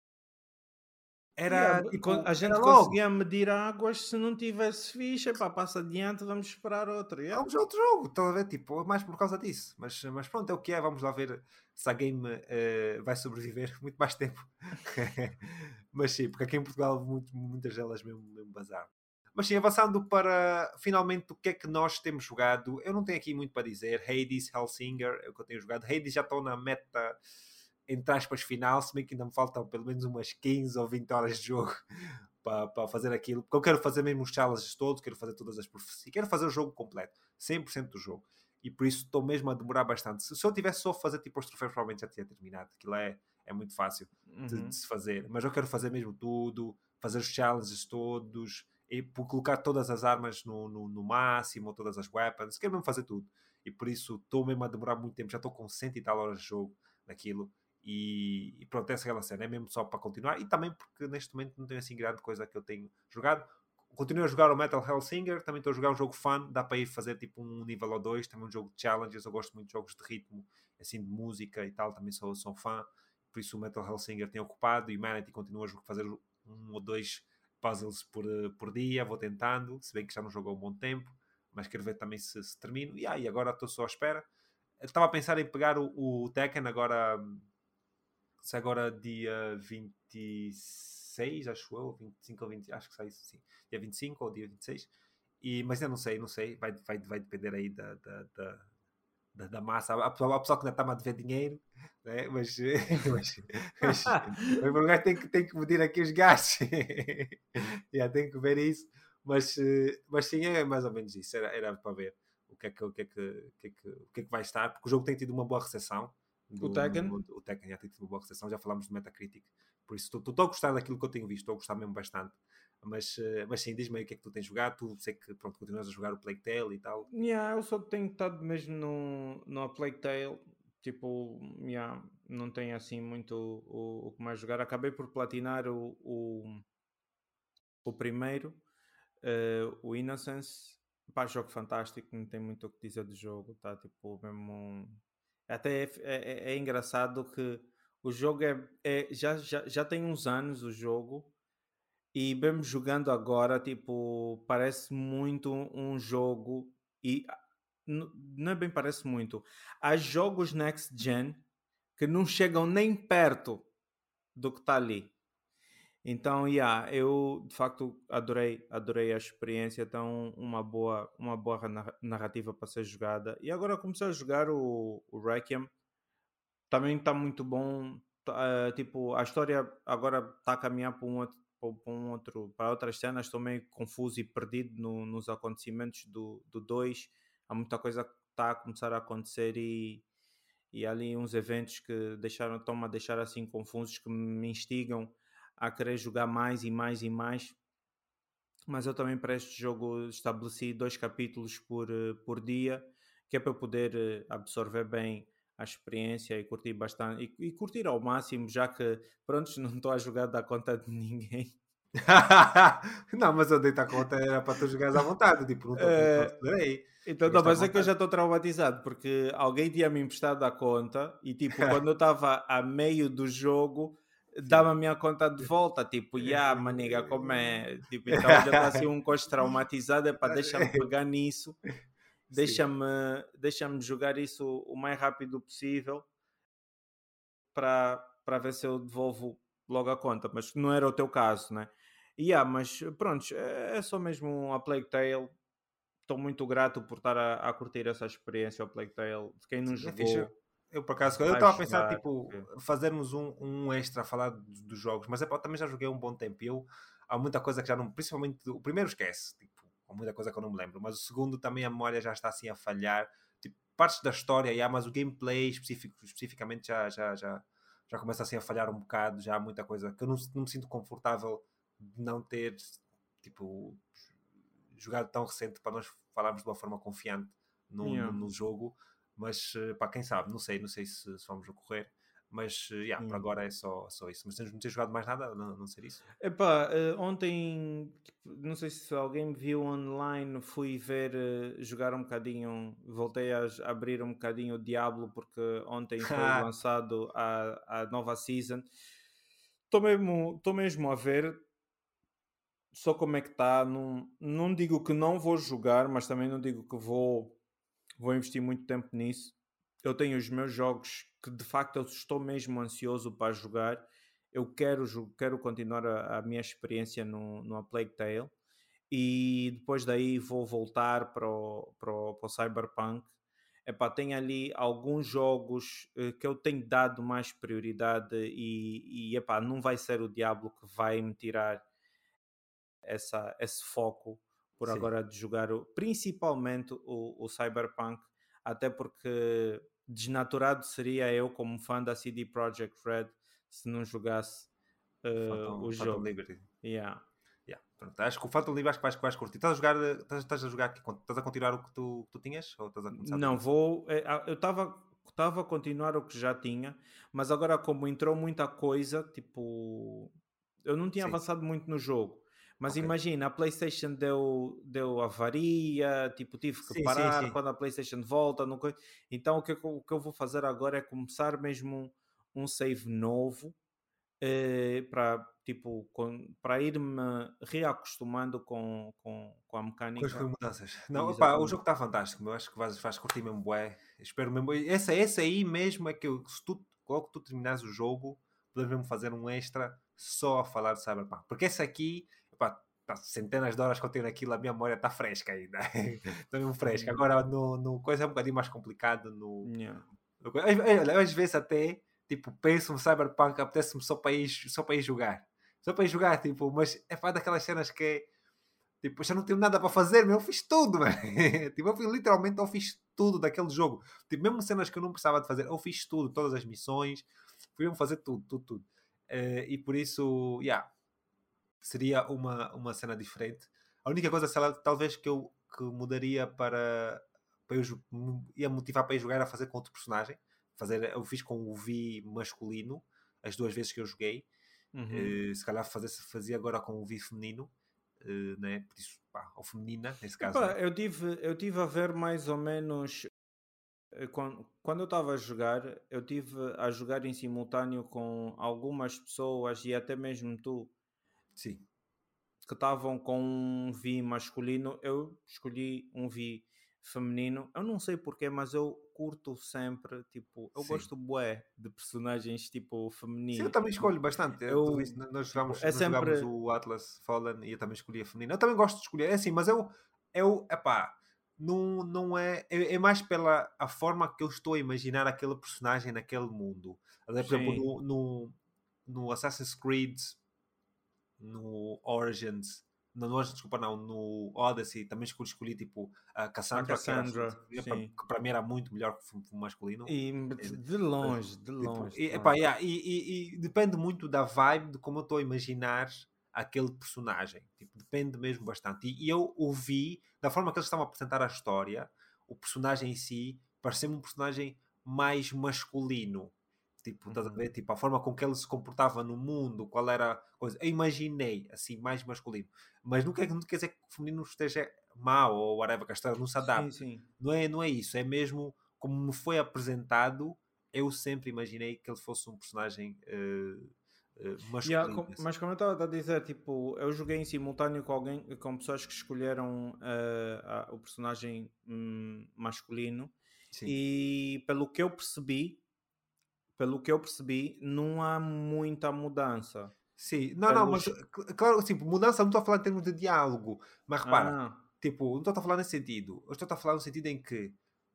Yeah, era co- tipo, a era gente logo. conseguia medir águas se não tivesse ficha, pá, passa adiante, vamos esperar outro. Yeah. Vamos a outro jogo, estão a ver? Tipo, mais por causa disso. Mas, mas pronto, é o que é. Vamos lá ver se a game uh, vai sobreviver muito mais tempo. Mas sim, porque aqui em Portugal muito, muitas delas mesmo, mesmo bazar. Mas sim, avançando para finalmente o que é que nós temos jogado. Eu não tenho aqui muito para dizer. Hades, Hellsinger, é o que eu tenho jogado. Hades já estou na meta, entre aspas, final, se bem que ainda me faltam pelo menos umas quinze ou vinte horas de jogo para, para fazer aquilo, porque eu quero fazer mesmo os challenges todos, quero fazer todas as profecias, quero fazer o jogo completo, cem por cento do jogo, e por isso estou mesmo a demorar bastante. Se, se eu tivesse só a fazer tipo os troféus, provavelmente já tinha terminado, aquilo é, é muito fácil de, de Uhum. se fazer, mas eu quero fazer mesmo tudo, fazer os challenges todos, e por colocar todas as armas no, no, no máximo, todas as weapons, quero mesmo fazer tudo, e por isso estou mesmo a demorar muito tempo, já estou com cento e tal horas de jogo naquilo. E, e pronto, essa é aquela cena, é mesmo só para continuar. E também porque neste momento não tenho assim grande coisa que eu tenho jogado. Continuo a jogar o Metal Hellsinger, também estou a jogar um jogo fun, dá para ir fazer tipo um nível ou dois, também um jogo de challenges. Eu gosto muito de jogos de ritmo, assim, de música e tal, também sou, sou fã. Por isso o Metal Hellsinger tem ocupado e Humanity continua a fazer um ou dois puzzles por, por dia, vou tentando, se bem que já não jogo há um bom tempo, mas quero ver também se, se termino. E aí, ah, agora estou só à espera. Estava a pensar em pegar o, o Tekken agora. Se agora dia vinte e seis, acho eu, vinte e cinco ou vinte, acho que sai sim, dia vinte e cinco ou dia vinte e seis, e, mas eu não sei, não sei, vai, vai, vai depender aí da, da, da, da, da massa. Há pessoal, há pessoal que ainda está a dever dinheiro, né? mas, mas, mas, mas o gajo tem que, tem que medir aqui os gastos, já tem que ver isso, mas, eh, mas sim, é mais ou menos isso. Era, era para ver o que, é que, o, que é que, o, que é que, o que é que vai estar, porque o jogo tem tido uma boa recepção. O Do, no, Tekken? no- o Tekken já tem tido uma boa recepção, já falámos do Metacritic, por isso estou a gostar daquilo que eu tenho visto, estou a gostar mesmo bastante. Mas, eh, mas sim, diz-me aí o que é que tu tens jogado. Tu sei que pronto, continuas a jogar o Plague Tale e tal. Yeah, eu só tenho estado mesmo no, no A Plague Tale. Tipo, yeah, não tenho assim muito o, o que mais jogar. Acabei por platinar o, o, o primeiro, eh, o Innocence. Pá, jogo fantástico, não tem muito o que dizer do jogo. Tá tipo mesmo. Até é, é, é engraçado que o jogo é, é já, já, já tem uns anos o jogo. E mesmo jogando agora, tipo, parece muito um jogo e ah, n- não é bem parece muito. Há jogos next gen que não chegam nem perto do que está ali. Então, yeah, eu de facto adorei, adorei a experiência, então uma boa, uma boa narra- narrativa para ser jogada. E agora comecei a jogar o, o Requiem, também está muito bom. Tá, eh, tipo, a história agora está a caminhar para um outro, para um outro, para outras cenas. Estou meio confuso e perdido no- nos acontecimentos do do dois. Há muita coisa que está a começar a acontecer e, e há ali uns eventos que deixaram, estão-me a deixar assim confusos, que me instigam a querer jogar mais e mais e mais. Mas eu também para este jogo estabeleci dois capítulos por, eh, por dia, que é para eu poder eh, absorver bem a experiência e curtir bastante e, e curtir ao máximo, já que pronto, não estou a jogar da conta de ninguém. Não, mas eu dei-te a conta, era para tu jogares à vontade. Tipo, não estou a Eh, considerei. então, não, Jogaste à mas é que eu vontade. já estou traumatizado porque alguém tinha-me emprestado a conta e tipo, quando eu estava a meio do jogo, dava Sim. a minha conta de volta, tipo, yeah, maniga, como é? Tipo, então eu já estou assim um coche traumatizado, é para deixa-me pegar nisso. Sim, Deixa-me deixa-me jogar isso o mais rápido possível para para ver se eu devolvo logo a conta, mas não era o teu caso, né? E yeah, mas pronto, é é só mesmo a Plague Tale. Estou muito grato por estar a, a curtir essa experiência ao Plague Tale. De quem não sim, é fixe. jogou, Eu, por acaso, eu vai estava a pensar, jogar. tipo, Que... fazermos um, um extra a falar dos, dos jogos, mas é pá, também já joguei um bom tempo e eu, há muita coisa que já não, principalmente, o primeiro esquece, tipo, há muita coisa que eu não me lembro, mas o segundo também a memória já está assim a falhar, tipo, partes da história, já, mas o gameplay específico, especificamente já, já, já, já começa assim a falhar um bocado, já há muita coisa que eu não, não me sinto confortável de não ter, tipo, jogado tão recente para nós falarmos de uma forma confiante no, no, Yeah, no jogo, mas eh, para quem sabe, não sei, não sei se, se vamos ocorrer, mas eh, yeah, para sim. agora é só, só isso. Mas tens, não tens jogado mais nada, a não, não ser isso? Epá, eh, ontem, tipo, não sei se alguém me viu online, fui ver, eh, jogar um bocadinho, voltei a j- abrir um bocadinho o Diablo, porque ontem foi lançado a, a nova season. Estou mesmo, estou mesmo a ver só como é que está. Não, não digo que não vou jogar, mas também não digo que vou, vou investir muito tempo nisso. Eu tenho os meus jogos que de facto eu estou mesmo ansioso para jogar. Eu quero, jo- quero continuar a, a minha experiência no, no A Plague Tale e depois daí vou voltar para o, para o, para o Cyberpunk. Epá, tem ali alguns jogos eh, que eu tenho dado mais prioridade e, e epá, não vai ser o Diablo que vai me tirar essa, esse foco por Sim, agora de jogar o- principalmente o, o Cyberpunk, até porque desnaturado seria eu como fã da C D Projekt Red se não jogasse eh, o Phantom, Phantom jogo. Liberty. Yeah. Yeah. Pronto, acho que o Phantom Liberty acho que vais, que vais curtir. Estás a jogar, eh, estás, estás a jogar aqui, estás a continuar o que tu, que tu tinhas ou estás a começar do Não início? vou. eh, ah, Eu estava estava a continuar o que já tinha, mas agora como entrou muita coisa, tipo, eu não tinha Sim, avançado muito no jogo. Mas ok. imagina, a PlayStation deu, deu avaria, tipo, tive que Sim, sim, parar sim. quando a PlayStation volta. Não... coi- Então o que, eu, o que eu vou fazer agora é começar mesmo um save novo eh, para tipo, com, para ir-me reacostumando com, com, com a Com as mecânica. mudanças. Não, opá, o Exatamente. jogo está fantástico. Eu acho que vais, vais curtir mesmo bué. Espero mesmo. Esse, esse aí mesmo é que eu, se tu, logo que tu terminares o jogo, podemos mesmo fazer um extra só a falar de Cyberpunk. Porque esse aqui, opá, tá centenas de horas que eu tenho naquilo, a minha memória está fresca ainda. Está mesmo fresca. Hum, Agora, no, no coisa é um bocadinho mais complicado. No, yeah. no, olha, às vezes até, tipo, penso no Cyberpunk, apetece-me só para ir, só para ir jogar. Só para ir jogar, tipo, mas é pá, daquelas cenas que é Tipo, eu já não tenho nada para fazer, meu. Eu fiz tudo, mano. Tipo, eu fiz, literalmente eu fiz tudo daquele jogo. Tipo, mesmo cenas que eu não precisava de fazer, eu fiz tudo, todas as missões. Fui mesmo fazer tudo, tudo, tudo. Uh, e por isso, yeah, seria uma, uma cena diferente. A única coisa, sei lá, talvez que eu que mudaria para, para eu ia motivar para ir jogar a fazer com outro personagem. Fazer, eu fiz com o V masculino as duas vezes que eu joguei. Uhum. Uh, se calhar fazer, fazia agora com o V feminino, uh, né? Por isso, pá, ou feminina, nesse caso, Epá, né? eu tive, eu tive a ver mais ou menos eh, quando, quando eu estava a jogar, eu tive a jogar em simultâneo com algumas pessoas e até mesmo tu Sim. que estavam com um V masculino, eu escolhi um V feminino. Eu não sei porquê, mas eu curto sempre, tipo, eu Sim. gosto bué de personagens tipo Sim, eu feminino. também escolho bastante. Eu, tu Eu, viste, nós tipo, jogámos, é nós jogámos sempre, o Atlas Fallen e eu também escolhi a feminina. Eu também gosto de escolher, é assim, mas eu, eu epá, não, não é, é, é mais pela a forma que eu estou a imaginar aquele personagem naquele mundo. Até, por exemplo, sim, no, no, no Assassin's Creed, no Origins, no, no Origins, desculpa, não, no Odyssey, também escolhi, escolhi tipo a a Cassandra, que era Cassandra, para, sim. para mim era muito melhor que o masculino. E de de longe, de Tipo, longe, e, de epá, longe. yeah, e, e- e depende muito da vibe de como eu estou a imaginar aquele personagem. Tipo, depende mesmo bastante. E, e eu ouvi, da forma que eles estavam a apresentar a história, o personagem em si pareceu-me um personagem mais masculino. Tipo, estás a Uhum. ver? Tipo, a forma com que ele se comportava no mundo, qual era a coisa. Eu imaginei, assim, mais masculino. Mas não quer, não quer dizer que o feminino esteja mau ou whatever, que a história não se Sim, adapte. sim. Não é, não é isso. É mesmo como me foi apresentado, eu sempre imaginei que ele fosse um personagem uh, uh, Yeah, masculino. com- Assim. mas como eu estava a dizer, tipo, eu joguei em simultâneo com alguém, com pessoas que escolheram eh, a- o personagem hum, masculino Sim. e pelo que eu percebi, pelo que eu percebi, não há muita mudança. Sim, não, não, mas Pelos... cl- claro, assim, mudança não estou a falar em termos de diálogo, mas repara, Ah, tipo, não estou a falar nesse sentido, eu estou a falar no sentido em que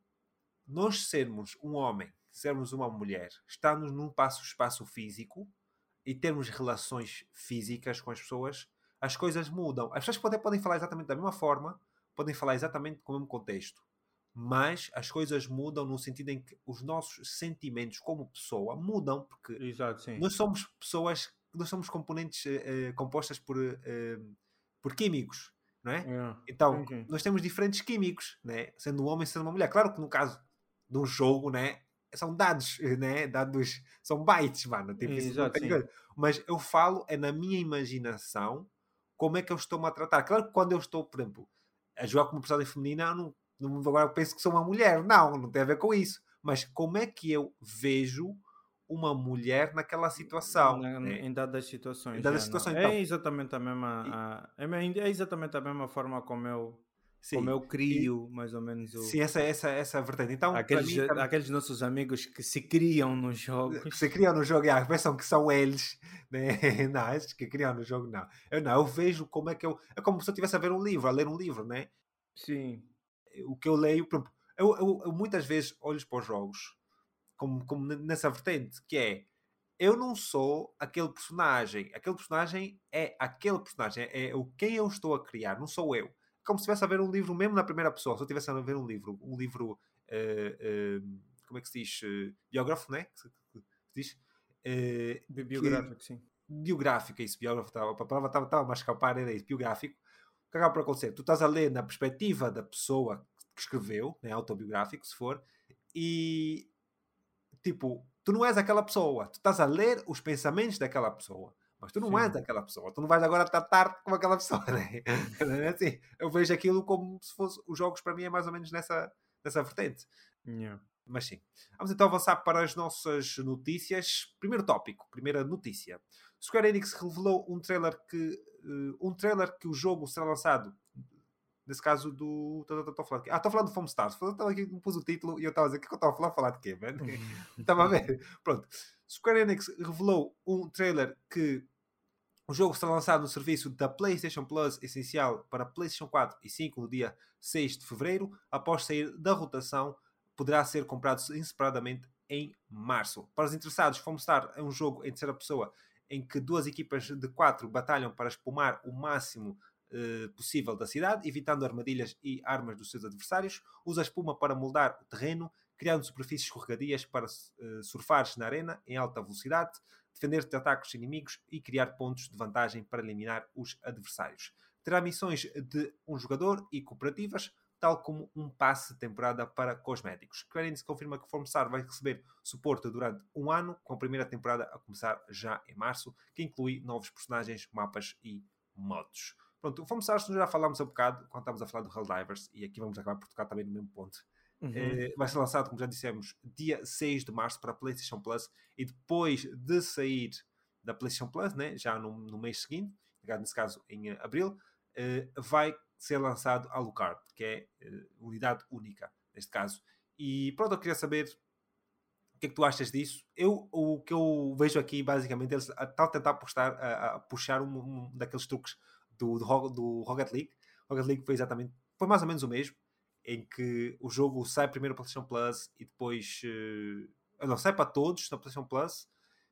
nós sermos um homem, sermos uma mulher, estarmos num passo espaço físico e termos relações físicas com as pessoas, as coisas mudam. As pessoas podem, podem falar exatamente da mesma forma, podem falar exatamente com o mesmo contexto, mas as coisas mudam no sentido em que os nossos sentimentos como pessoa mudam, porque exato, sim. nós somos pessoas, nós somos componentes eh, eh, compostas por, eh, por químicos, não é? Yeah. Então, Sim, sim. nós temos diferentes químicos, né? Sendo um homem, sendo uma mulher. Claro que no caso de um jogo, né? São dados, né? Dados, são bytes, mano. Tipo, isso não Exato, tem sim. coisa. Mas eu falo, é na minha imaginação, como é que eu estou-me a tratar. Claro que quando eu estou, por exemplo, a jogar como personagem feminina, eu não, não agora penso que sou uma mulher. Não, não tem a ver com isso. Mas como é que eu vejo uma mulher naquela situação, Na- né? em dadas situações, Dada a já não. situação, É então. exatamente a mesma, E, a- é, me- é exatamente a mesma forma como eu, como sim. eu E, crio mais ou menos o, sim, essa, essa, essa vertente. Então, para aqueles, mim, também, aqueles nossos amigos que se criam nos que se jogos. criam no jogo, ah, pensam que são eles, né? Não, esses que criam no jogo, não. Eu não, eu vejo como é que eu. É como se eu estivesse a ver um livro, a ler um livro, né? Sim, O que eu leio, por exemplo, eu, eu, eu muitas vezes olho para os jogos como, como nessa vertente, que é eu não sou aquele personagem. Aquele personagem é aquele personagem. É, é o quem eu estou a criar, não sou eu. Como se estivesse a ver um livro mesmo na primeira pessoa. Se eu estivesse a ver um livro, um livro. eh, eh, como é que se diz? Eh, biógrafo, né? Que se, que se diz? Eh, que, bibliográfico, sim. biográfico, é isso. Biógrafo, tava, a palavra estava a escapar, era isso. Biográfico. O que acaba por acontecer? Tu estás a ler na perspectiva da pessoa que escreveu, né, autobiográfico, se for, e tipo, tu não és aquela pessoa. Tu estás a ler os pensamentos daquela pessoa. Mas tu não és Sim. aquela pessoa. Tu não vais agora tratar como aquela pessoa, né? É assim, eu vejo aquilo como se fosse... Os jogos, para mim, é mais ou menos nessa, nessa vertente. Yeah. Mas sim. Vamos então avançar para as nossas notícias. Primeiro tópico, primeira notícia. Square Enix revelou um trailer que... Uh, um trailer que o jogo será lançado nesse caso do. Estou a falar de quê? Ah, estou a falar do Foam Stars. Estava aqui, pus o título e eu estava a dizer o que é que eu estava a falar? Falar de quê, mano? Estava a ver. Pronto. Square Enix revelou um trailer que o jogo será lançado no serviço da PlayStation Plus essencial para PlayStation quatro e cinco no dia seis de fevereiro. Após sair da rotação, poderá ser comprado separadamente em março. Para os interessados, Foam Star é um jogo em terceira pessoa em que duas equipas de quatro batalham para espumar o máximo uh, possível da cidade, evitando armadilhas e armas dos seus adversários. Usa a espuma para moldar o terreno, criando superfícies escorregadias para uh, surfares na arena em alta velocidade, defender-te de ataques inimigos e criar pontos de vantagem para eliminar os adversários. Terá missões de um jogador e cooperativas, tal como um passe de temporada para cosméticos. Square Enix confirma que Formstar vai receber suporte durante um ano, com a primeira temporada a começar já em março, que inclui novos personagens, mapas e modos. Pronto, o Formstar já falámos um bocado quando estávamos a falar do Helldivers, e aqui vamos acabar por tocar também no mesmo ponto. Uhum. É, vai ser lançado, como já dissemos, dia seis de março para a PlayStation Plus, e depois de sair da PlayStation Plus, né, já no, no mês seguinte, nesse caso em abril, é, vai ser lançado a Alucard, que é uh, unidade única, neste caso. E pronto, eu queria saber o que é que tu achas disso. Eu, o que eu vejo aqui, basicamente, eles estão a tentar postar, a, a puxar um, um daqueles truques do, do, do Rocket League. Rocket League foi exatamente, foi mais ou menos o mesmo, em que o jogo sai primeiro para a PlayStation Plus e depois, uh, não, sai para todos na PlayStation Plus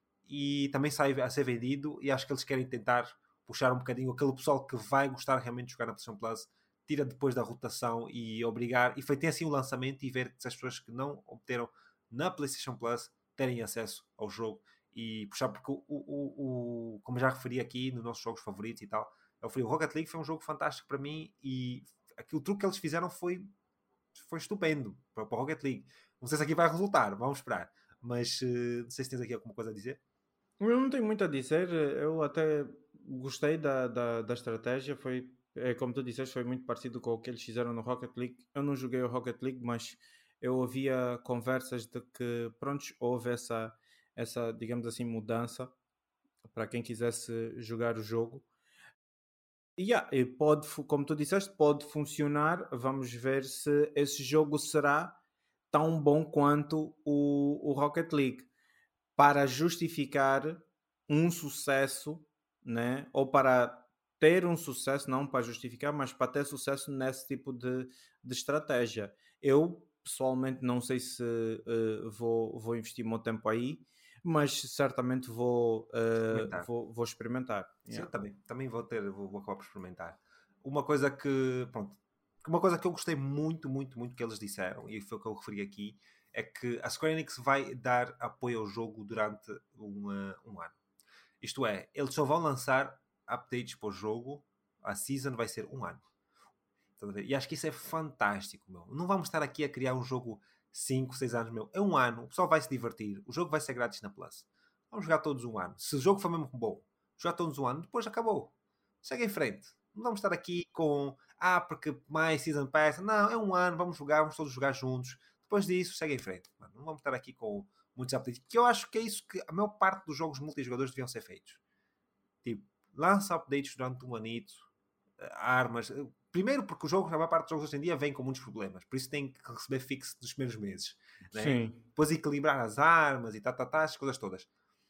e também sai a ser vendido, e acho que eles querem tentar puxar um bocadinho aquele pessoal que vai gostar realmente de jogar na PlayStation Plus, tira depois da rotação e obrigar, e foi ter assim o lançamento e ver que as pessoas que não obteram na PlayStation Plus terem acesso ao jogo e puxar, porque o, o, o como já referi aqui nos nossos jogos favoritos e tal, eu referi, o Rocket League foi um jogo fantástico para mim, e aquilo truque que eles fizeram foi, foi estupendo para, para o Rocket League. Não sei se aqui vai resultar, vamos esperar, mas uh, não sei se tens aqui alguma coisa a dizer. Eu não tenho muito a dizer, eu até gostei da, da, da estratégia, foi, é, como tu disseste, foi muito parecido com o que eles fizeram no Rocket League. Eu não joguei o Rocket League, mas eu ouvia conversas de que, pronto, houve essa, essa, digamos assim, mudança para quem quisesse jogar o jogo. Yeah, e pode, como tu disseste, pode funcionar. Vamos ver se esse jogo será tão bom quanto o, o Rocket League, para justificar um sucesso, né? Ou para ter um sucesso, não para justificar, mas para ter sucesso nesse tipo de, de estratégia. Eu, pessoalmente, não sei se uh, vou, vou investir meu tempo aí, mas certamente vou, uh, experimentar. vou, vou experimentar. Sim, Yeah. também, também vou ter, vou, vou acabar por experimentar. Uma coisa que, pronto, uma coisa que eu gostei muito, muito, muito que eles disseram, e foi o que eu referi aqui, é que a Square Enix vai dar apoio ao jogo durante um, uh, um ano. Isto é, eles só vão lançar updates para o jogo, a season vai ser um ano. E acho que isso é fantástico, meu. Não vamos estar aqui a criar um jogo cinco, seis anos, meu. É um ano, o pessoal vai se divertir, o jogo vai ser grátis na Plus. Vamos jogar todos um ano. Se o jogo for mesmo bom, jogar todos um ano, depois acabou. Segue em frente. Não vamos estar aqui com, ah, porque mais Season Pass. Não, é um ano, vamos jogar, vamos todos jogar juntos. Depois disso, segue em frente. Mano, não vamos estar aqui com muitos updates. Que eu acho que é isso que a maior parte dos jogos multijogadores deviam ser feitos. Tipo, lança updates durante um anito, armas. Primeiro porque o jogo, a maior parte dos jogos hoje em dia vem com muitos problemas. Por isso tem que receber fixe nos primeiros meses. Né? Sim. Depois equilibrar as armas e tá, tá, tá, as coisas todas.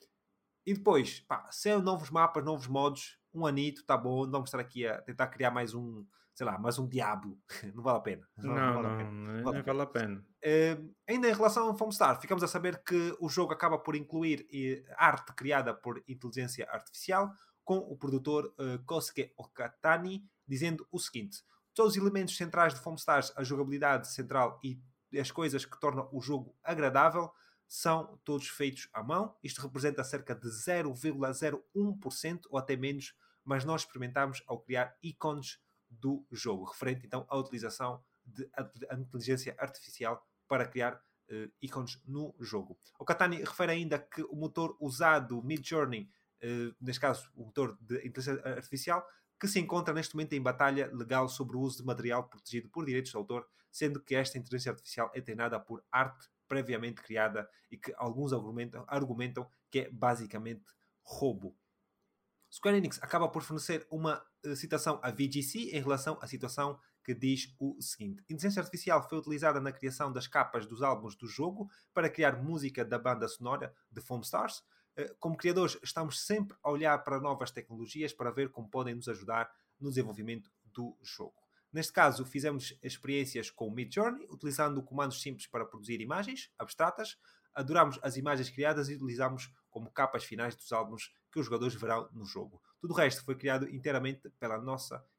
E depois, pá, se é novos mapas, novos modos, um anito, tá bom, não vamos estar aqui a tentar criar mais um, sei lá, mais um Diablo. Não vale a pena. Não, não, não, vale a pena. não, vale, não vale a pena. Uh, ainda em relação ao Foamstar, ficamos a saber que o jogo acaba por incluir uh, arte criada por inteligência artificial, com o produtor uh, Kosuke Okatani dizendo o seguinte: todos os elementos centrais de Foamstars, a jogabilidade central e as coisas que tornam o jogo agradável, são todos feitos à mão. Isto representa cerca de zero vírgula zero um por cento ou até menos, mas nós experimentámos ao criar ícones do jogo, referente então à utilização de a inteligência artificial para criar uh, ícones no jogo. O Katani refere ainda que o motor usado Midjourney, uh, neste caso o motor de inteligência artificial, que se encontra neste momento em batalha legal sobre o uso de material protegido por direitos de autor, sendo que esta inteligência artificial é treinada por arte previamente criada e que alguns argumentam, argumentam que é basicamente roubo. Square Enix acaba por fornecer uma uh, citação à V G C em relação à situação que diz o seguinte: a inteligência artificial foi utilizada na criação das capas dos álbuns do jogo para criar música da banda sonora de Foamstars. Uh, como criadores, estamos sempre a olhar para novas tecnologias para ver como podem nos ajudar no desenvolvimento do jogo. Neste caso, fizemos experiências com o Midjourney, utilizando comandos simples para produzir imagens abstratas. Adorámos as imagens criadas e utilizámos como capas finais dos álbuns que os jogadores verão no jogo. Tudo o resto foi criado inteiramente pela nossa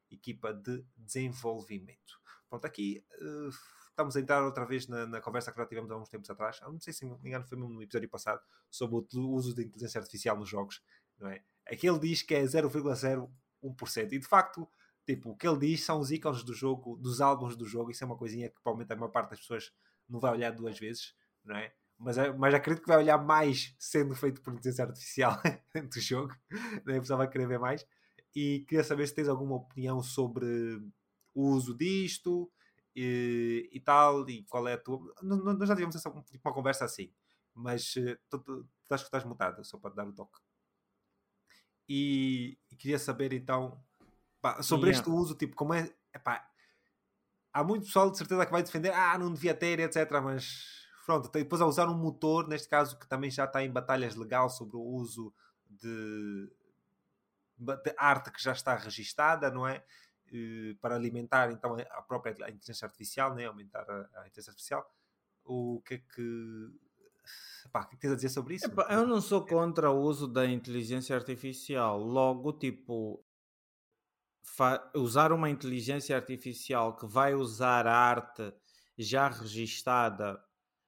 equipa de desenvolvimento. Pronto, aqui uh, estamos a entrar outra vez na, na conversa que já tivemos há uns tempos atrás, não sei se me engano foi no episódio passado, sobre o uso da inteligência artificial nos jogos, não é? Aqui ele diz que é zero vírgula zero um por cento e de facto, tipo, o que ele diz são os ícones do jogo, dos álbuns do jogo, isso é uma coisinha que provavelmente a maior parte das pessoas não vai olhar duas vezes, não é? Mas, mas acredito que vai olhar mais sendo feito por inteligência artificial do jogo, não é? A pessoa vai querer ver mais. E queria saber se tens alguma opinião sobre o uso disto e, e tal, e qual é a tua... Nós já tivemos essa, tipo, uma conversa assim, mas tu, tu, tu acho que estás mutado, só para te dar o toque. E, e queria saber então pá, sobre yeah. este uso, tipo, como é... Epá, há muito pessoal de certeza que vai defender, ah, não devia ter, etcétera, mas... Pronto, depois a usar um motor, neste caso, que também já está em batalhas legais sobre o uso de, de arte que já está registada, não é? E, para alimentar, então, a própria inteligência artificial, né? Aumentar a, a inteligência artificial. O que é que... Epá, o que tens a dizer sobre isso? Epá, eu não sou contra o uso da inteligência artificial. Logo, tipo... Fa- usar uma inteligência artificial que vai usar a arte já registada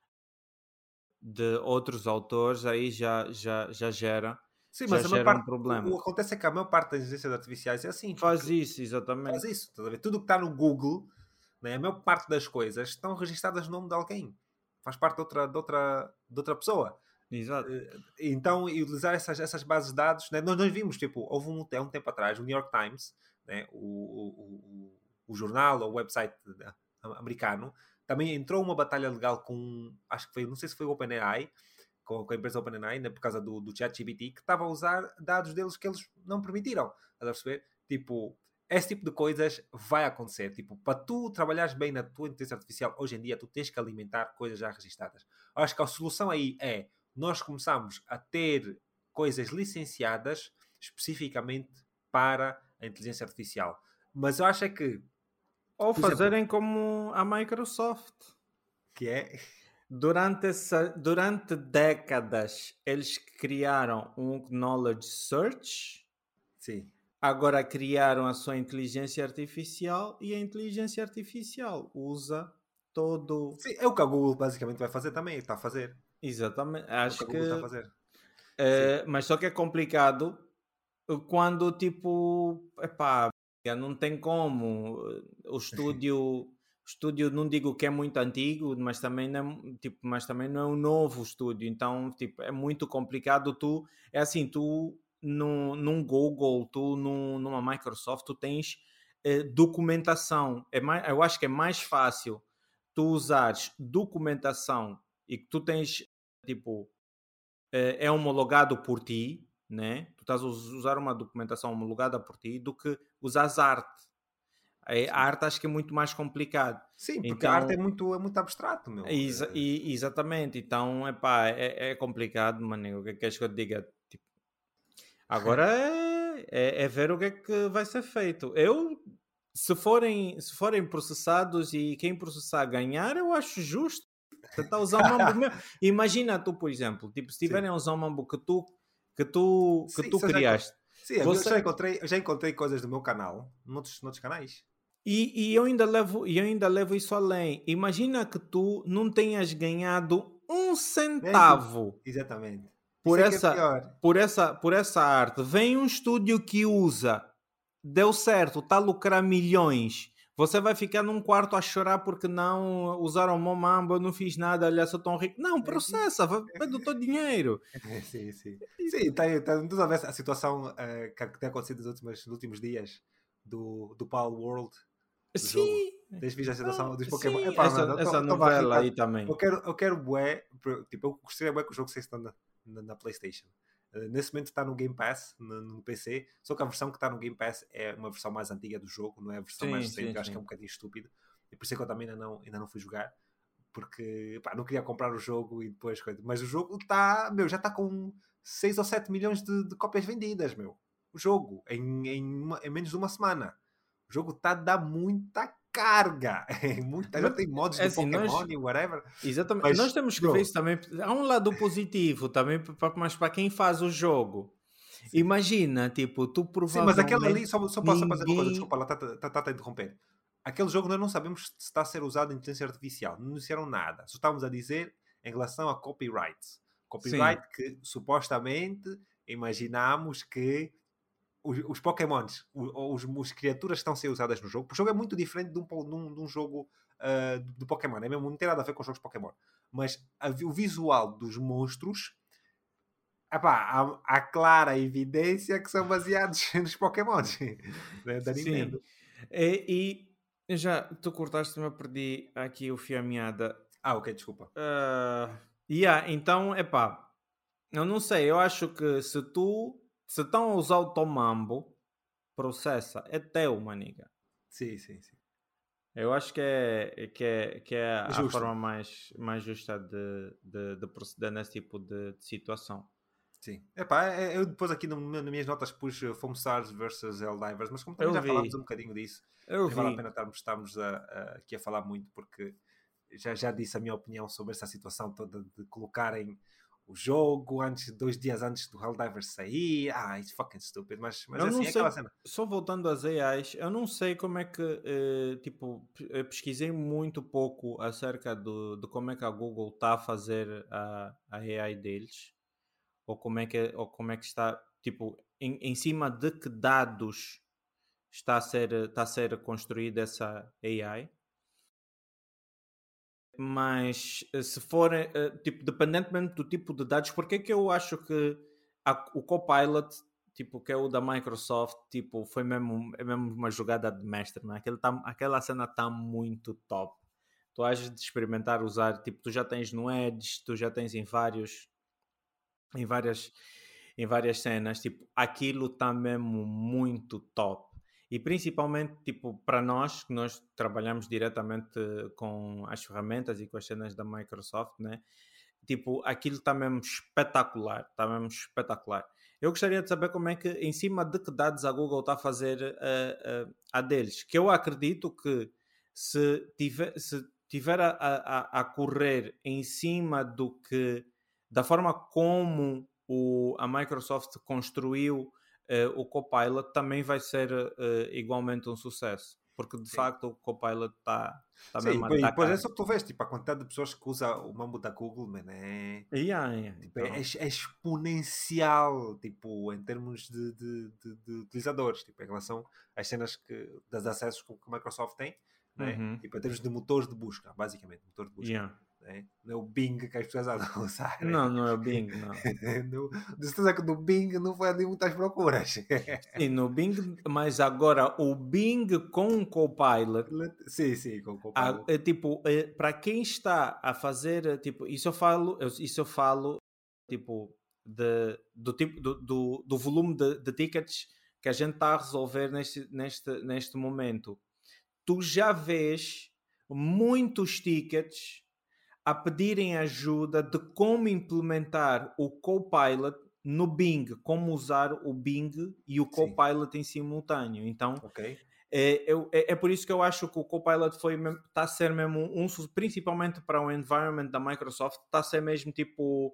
de outros autores, aí já, já, já gera, Sim, já mas a maior gera parte, um problema. O, o acontece é que a maior parte das inteligências artificiais é assim. Faz isso, exatamente. Faz isso. Estás a ver? Tudo o que está no Google, né, a maior parte das coisas estão registadas no nome de alguém. Faz parte de outra, de outra, de outra pessoa. Exato. Então, e utilizar essas, essas bases de dados, né? nós, nós vimos, tipo, houve um, há um tempo atrás, o New York Times, né? o, o, o, o jornal ou o website americano, também entrou uma batalha legal com, acho que foi, não sei se foi o OpenAI, com, com a empresa OpenAI, né? Por causa do, do ChatGPT, que estava a usar dados deles que eles não permitiram. A perceber? Tipo, esse tipo de coisas vai acontecer. Tipo, para tu trabalhares bem na tua inteligência artificial, hoje em dia, tu tens que alimentar coisas já registadas. Acho que a solução aí é nós começamos a ter coisas licenciadas especificamente para a inteligência artificial. Mas eu acho é que... Ou fazerem exemplo, como a Microsoft. Que é... Durante, essa, durante décadas, eles criaram um Knowledge Search. Sim. Agora criaram a sua inteligência artificial e a inteligência artificial usa todo... Sim, é o que a Google basicamente vai fazer também. Está a fazer. Exatamente. Acho é o que a que... Google está a fazer. Uh, mas só que é complicado quando, tipo... Epá, não tem como. O estúdio... O estúdio, não digo que é muito antigo, mas também não é, tipo, mas também não é um novo estúdio. Então, tipo, é muito complicado. Tu, é assim, tu no, num Google, tu no, numa Microsoft, tu tens eh, documentação. É mais, eu acho que é mais fácil tu usares documentação e que tu tens, tipo, eh, é homologado por ti, né? Tu estás a usar uma documentação homologada por ti do que usares arte. A arte acho que é muito mais complicado. Sim, porque então, a arte é muito, é muito abstrato, meu. Exa- e, exatamente. Então, epá, é, é complicado, mano. O que é que queres que eu te diga? Tipo, agora é, é, é ver o que é que vai ser feito. Eu, se forem, se forem processados e quem processar ganhar, eu acho justo. Tentar usar o mambo mesmo. Imagina tu, por exemplo, tipo, se tiverem a usar um mambo que tu, que tu, que Sim, tu criaste. Sim, você... eu já encontrei, já encontrei coisas do meu canal noutros, noutros canais. E, e eu ainda levo, eu ainda levo isso além. Imagina que tu não tenhas ganhado um centavo. É, exatamente. Por isso essa, é que é pior. por essa, por essa arte. Vem um estúdio que usa, deu certo, está a lucrar milhões. Você vai ficar num quarto a chorar porque não usaram o meu mambo, eu não fiz nada, olha, sou tão rico. Não, processa, vai, vai do teu dinheiro. Sim, sim. Sim, tem, tem toda a situação uh, que tem acontecido nos últimos, nos últimos dias do, do Pal World. Sim. Jogo. Tens visto a situação dos sim, Pokémon? Epá, essa, mano, essa tô, novela tô aí também. Eu quero, eu quero bué, tipo, eu gostaria bué que o jogo saísse na, na, na PlayStation. Uh, nesse momento está no Game Pass, no, no P C, só que a versão que está no Game Pass é uma versão mais antiga do jogo, não é a versão sim, mais recente, que eu acho que é um bocadinho estúpido. E por isso é que eu também ainda não, ainda não fui jogar, porque pá, não queria comprar o jogo e depois... Mas o jogo está, meu, já está com seis ou sete milhões de, de cópias vendidas, meu. O jogo, em, em, uma, em menos de uma semana. O jogo está a dar muita carga. Muita, já tem mods é de assim, Pokémon nós, e whatever. Exatamente. Mas, nós temos que bro, ver isso também. Há um lado positivo também, mas para quem faz o jogo. Sim. Imagina, tipo, tu Sim, mas aquele ali, provavelmente só, só posso fazer uma coisa, ninguém. desculpa lá, está tá, tá, tá a interromper. Aquele jogo nós não sabemos se está a ser usado inteligência artificial, não disseram nada, só estávamos a dizer em relação a copyright. Copyright Sim, que supostamente imaginamos que os, os Pokémons, os, os criaturas que estão a ser usadas no jogo, porque o jogo é muito diferente de um, de um, de um jogo uh, de Pokémon, é mesmo, não tem nada a ver com os jogos Pokémon, mas a, o visual dos monstros. Epá, há, há clara evidência que são baseados nos Pokémons da da sim. Nintendo. E, e já, tu cortaste-me, eu perdi aqui o fio à meada. Ah, ok, desculpa. Ah, yeah, então, epá, eu não sei, eu acho que se tu, se estão a usar o Tomambo, processa, é teu, maniga. Sim, sim, sim. Eu acho que é, que é, que é a Justo. forma mais, mais justa de, de, de proceder nesse tipo de, de situação. Sim. Epá, é- eu depois aqui no, meu- nas minhas notas pus uh, Foam Stars versus Helldivers, mas como também Eu já falámos um vi, bocadinho disso, eu nem vale a vi. pena estarmos, estarmos a, a- aqui a falar muito, porque já, já disse a minha opinião sobre essa situação toda de colocarem o jogo antes, dois dias antes do Helldivers sair. Ah, it's fucking stupid. Mas, mas Eu é não assim, é aquela sei, cena. só voltando às A Is, eu não sei como é que, eh, tipo, pe- eh, pesquisei muito pouco acerca do, de como é que a Google está a fazer a, a A I deles, ou como é que, ou como é que está, tipo, em, em cima de que dados está a ser, está a ser construída essa A I. Mas eh, se for, eh, tipo, dependentemente do tipo de dados, porque é que eu acho que a- o Copilot, tipo, que é o da Microsoft, tipo, foi mesmo, é mesmo uma jogada de mestre, não é? Aquele tá, aquela cena está muito top. Tu has de experimentar usar, tipo, tu já tens no Edge, tu já tens em vários, em várias, em várias cenas, tipo, aquilo está mesmo muito top. E principalmente, tipo, para nós, que nós trabalhamos diretamente com as ferramentas e com as cenas da Microsoft, né? Tipo, aquilo está mesmo espetacular, está mesmo espetacular. Eu gostaria de saber como é que, em cima de que dados a Google está a fazer uh, uh, a deles, que eu acredito que se tiver, se tiver a, a, a correr em cima do que, da forma como o, a Microsoft construiu uh, o Copilot, também vai ser uh, igualmente um sucesso, porque de Sim. facto o Copilot está tá Sim, mesmo a e depois é atacar. só que tu vês, tipo, a quantidade de pessoas que usa o mambo da Google, man, é, Yeah, yeah, tipo, é, então. é exponencial, tipo, em termos de, de, de, de utilizadores, tipo, em relação às cenas que, das acessos que a Microsoft tem, né? Uhum. Tipo, em termos de motores de busca, basicamente, motor de busca. Yeah. Né? Não é o Bing que as pessoas andam a usar. Não, não é o Bing, não. no, de certeza que no Bing não foi ali muitas procuras. Sim, no Bing, mas agora o Bing com o Copilot, Sim, sim, com o a- Copilot. é, tipo, é, para quem está a fazer, é, tipo, isso eu falo, eu- isso eu falo, tipo, de, do tipo, do, do, do volume de, de tickets que a gente está a resolver neste, neste, neste momento. Tu já vês muitos tickets a pedirem ajuda de como implementar o Copilot no Bing, como usar o Bing e o Sim, Copilot em simultâneo. Então, ok. é, eu- é, é por isso que eu acho que o Copilot foi está a ser mesmo um, um, principalmente para o environment da Microsoft, está a ser mesmo tipo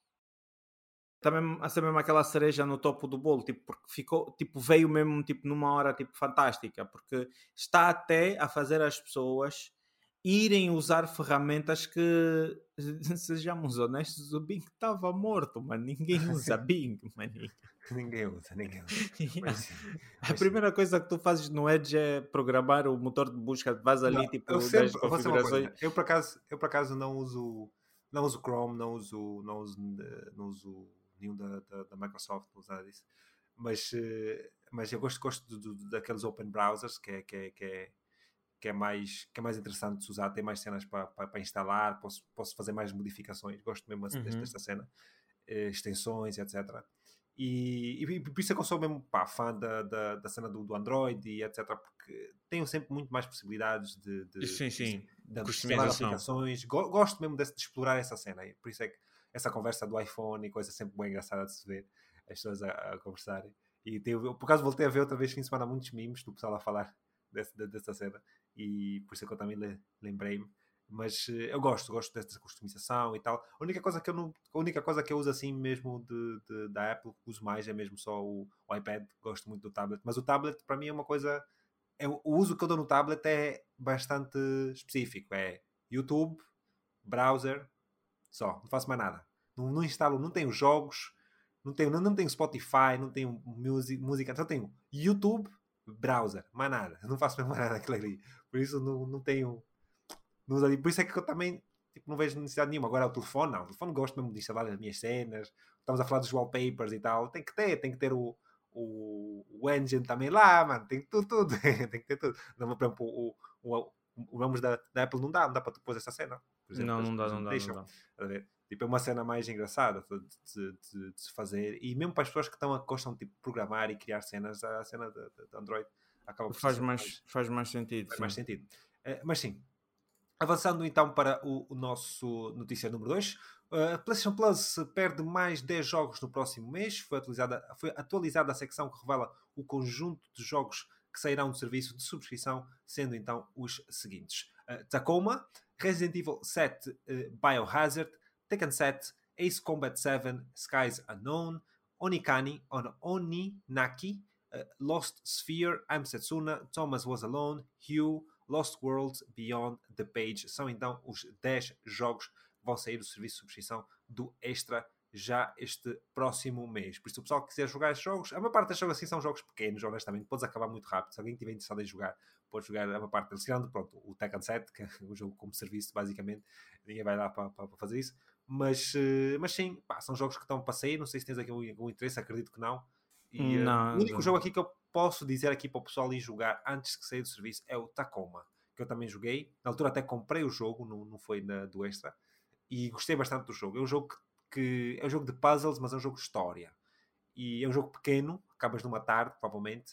está mesmo a ser mesmo aquela cereja no topo do bolo, tipo, porque ficou, tipo, veio mesmo tipo numa hora tipo fantástica, porque está até a fazer as pessoas irem usar ferramentas que, sejamos honestos, o Bing estava morto, mas ninguém usa Bing, maninho. Ninguém usa, ninguém usa. Mas Yeah. sim, A mas sim. primeira coisa que tu fazes no Edge é programar o motor de busca, vais Não, ali eu tipo das sempre, eu vou dizer uma configurações. coisa. Eu por acaso, eu por acaso não uso, não uso Chrome, não uso, não uso, eh, não uso nenhum da, da, da Microsoft, não uso nada disso. Mas, eh, mas eu gosto, gosto do- do- daqueles open browsers que é, que é, que é, que é mais, que é mais interessante de se usar, tem mais cenas para, para, para instalar, posso, posso fazer mais modificações. Gosto mesmo desta, Uhum. desta cena. eh, extensões, etcétera. E, e por isso é que eu sou mesmo pá, fã da, da, da cena do, do Android e etcétera. Porque tenho sempre muito mais possibilidades de, de, Sim, de, sim, de de instalar customização. aplicações. Go- Gosto mesmo de, de explorar essa cena. E por isso é que essa conversa do iPhone e coisa é sempre bem engraçada de se ver as pessoas a, a conversarem. E tenho, eu, por acaso voltei a ver outra vez fim de semana muitos memes do pessoal a falar desse, de- dessa cena. E por isso é que eu também le- lembrei-me. Mas uh, eu gosto, gosto dessa customização e tal. A única coisa que eu não, a única coisa que eu uso assim mesmo de, de, da Apple, que uso mais, é mesmo só o, o iPad. Gosto muito do tablet, mas o tablet para mim é uma coisa, é, o uso que eu dou no tablet é bastante específico, é YouTube, browser, só, não faço mais nada. Não, não instalo, não tenho jogos, não tenho, não, não tenho Spotify, não tenho music, música, só tenho YouTube, browser, mais nada. Não faço mais nada daquilo ali. Por isso não, não tenho. Não uso ali. Por isso é que eu também tipo, não vejo necessidade nenhuma. Agora o telefone, não. O telefone gosto mesmo de instalar as minhas cenas. Estamos a falar dos wallpapers e tal. Tem que ter, tem que ter o, o, o engine também lá, mano. Tem que tudo, tudo. tem que ter tudo. Não, por exemplo, o, o, o, o vamos da, da Apple não dá, não dá para tu pôr essa cena. Por exemplo, Não, eles, não dá, eles não não dá, não deixam. dá. A ver? Tipo, é uma cena mais engraçada de, de, de, de se fazer. E mesmo para as pessoas que estão a, gostam de tipo, programar e criar cenas, a cena de, de Android acaba por ser Faz sempre mais, mais, faz mais sentido, faz sim. mais sentido. Uh, mas sim, avançando então para o, o nosso notícia número dois. Uh, a PlayStation Plus perde mais dez jogos no próximo mês. Foi atualizada, foi atualizada a secção que revela o conjunto de jogos que sairão do serviço de subscrição, sendo então os seguintes. Uh, Tacoma, Resident Evil sete, uh, Biohazard, Tekken sete, Ace Combat sete, Skies Unknown, Onikani, on, Oninaki, uh, Lost Sphere, I'm Setsuna, Thomas Was Alone, Hugh, Lost Worlds, Beyond the Page. São então os dez jogos que vão sair do serviço de subscrição do Extra já este próximo mês. Por isso, se o pessoal quiser jogar estes jogos, a maior parte dos jogos assim são jogos pequenos, honestamente, podes acabar muito rápido. Se alguém estiver interessado em jogar, pode jogar a maior parte deles. Tirando, pronto, o Tekken sete, que é um jogo como serviço, basicamente, ninguém vai lá para, para, para fazer isso. Mas, mas sim, pá, são jogos que estão para sair. Não sei se tens aqui algum interesse, acredito que não. E uh, o único Nada. jogo aqui que eu posso dizer aqui para o pessoal ir jogar antes que sair do serviço é o Tacoma, que eu também joguei. Na altura até comprei o jogo, não, não foi na, do Extra, e gostei bastante do jogo. É um jogo que, que é um jogo de puzzles, mas é um jogo de história. E é um jogo pequeno, acabas numa tarde, provavelmente,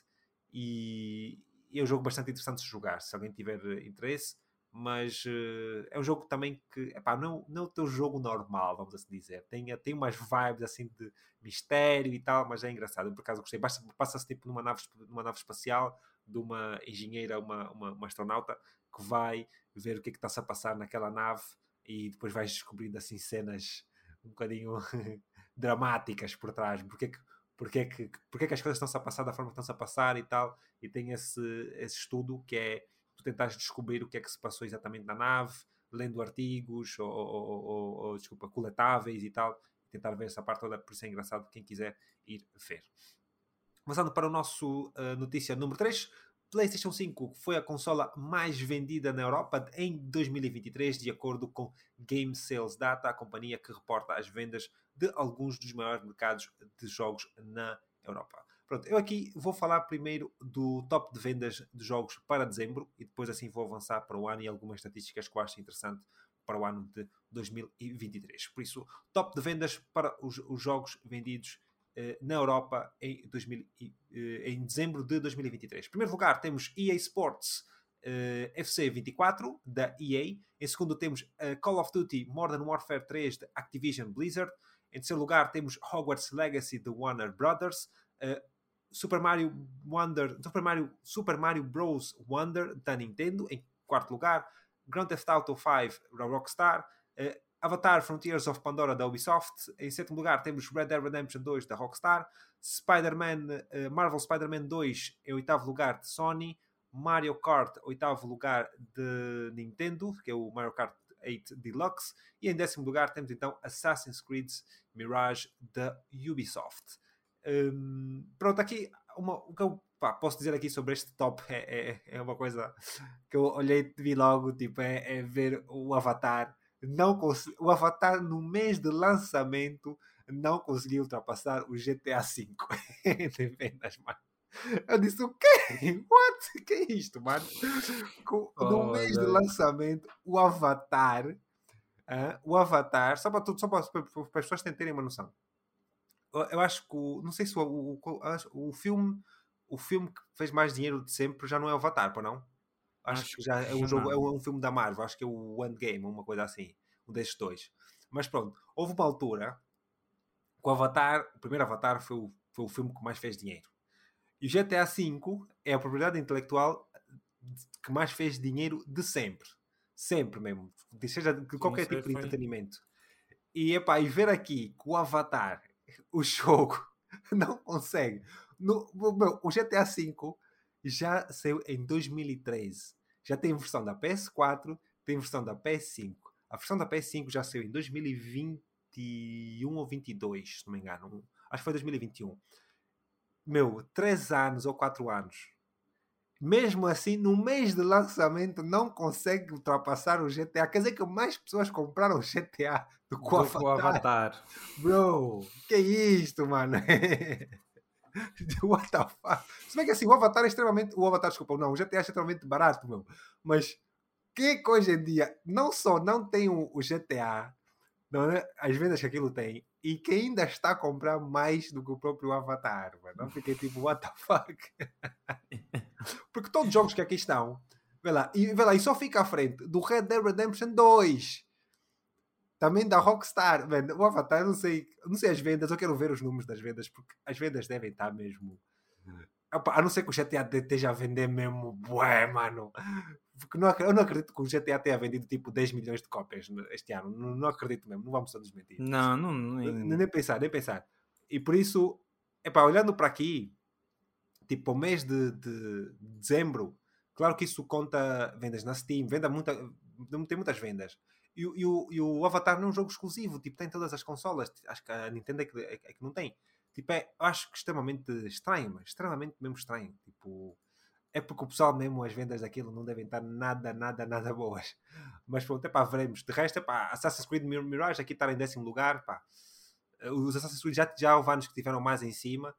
e, e é um jogo bastante interessante de jogar, se alguém tiver interesse. Mas uh, é um jogo também que, epá, não, não é o teu jogo normal, vamos assim dizer. Tem, tem umas vibes assim de mistério e tal, mas é engraçado. Eu, por acaso, gostei. Passa-se tipo numa nave, numa nave espacial de uma engenheira, uma, uma, uma astronauta, que vai ver o que é que está-se a passar naquela nave e depois vais descobrindo assim cenas um bocadinho dramáticas por trás. Porque é que, porque é que, porque é que as coisas estão-se a passar da forma que estão-se a passar e tal. E tem esse, esse estudo que é tu tentares descobrir o que é que se passou exatamente na nave, lendo artigos ou, ou, ou, ou desculpa, coletáveis e tal, e tentar ver essa parte toda, por isso é engraçado quem quiser ir ver. Avançando para o nosso uh, notícia número três, PlayStation cinco foi a consola mais vendida na Europa em dois mil e vinte e três, de acordo com Game Sales Data, a companhia que reporta as vendas de alguns dos maiores mercados de jogos na Europa. Pronto, eu aqui vou falar primeiro do top de vendas de jogos para dezembro e depois assim vou avançar para o ano e algumas estatísticas que eu acho interessante para o ano de dois mil e vinte e três. Por isso, top de vendas para os, os jogos vendidos eh, na Europa em, dois mil, eh, em dezembro de dois mil e vinte e três. Em primeiro lugar temos E A Sports eh, F C vinte e quatro da E A. Em segundo temos eh, Call of Duty Modern Warfare três de Activision Blizzard. Em terceiro lugar temos Hogwarts Legacy de Warner Brothers. Uh, Super Mario Wonder, Super Mario, Super Mario Bros. Wonder da Nintendo, em quarto lugar. Grand Theft Auto cinco da Rockstar. Uh, Avatar Frontiers of Pandora da Ubisoft. Em sétimo lugar temos Red Dead Redemption dois da Rockstar. Spider-Man, uh, Marvel Spider-Man dois em oitavo lugar de Sony. Mario Kart, oitavo lugar de Nintendo, que é o Mario Kart oito Deluxe. E em décimo lugar temos então Assassin's Creed Mirage da Ubisoft. Um, pronto, aqui uma, o que eu pá, posso dizer aqui sobre este top é, é, é uma coisa que eu olhei e vi logo, tipo, é, é ver o Avatar. Não o Avatar no mês de lançamento não conseguiu ultrapassar o G T A cinco de vendas, mano. Eu disse, o quê? What? Que é isto, mano? No mês de lançamento, o Avatar, uh, o Avatar, só para, tudo, só para, para, para as pessoas terem uma noção. Eu acho que o, não sei se o, o, o, o filme o filme que fez mais dinheiro de sempre já não é o Avatar, pô, não? Acho, acho que já é um jogo, é um, é um filme da Marvel, acho que é o Endgame, uma coisa assim, um destes dois. Mas pronto, houve uma altura que o Avatar, o primeiro Avatar foi o, foi o filme que mais fez dinheiro. E o G T A cinco é a propriedade intelectual que mais fez dinheiro de sempre. Sempre mesmo. Seja de qualquer Isso aí tipo de foi. entretenimento. E, epá, e ver aqui que o Avatar, o jogo, não consegue. No, meu, o G T A cinco já saiu em dois mil e treze. Já tem versão da P S quatro, tem versão da P S cinco. A versão da P S cinco já saiu em dois mil e vinte e um ou vinte e dois, se não me engano. Acho que foi dois mil e vinte e um. Meu, três anos ou quatro anos. Mesmo assim, no mês de lançamento, não consegue ultrapassar o G T A. Quer dizer que mais pessoas compraram o G T A do que o Do que o Avatar. Avatar. Bro, que é isto, mano? What the fuck? Se bem que assim, o Avatar é extremamente... O Avatar, desculpa, não. O G T A é extremamente barato, meu. Mas que que hoje em dia não só não tem o, o G T A, não é? As vendas que aquilo tem, e que ainda está a comprar mais do que o próprio Avatar, mano. Eu fiquei tipo, what the fuck? Porque todos os jogos que aqui estão, vê lá, e, vê lá, e só fica à frente do Red Dead Redemption dois. Também da Rockstar. Man, o Avatar, não sei, não sei as vendas, eu quero ver os números das vendas, porque as vendas devem estar mesmo... Opa, a não ser que o G T A esteja a vender mesmo, bué, mano. Porque não, eu não acredito que o G T A tenha vendido tipo dez milhões de cópias este ano. Não, não acredito mesmo, não vamos só desmentir. Não, não. Nem... Nem pensar, nem pensar. E por isso, epá, olhando para aqui, tipo, o mês de, de dezembro, claro que isso conta vendas na Steam, venda muita, tem muitas vendas. E, e, o, e o Avatar não é um jogo exclusivo, tipo, tem todas as consolas. Acho que a Nintendo é que, é, é que não tem. Tipo, é, acho que extremamente estranho, mas extremamente mesmo estranho. Tipo, é porque o pessoal mesmo, as vendas daquilo não devem estar nada, nada, nada boas. Mas pronto, é pá, veremos. De resto, é pá, Assassin's Creed Mirage aqui está em décimo lugar, pá. Os Assassin's Creed já, já houve anos que tiveram mais em cima,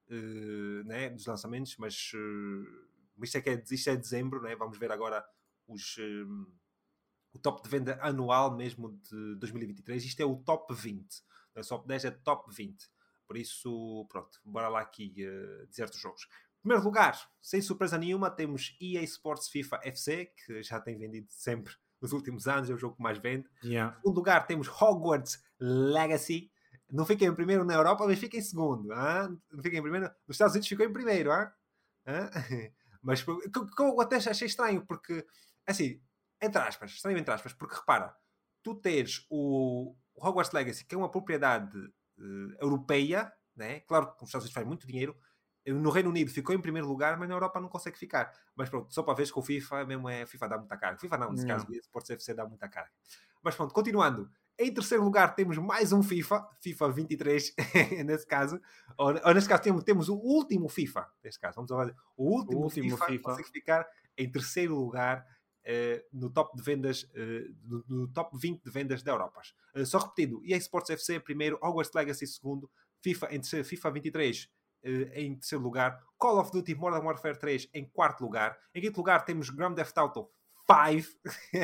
uh, né, dos lançamentos, mas uh, isto, é que é, isto é dezembro, né? Vamos ver agora os, uh, o top de venda anual mesmo de dois mil e vinte e três. Isto é o top vinte. Não é só top dez, é top vinte. Por isso, pronto, bora lá aqui uh, dizer os jogos. Em primeiro lugar, sem surpresa nenhuma, temos E A Sports FIFA F C, que já tem vendido sempre nos últimos anos, é o jogo que mais vende. Yeah. Em segundo lugar, temos Hogwarts Legacy. Não fica em primeiro na Europa, mas fica em segundo. Hein? Não fica em primeiro. Nos Estados Unidos ficou em primeiro. Hein? Hein? Mas que eu até achei estranho, porque, assim, entre aspas, estranho entre aspas, porque repara, tu tens o Hogwarts Legacy, que é uma propriedade uh, europeia, né? Claro que nos Estados Unidos faz muito dinheiro. No Reino Unido ficou em primeiro lugar, mas na Europa não consegue ficar. Mas pronto, só para ver que o FIFA mesmo é. FIFA dá muita carga. FIFA não, nesse Yeah. caso, o Sports F C dá muita carga. Mas pronto, continuando. Em terceiro lugar temos mais um FIFA, FIFA vinte e três, nesse caso. Ou, ou nesse caso temos, temos o último FIFA, nesse caso, vamos falar, o último, o último FIFA, FIFA consegue ficar em terceiro lugar uh, no top de vendas, uh, no, no top vinte de vendas da Europa. Uh, só repetindo, E A Sports F C primeiro, Hogwarts Legacy segundo, FIFA em terceiro, FIFA vinte e três uh, em terceiro lugar, Call of Duty Modern Warfare três em quarto lugar, em quinto lugar temos Grand Theft Auto cinco,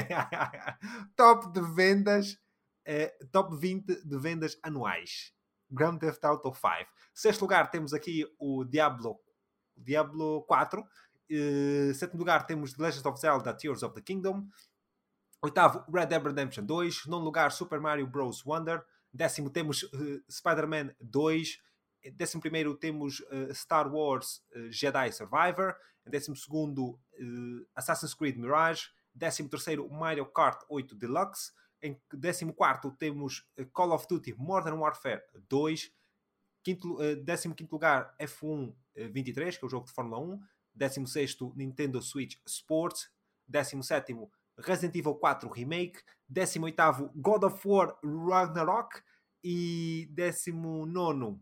top de vendas. Uh, top vinte de vendas anuais. Grand Theft Auto cinco. Sexto lugar temos aqui o Diablo, Diablo quatro. Uh, sétimo lugar temos The Legend of Zelda Tears of the Kingdom. Oitavo, Red Dead Redemption dois. Nono lugar, Super Mario Bros. Wonder. Décimo temos uh, Spider-Man dois. Décimo primeiro temos uh, Star Wars uh, Jedi Survivor. Décimo segundo, uh, Assassin's Creed Mirage. Décimo terceiro, Mario Kart oito Deluxe. Em décimo quarto temos Call of Duty Modern Warfare dois. Quinto, uh, décimo quinto lugar F um vinte e três, que é o jogo de Fórmula um. décimo sexto Nintendo Switch Sports. décimo sétimo Resident Evil quatro Remake. décimo oitavo God of War Ragnarok. E décimo nono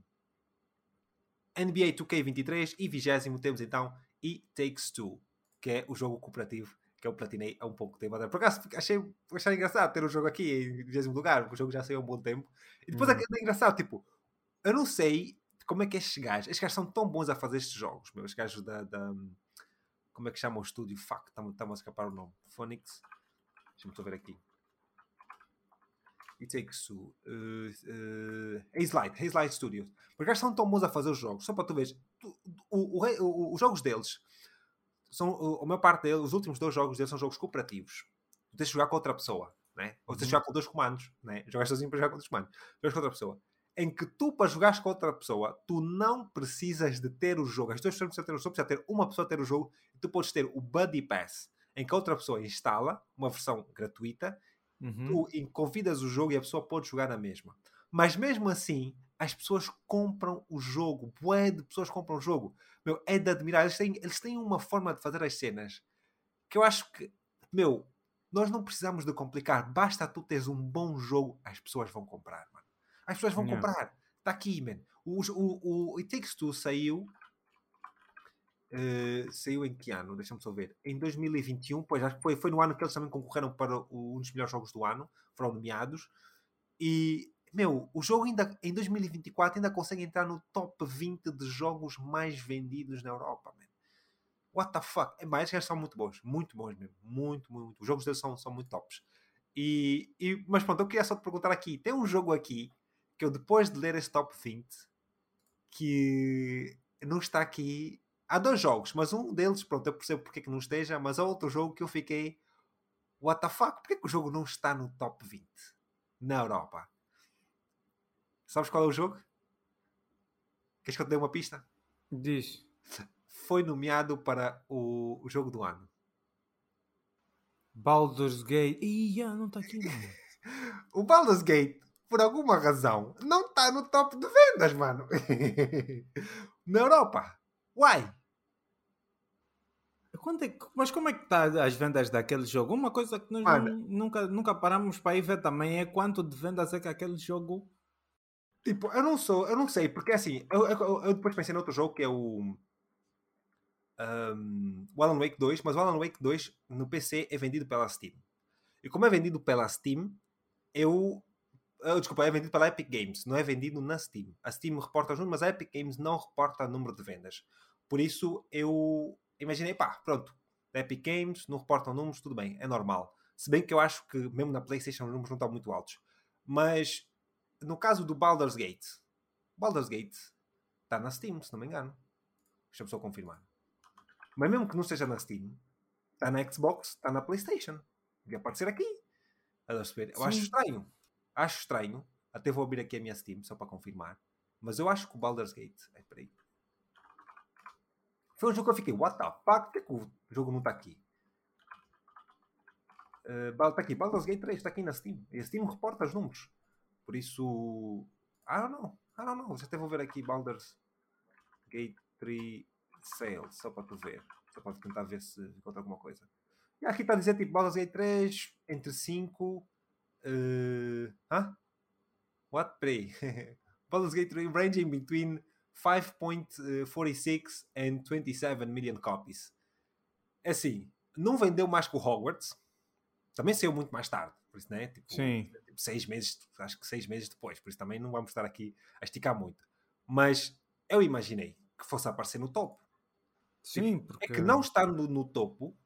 N B A dois K vinte e três. E vigésimo temos então It Takes Two, que é o jogo cooperativo que eu platinei há um pouco tempo. Por acaso achei, achei engraçado ter o jogo aqui em vigésimo lugar, porque o jogo já saiu há um bom tempo. E depois uhum. é engraçado, tipo, eu não sei como é que estes gajos, estes gajos são tão bons a fazer estes jogos, meu, os gajos da, da como é que chama o estúdio? Fuck, estamos a escapar o nome. Phoenix. Deixa-me só ver aqui. It Takes Two. Uh, uh, Hazelight, Hazelight Studios. Porque os gajos são tão bons a fazer os jogos, só para tu veres, tu, o, o, o, os jogos deles são, a maior parte deles, os últimos dois jogos deles são jogos cooperativos. Tu tens de jogar com outra pessoa, né? Ou tens de jogar com dois comandos, né? Jogas sozinho para jogar com dois comandos. Jogas com outra pessoa. Em que tu, para jogares com outra pessoa, tu não precisas de ter o jogo. As duas pessoas precisam ter o jogo, precisa ter uma pessoa a ter o jogo, e tu podes ter o Buddy Pass, em que a outra pessoa instala uma versão gratuita, Uhum. tu convidas o jogo e a pessoa pode jogar na mesma. Mas mesmo assim, as pessoas compram o jogo. Bué de pessoas compram o jogo. Meu, é de admirar. Eles têm, eles têm uma forma de fazer as cenas que eu acho que, meu, nós não precisamos de complicar. Basta tu teres um bom jogo, as pessoas vão comprar, mano. As pessoas vão Yeah. comprar. Está aqui, man. O, o, o It Takes Two saiu... Uh, saiu em que ano? Deixa-me só ver. Em dois mil e vinte e um, pois acho que foi, foi no ano que eles também concorreram para o, um dos melhores jogos do ano. Foram nomeados. E, meu, o jogo ainda em dois mil e vinte e quatro ainda consegue entrar no top vinte de jogos mais vendidos na Europa, man. What the fuck? É, mas esses são muito bons. Muito bons mesmo. Muito, muito, muito. Os jogos deles são, são muito tops. E, e, mas pronto, eu queria só te perguntar aqui. Tem um jogo aqui que eu, depois de ler este top vinte, que não está aqui. Há dois jogos, mas um deles, pronto, eu percebo porque é que não esteja, mas há outro jogo que eu fiquei, what the fuck, porque é que o jogo não está no top vinte na Europa? Sabes qual é o jogo? Queres que eu te dê uma pista? Diz. Foi nomeado para o, o jogo do ano. Baldur's Gate. Ih, ah, não está aqui, mano. O Baldur's Gate, por alguma razão, não está no top de vendas, mano. Na Europa. Why? Quanto é que- mas como é que está as vendas daquele jogo? Uma coisa que nós não- Mano, nunca, nunca paramos para ir ver também é quanto de vendas é que aquele jogo. tipo, eu não sou, eu não sei, porque assim, eu, eu, eu depois pensei noutro jogo que é o um, o Alan Wake dois, mas o Alan Wake dois no P C é vendido pela Steam. E como é vendido pela Steam, eu. eu desculpa, é vendido pela Epic Games, não é vendido na Steam. A Steam reporta os números, mas a Epic Games não reporta o número de vendas. Por isso eu imaginei, pá, pronto, a Epic Games não reportam números, tudo bem, é normal. Se bem que eu acho que mesmo na PlayStation os números não estão muito altos. Mas no caso do Baldur's Gate, Baldur's Gate está na Steam, se não me engano. Deixa-me só confirmar. Mas mesmo que não esteja na Steam, está na Xbox, está na PlayStation. Devia aparecer aqui. Eu acho Sim. estranho. Acho estranho. Até vou abrir aqui a minha Steam só para confirmar. Mas eu acho que o Baldur's Gate. É, peraí. Foi um jogo que eu fiquei, what the fuck? Por que, é que o jogo não está aqui? Uh, está aqui, Baldur's Gate três está aqui na Steam. E a Steam reporta os números. Por isso. I don't know. I don't know. Já até vou ver aqui Baldur's Gate três Sales. Só para tu ver. Só para tentar ver se encontra alguma coisa. E aqui está a dizer tipo Baldur's Gate três entre cinco. Uh, hã? What? Peraí. Baldur's Gate três ranging between five point four six and twenty-seven million copies. É assim, não vendeu mais que o Hogwarts. Também saiu muito mais tarde. Por isso, né? Tipo, Sim. tipo, seis meses, acho que seis meses depois. Por isso também não vamos estar aqui a esticar muito. Mas eu imaginei que fosse aparecer no topo. Sim, Tipo, porque. é que não estando no topo,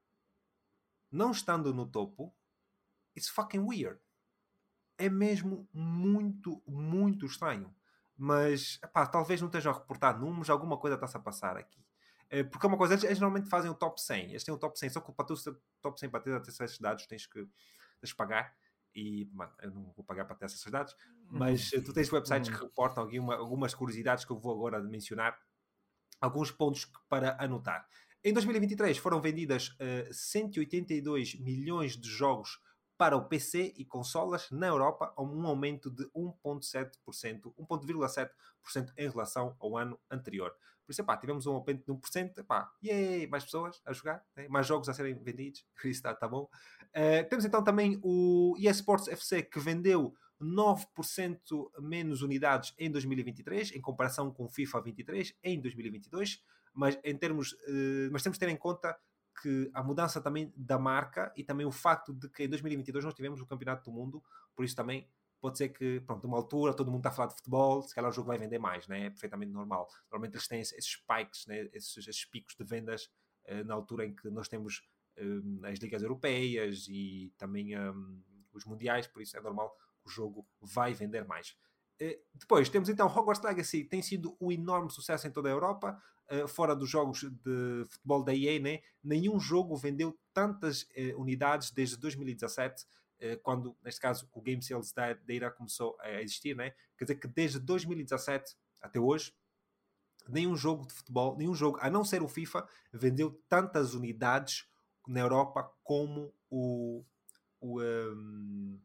não estando no topo, it's fucking weird. É mesmo muito, muito estranho. Mas, epá, talvez não estejam a reportar números, alguma coisa está-se a passar aqui. É, porque é uma coisa, eles, eles normalmente fazem o top cem. Eles têm o top cem, só que para tu ser top cem, para ter acesso a esses dados, tens que, tens que pagar. E, mano, eu não vou pagar para ter acesso a esses dados. Mas Hum. tu tens websites Hum. que reportam alguma, algumas curiosidades que eu vou agora mencionar. Alguns pontos para anotar. Em dois mil e vinte e três foram vendidas uh, cento e oitenta e dois milhões de jogos para o P C e consolas na Europa, um aumento de um vírgula sete por cento, um vírgula sete por cento em relação ao ano anterior. Por isso, epá, tivemos um aumento de um por cento, epá, yay, mais pessoas a jogar, né? Mais jogos a serem vendidos, por isso está tá bom. Uh, temos então também o eSports F C, que vendeu nove por cento menos unidades em dois mil e vinte e três, em comparação com o FIFA vinte e três em dois mil e vinte e dois, mas, em termos, uh, mas temos de ter em conta que a mudança também da marca e também o facto de que em dois mil e vinte e dois nós tivemos o Campeonato do Mundo, por isso também pode ser que, pronto, numa altura todo mundo está a falar de futebol, se calhar o jogo vai vender mais, né? É perfeitamente normal. Normalmente eles têm esses spikes, né? esses, esses picos de vendas uh, na altura em que nós temos uh, as ligas europeias e também um, os mundiais, por isso é normal que o jogo vai vender mais. Uh, depois temos então Hogwarts Legacy, tem sido um enorme sucesso em toda a Europa. Uh, fora dos jogos de futebol da E A, né? Nenhum jogo vendeu tantas uh, unidades desde dois mil e dezassete, uh, quando, neste caso, o Game Sales Data começou a existir, né? Quer dizer que desde dois mil e dezassete até hoje, nenhum jogo de futebol, nenhum jogo, a não ser o FIFA, vendeu tantas unidades na Europa como o, o, um,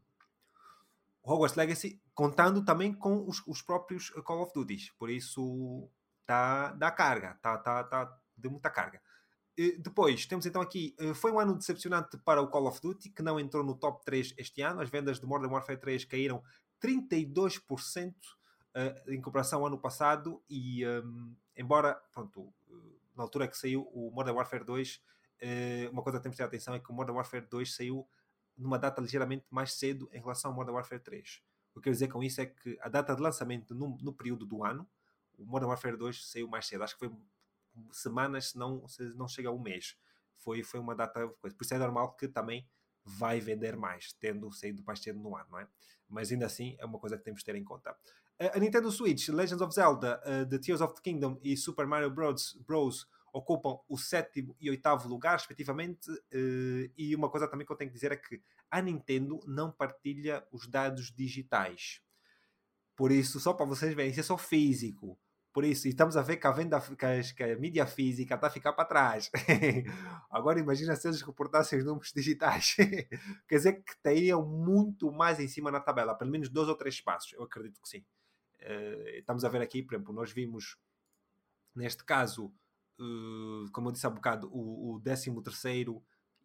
o Hogwarts Legacy, contando também com os, os próprios Call of Duty. Por isso, dá, dá carga, tá, tá, tá de muita carga. Depois, temos então aqui, foi um ano decepcionante para o Call of Duty, que não entrou no top três este ano. As vendas de Modern Warfare três caíram trinta e dois por cento em comparação ao ano passado, e um, embora, pronto, na altura que saiu o Modern Warfare dois, uma coisa que temos de ter atenção é que o Modern Warfare dois saiu numa data ligeiramente mais cedo em relação ao Modern Warfare três. O que eu quero dizer com isso é que a data de lançamento no, no período do ano, o Modern Warfare dois saiu mais cedo. Acho que foi semanas, se não, se não chega a um mês. Foi, foi uma data... Por isso é normal que também vai vender mais, tendo saído mais cedo no ano, não é? Mas ainda assim é uma coisa que temos de ter em conta. A Nintendo Switch, Legends of Zelda, uh, The Tears of the Kingdom e Super Mario Bros. Bros. Ocupam o sétimo e oitavo lugar, respectivamente. Uh, e uma coisa também que eu tenho que dizer é que a Nintendo não partilha os dados digitais. Por isso, só para vocês verem, isso é só físico. Por isso, e estamos a ver que a venda, que a, que a mídia física está a ficar para trás. Agora imagina se eles reportassem os números digitais. Quer dizer que teriam muito mais em cima na tabela, pelo menos dois ou três espaços. Eu acredito que sim. Uh, estamos a ver aqui, por exemplo, nós vimos, neste caso, uh, como eu disse há bocado, o, o décimo terceiro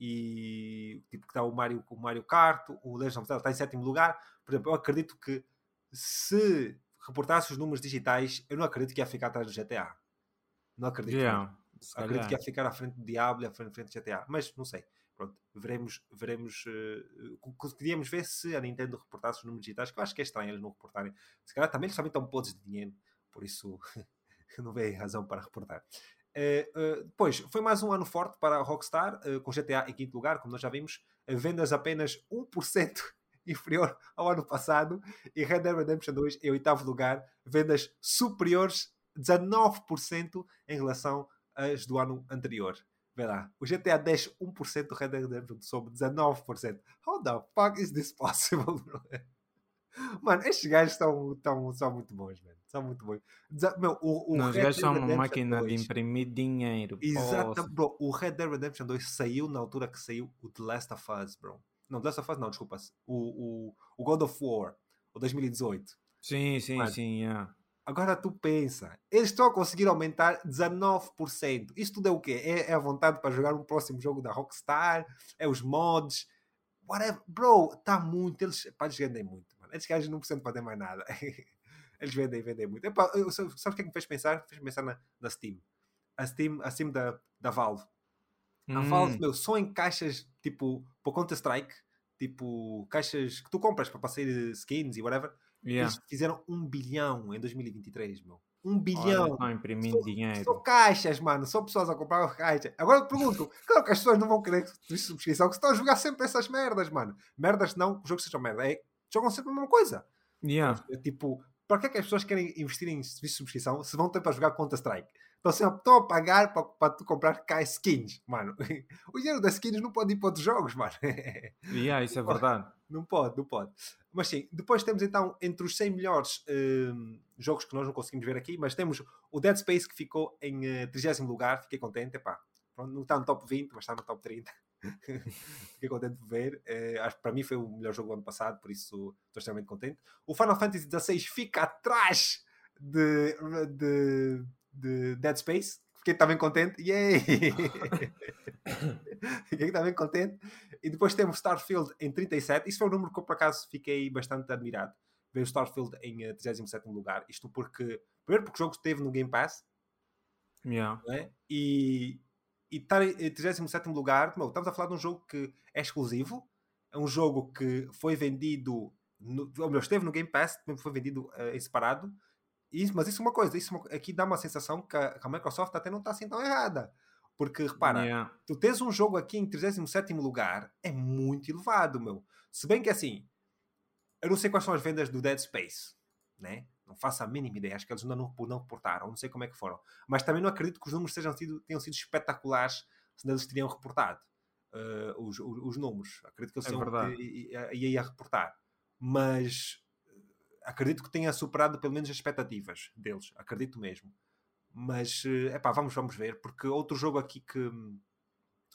e tipo que está o Mario, o Mario Kart, o Legend of Zelda está em sétimo lugar. Por exemplo, eu acredito que se reportasse os números digitais, eu não acredito que ia ficar atrás do G T A. Não acredito. Yeah, acredito que ia ficar à frente do Diablo e à frente, frente do G T A. Mas não sei. Pronto, veremos. veremos uh, conseguiríamos ver se a Nintendo reportasse os números digitais, que eu acho que é estranho eles não reportarem. Se calhar também eles também estão podres de dinheiro. Por isso, não vejo razão para reportar. Uh, uh, depois, foi mais um ano forte para a Rockstar, uh, com G T A em quinto lugar, como nós já vimos. Uh, vendas apenas um por cento inferior ao ano passado, e Red Dead Redemption dois em oitavo lugar, vendas superiores dezanove por cento em relação às do ano anterior. Vê lá, o G T A desce um por cento, do Red Dead Redemption sobe dezanove por cento. How the fuck is this possible, bro? Mano, estes gajos são, são, são muito bons, mano. São muito bons. Meu, o, o Não, os Red gajos Dead são uma Redemption máquina dois, de imprimir dinheiro. exato, bro. O Red Dead Redemption dois saiu na altura que saiu o The Last of Us, bro. Não, The Last of Us não, desculpa. O, o, o God of War, o dois mil e dezoito. Sim, sim, Mano, sim. Yeah. agora tu pensa, eles estão a conseguir aumentar dezanove por cento. Isso tudo é o quê? É, é a vontade para jogar um próximo jogo da Rockstar? É os mods? Whatever. Bro, está muito. Eles, pá, eles vendem muito, mano. Esses caras não precisam fazer mais nada. Eles vendem, vendem muito. Epá, eu, sabe o que é que me fez pensar? Fez pensar na, na Steam. A Steam, a Steam da, da Valve. A Hum. Valve, meu, só em caixas, tipo, para o Counter-Strike, tipo, caixas que tu compras para passar skins e whatever, Yeah. eles fizeram um bilhão em dois mil e vinte e três, meu. Um Olha, bilhão. estão imprimindo Só, dinheiro. só caixas, mano. Só pessoas a comprar caixas. Agora eu te pergunto, claro que as pessoas não vão querer subscrição, que estão a jogar sempre essas merdas, mano. Merdas não, os jogos sejam merda. É, jogam sempre a mesma coisa. Yeah. É, tipo, para que é que as pessoas querem investir em serviço de subscrição se vão ter para jogar Counter-Strike? Então, assim, estão a pagar para, para tu comprar cá skins, mano. O dinheiro das skins não pode ir para outros jogos, mano. Yeah, isso é verdade. Não pode, não pode. Mas sim, depois temos então entre os cem melhores um, jogos que nós não conseguimos ver aqui, mas temos o Dead Space que ficou em uh, trigésimo lugar, fiquei contente, epá. Pronto, não está no top vinte, mas está no top trinta. Fiquei contente de ver. Uh, acho que para mim foi o melhor jogo do ano passado, por isso estou extremamente contente. O Final Fantasy dezasseis fica atrás de, de, de Dead Space. Fiquei também contente. Yay! Fiquei também contente. E depois temos Starfield em trinta e sete. Isso foi um número que eu, por acaso, fiquei bastante admirado. Ver o Starfield em uh, trigésimo sétimo lugar. Isto porque... Primeiro porque o jogo esteve no Game Pass. Yeah. Não é? E... E estar em trigésimo sétimo lugar... Não, estamos a falar de um jogo que é exclusivo. É um jogo que foi vendido... No, ou melhor, esteve no Game Pass. Foi vendido uh, em separado. Isso, mas isso é uma coisa. Isso aqui dá uma sensação que a, que a Microsoft até não está assim tão errada. Porque, repara, Yeah. tu tens um jogo aqui em trigésimo sétimo lugar, é muito elevado, meu. Se bem que, assim, eu não sei quais são as vendas do Dead Space, né? Não faço a mínima ideia. Acho que eles ainda não, não reportaram. Não sei como é que foram. Mas também não acredito que os números sejam sido, tenham sido espetaculares se eles teriam reportado uh, os, os, os números. Acredito que eles É tenham ia a reportar. Mas acredito que tenha superado pelo menos as expectativas deles. Acredito mesmo. Mas, epá, vamos, vamos ver. Porque outro jogo aqui que,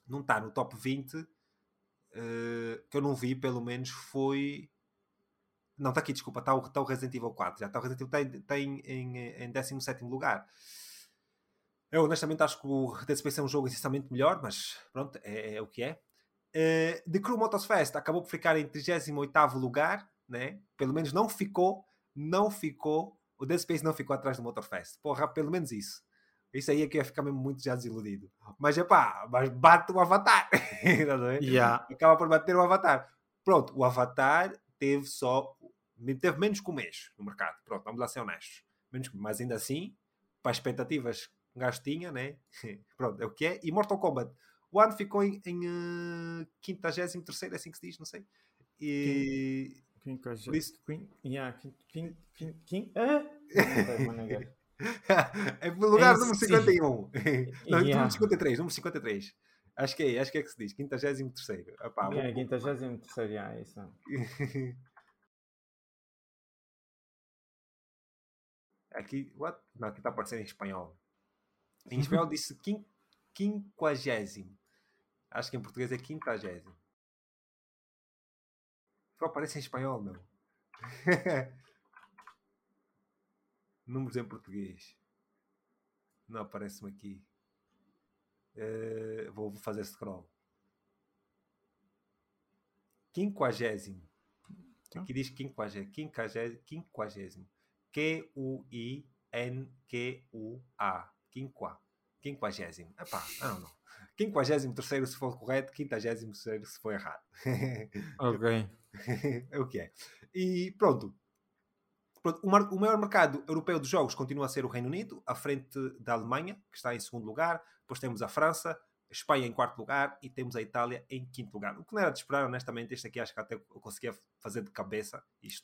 não está no top vinte, uh, que eu não vi, pelo menos, foi... Não, está aqui, desculpa, está o, tá o Resident Evil quatro. Já está o Resident Evil, está, está em, em, em décimo sétimo lugar. Eu, honestamente, acho que o Dead Space é um jogo essencialmente melhor, mas pronto, é, é o que é. Uh, The Crew Motorfest acabou por ficar em trigésimo oitavo lugar, né? Pelo menos não ficou, não ficou, o Dead Space não ficou atrás do Motorfest. Porra, pelo menos isso. Isso aí é que ia ficar mesmo muito já desiludido. Mas é pá, mas bate o Avatar. Yeah. Acaba por bater o Avatar. Pronto, o Avatar teve só, teve menos que um mês no mercado. Pronto, vamos lá ser honestos. Menos, mas ainda assim, para as expectativas que um gajo tinha, né? Pronto, é o que é. E Mortal Kombat. O ano ficou em, em uh, quinquagésimo terceiro, é assim que se diz, não sei. E... Quinquagésimo... Por isso... Quin... Yeah, quin... Quin... Quin... Quin... Ah? Não sei, maneira. É pelo lugar Em número si... cinquenta e um. Não, Yeah. número cinquenta e três, número cinquenta e três. Acho que é, acho que é que se diz, quinquagésimo terceiro. Epá, É, quinquagésimo terceiro, yeah, isso. Aqui, what? Não, aqui está a aparecer em espanhol. Em espanhol disse quin, quinquagésimo. Acho que em português é quinquagésimo. Só aparece em espanhol, não. Números em português. Não aparece-me aqui. Uh, vou fazer scroll. Quinquagésimo. Aqui diz quinquagésimo. Quinquagésimo. Q U I N Q U A. Quinqua. Quinquagésimo. Epá, não, não. Quinquagésimo terceiro se for correto, quintagésimo terceiro se for errado. Ok. É o que é. E pronto. pronto o, mar- o maior mercado europeu de jogos continua a ser o Reino Unido, à frente da Alemanha, que está em segundo lugar. Depois temos a França, a Espanha em quarto lugar e temos a Itália em quinto lugar. O que não era de esperar, honestamente, este aqui acho que até eu conseguia fazer de cabeça isto.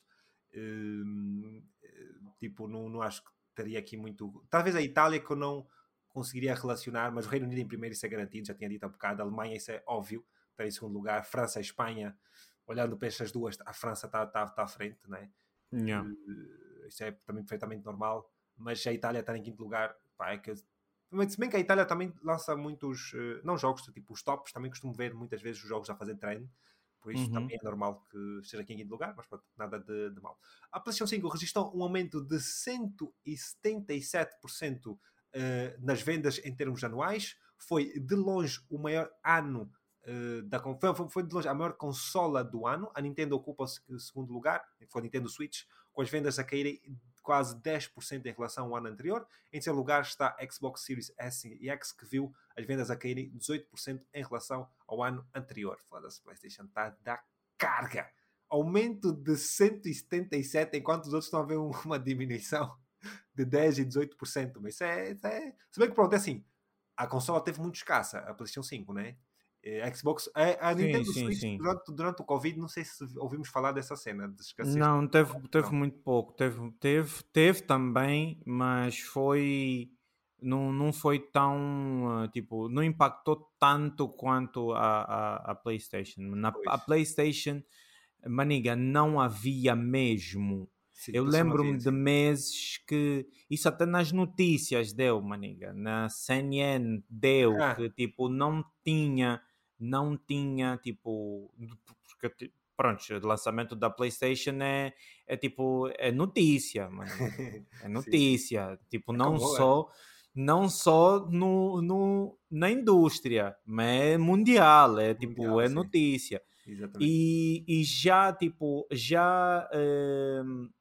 Hum, tipo, não, não acho que teria aqui muito... Talvez a Itália que eu não conseguiria relacionar, mas o Reino Unido em primeiro isso é garantido, já tinha dito há bocado. A Alemanha isso é óbvio, está em segundo lugar. França e Espanha, olhando para estas duas, a França está, está, está à frente, não é? Yeah. Uh, isso é também perfeitamente normal, mas a Itália está em quinto lugar, pá, é que eu... se bem que a Itália também lança muitos, uh, não jogos, tipo os tops, também costumo ver muitas vezes os jogos a fazer treino, por isso Uhum. também é normal que esteja aqui em quinto lugar, mas pronto, nada de, de mal. A PlayStation cinco registrou um aumento de cento e setenta e sete por cento uh, nas vendas em termos anuais, foi de longe o maior ano Uh, da, foi, foi de longe a maior consola do ano. A Nintendo ocupa o segundo lugar, foi a Nintendo Switch, com as vendas a caírem quase dez por cento em relação ao ano anterior. Em terceiro lugar está a Xbox Series S e X, que viu as vendas a caírem dezoito por cento em relação ao ano anterior. Foda-se, PlayStation está a dar carga. Aumento de cento e setenta e sete, enquanto os outros estão a ver uma diminuição de dez e dezoito por cento. Mas isso é, isso é... Se bem que pronto, é assim, a consola teve muito escassa, a PlayStation cinco, né? A Xbox, a, a Nintendo sim, Switch sim. Durante, durante o Covid, não sei se ouvimos falar dessa cena de escassez. Não, teve, teve não. muito pouco. Teve, teve, teve também, mas foi. Não, não foi tão. Tipo, não impactou tanto quanto a, a, a PlayStation. Na, a PlayStation, maniga, não havia mesmo. Sim, eu lembro-me de meses que isso até nas notícias deu, maniga, na C N N deu, ah. que tipo não tinha, não tinha tipo, porque pronto, o lançamento da PlayStation é, é tipo, é notícia, maniga, é notícia, sim, sim. Tipo é não só, é. não só no, no, na indústria, mas é mundial, é tipo, mundial, é sim. notícia. Exatamente. E, e já tipo, já eh,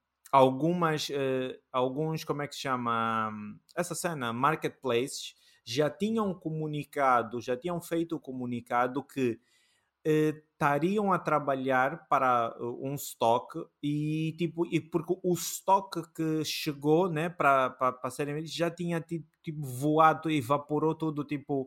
algumas, uh, alguns, como é que se chama, essa cena, marketplaces, já tinham comunicado, já tinham feito o comunicado que estariam uh, a trabalhar para uh, um stock e, tipo, e porque o stock que chegou, né, para, para, para serem, já tinha tipo, voado, evaporou tudo, tipo,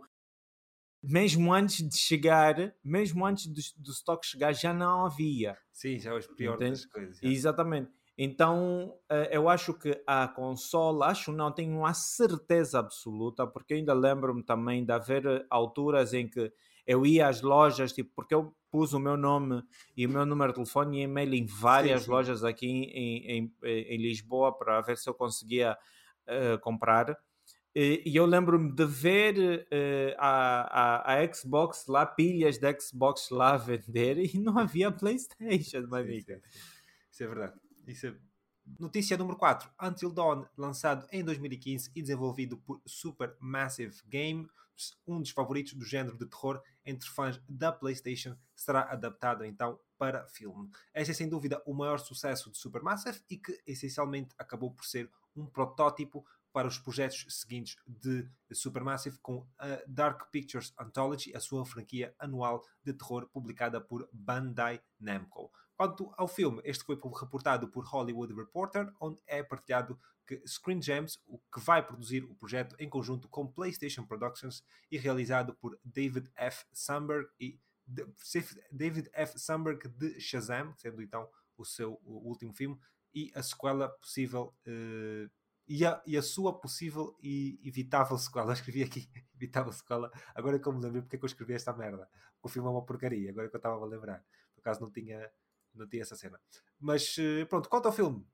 mesmo antes de chegar, mesmo antes do, do stock chegar, já não havia. Sim, já é o pior das coisas. Já. Exatamente. Então, eu acho que a consola, acho não, tenho a certeza absoluta, porque eu ainda lembro-me também de haver alturas em que eu ia às lojas, tipo, porque eu pus o meu nome e o meu número de telefone e e-mail em várias sim, sim. lojas aqui em, em, em Lisboa para ver se eu conseguia uh, comprar. E e eu lembro-me de ver eh, a, a, a Xbox lá, pilhas da Xbox lá a vender e não havia PlayStation, meu Sim, amigo. sim, sim. Isso é verdade. Isso é... Notícia número quatro. Until Dawn, lançado em dois mil e quinze e desenvolvido por Supermassive Games, um dos favoritos do género de terror entre fãs da PlayStation, será adaptado então para filme. Este é sem dúvida o maior sucesso de Supermassive e que essencialmente acabou por ser um protótipo para os projetos seguintes de Supermassive, com a Dark Pictures Anthology, a sua franquia anual de terror publicada por Bandai Namco. Quanto ao filme, este foi reportado por Hollywood Reporter, onde é partilhado que Screen Gems, o que vai produzir o projeto em conjunto com PlayStation Productions e realizado por David F. Sandberg e David F. Sandberg de Shazam, sendo então o seu o último filme, e a sequela possível uh, e, a, e a sua possível e evitável sequela. Eu escrevi aqui evitável sequela, agora que eu me lembro porque é que eu escrevi esta merda. O filme é uma porcaria, agora que eu estava a lembrar, por acaso não tinha não tinha essa cena. Mas pronto, quanto ao filme,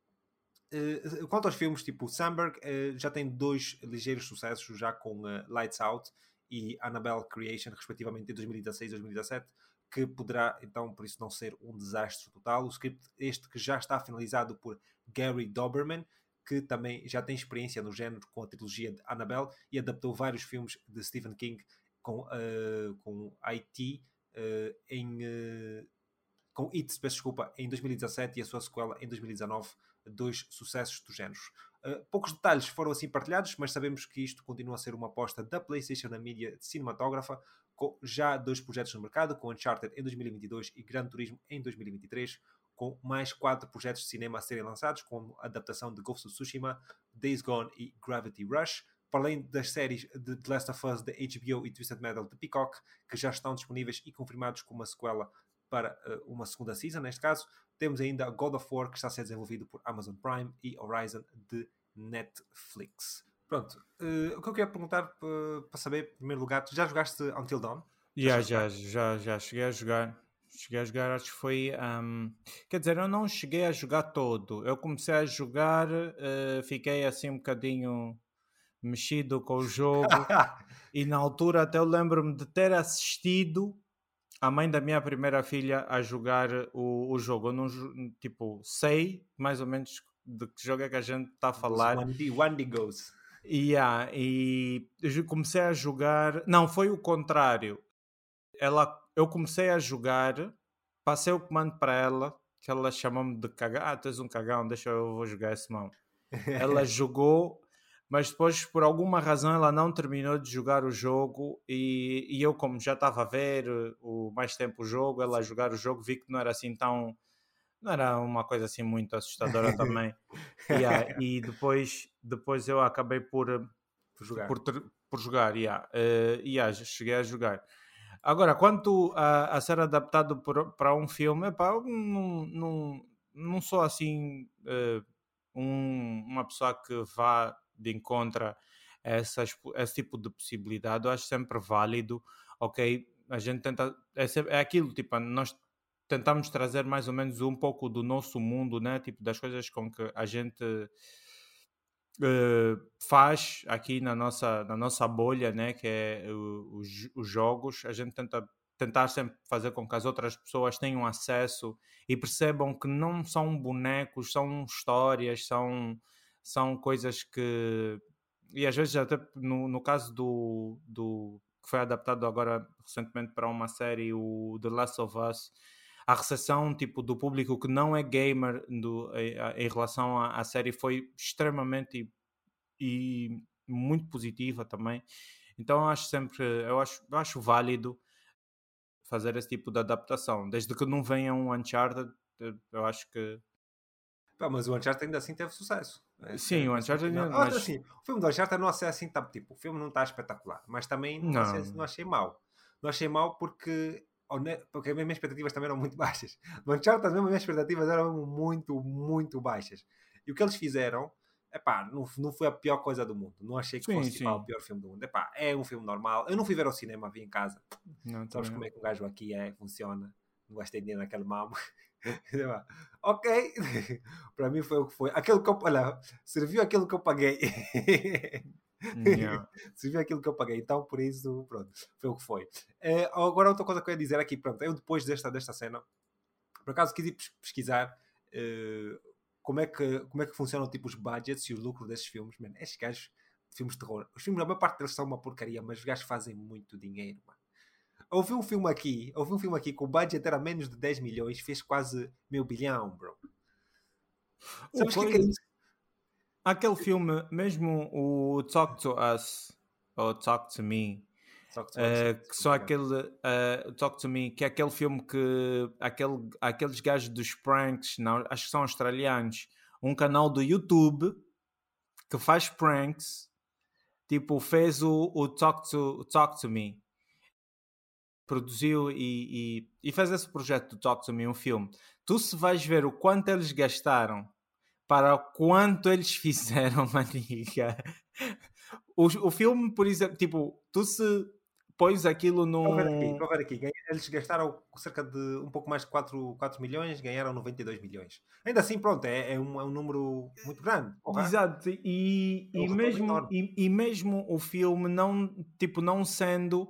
uh, quanto aos filmes, tipo Sandberg uh, já tem dois ligeiros sucessos já com uh, Lights Out e Annabelle Creation, respectivamente em dois mil e dezasseis e dois mil e dezassete, que poderá então por isso não ser um desastre total. O script este que já está finalizado por Gary Doberman, que também já tem experiência no género com a trilogia de Annabelle e adaptou vários filmes de Stephen King com, uh, com I T uh, em uh, com It, peço desculpa, em dois mil e dezassete e a sua sequela em dois mil e dezanove, dois sucessos do género. Uh, poucos detalhes foram assim partilhados, mas sabemos que isto continua a ser uma aposta da PlayStation na mídia cinematógrafa, com já dois projetos no mercado, com Uncharted em dois mil e vinte e dois e Gran Turismo em dois mil e vinte e três, com mais quatro projetos de cinema a serem lançados, como a adaptação de Ghost of Tsushima, Days Gone e Gravity Rush, para além das séries de The Last of Us, da H B O e Twisted Metal de Peacock, que já estão disponíveis e confirmados como uma sequela para uh, uma segunda season, neste caso. Temos ainda God of War, que está a ser desenvolvido por Amazon Prime, e Horizon de Netflix. Pronto, uh, o que eu queria perguntar uh, para saber, em primeiro lugar, tu já jogaste Until Dawn? Já, já, já, já cheguei a jogar. Cheguei a jogar, acho que foi. Um... Quer dizer, eu não cheguei a jogar todo. Eu comecei a jogar, uh, fiquei assim um bocadinho mexido com o jogo. E na altura até eu lembro-me de ter assistido a mãe da minha primeira filha a jogar o, o jogo. Eu não, tipo, sei mais ou menos de que jogo é que a gente está a falar. One Goes. Yeah, e eu comecei a jogar. Não, foi o contrário. Ela, eu comecei a jogar, passei o comando para ela, que ela chamou-me de cagão. Ah, tu és um cagão, deixa eu vou jogar esse mão. Ela jogou, mas depois por alguma razão ela não terminou de jogar o jogo e, e eu, como já estava a ver o mais tempo o jogo, ela a jogar o jogo, vi que não era assim tão, não era uma coisa assim muito assustadora também. Yeah, e depois, depois eu acabei por por jogar, por, ter, por jogar yeah. Uh, yeah, cheguei a jogar. Agora, quanto a, a ser adaptado para um filme, epá, eu não, não, não sou assim uh, um, uma pessoa que vá de encontro a essas, esse tipo de possibilidade. Eu acho sempre válido, ok? A gente tenta, é, é aquilo, tipo, nós tentamos trazer mais ou menos um pouco do nosso mundo, né? Tipo, das coisas com que a gente uh, faz aqui na nossa, na nossa bolha, né? Que é uh, os, os jogos. A gente tenta tentar sempre fazer com que as outras pessoas tenham acesso e percebam que não são bonecos, são histórias, são, são coisas que... E às vezes até no, no caso do, do que foi adaptado agora recentemente para uma série, o The Last of Us, a recepção tipo, do público que não é gamer do, em, em relação à, à série foi extremamente e, e muito positiva também. Então eu acho sempre, eu acho, eu acho válido fazer esse tipo de adaptação, desde que não venha um Uncharted. Eu acho que Pá, mas o Uncharted ainda assim teve sucesso. sim, é, o Uncharted não, mas... assim, o filme do Uncharted não é assim, tá, tipo, o filme não está espetacular, mas também não, não. Achei, não achei mau. Não achei mau porque, porque as minhas expectativas também eram muito baixas. No Uncharted mesmo as minhas expectativas eram muito, muito baixas. E o que eles fizeram, epá, não, não foi a pior coisa do mundo. Não achei que Sim, fosse tipo, sim. o pior filme do mundo. Epá, é um filme normal. Eu não fui ver ao cinema, vi em casa. Não, Sabes como não. é que um gajo aqui é, funciona. Não gastei dinheiro naquele mamo. Ok, para mim foi o que foi. Aquele que eu, olha, serviu aquilo que eu paguei. Yeah. Se viu aquilo que eu paguei, então por isso, pronto, foi o que foi. Eh, agora, outra coisa que eu ia dizer aqui, pronto, eu depois desta, desta cena, por acaso quis ir pes- pesquisar eh, como, é que, como é que funcionam tipo, os budgets e o lucro desses filmes. Man, estes gajos de filmes de terror, os filmes, a maior parte deles são uma porcaria, mas os gajos fazem muito dinheiro, mano. Houve um filme aqui, houve um filme aqui que o budget era menos de dez milhões, fez quase meio bilhão, bro. O Sabes o que é que é coisa, isso? aquele filme, mesmo o Talk to Us, ou Talk to Me, Só que tu és, sim, uh, que só obrigado. aquele uh, Talk to Me, que é aquele filme que aquele, aqueles gajos dos pranks, não, acho que são australianos, um canal do YouTube que faz pranks, tipo, fez o, o Talk, to, Talk to Me, produziu e, e, e fez esse projeto do Talk to Me, um filme. Tu se vais ver o quanto eles gastaram para o quanto eles fizeram, maniga. O, o filme, por exemplo, tipo, tu se pões aquilo Estou a ver aqui, num... estou a ver aqui. Ganha- Eles gastaram cerca de um pouco mais de quatro quatro milhões, ganharam noventa e dois milhões. Ainda assim, pronto, é, é um, é um número muito grande. Porra, Exato, e, é um e, retorno mesmo, enorme. e, e mesmo o filme não, tipo, não sendo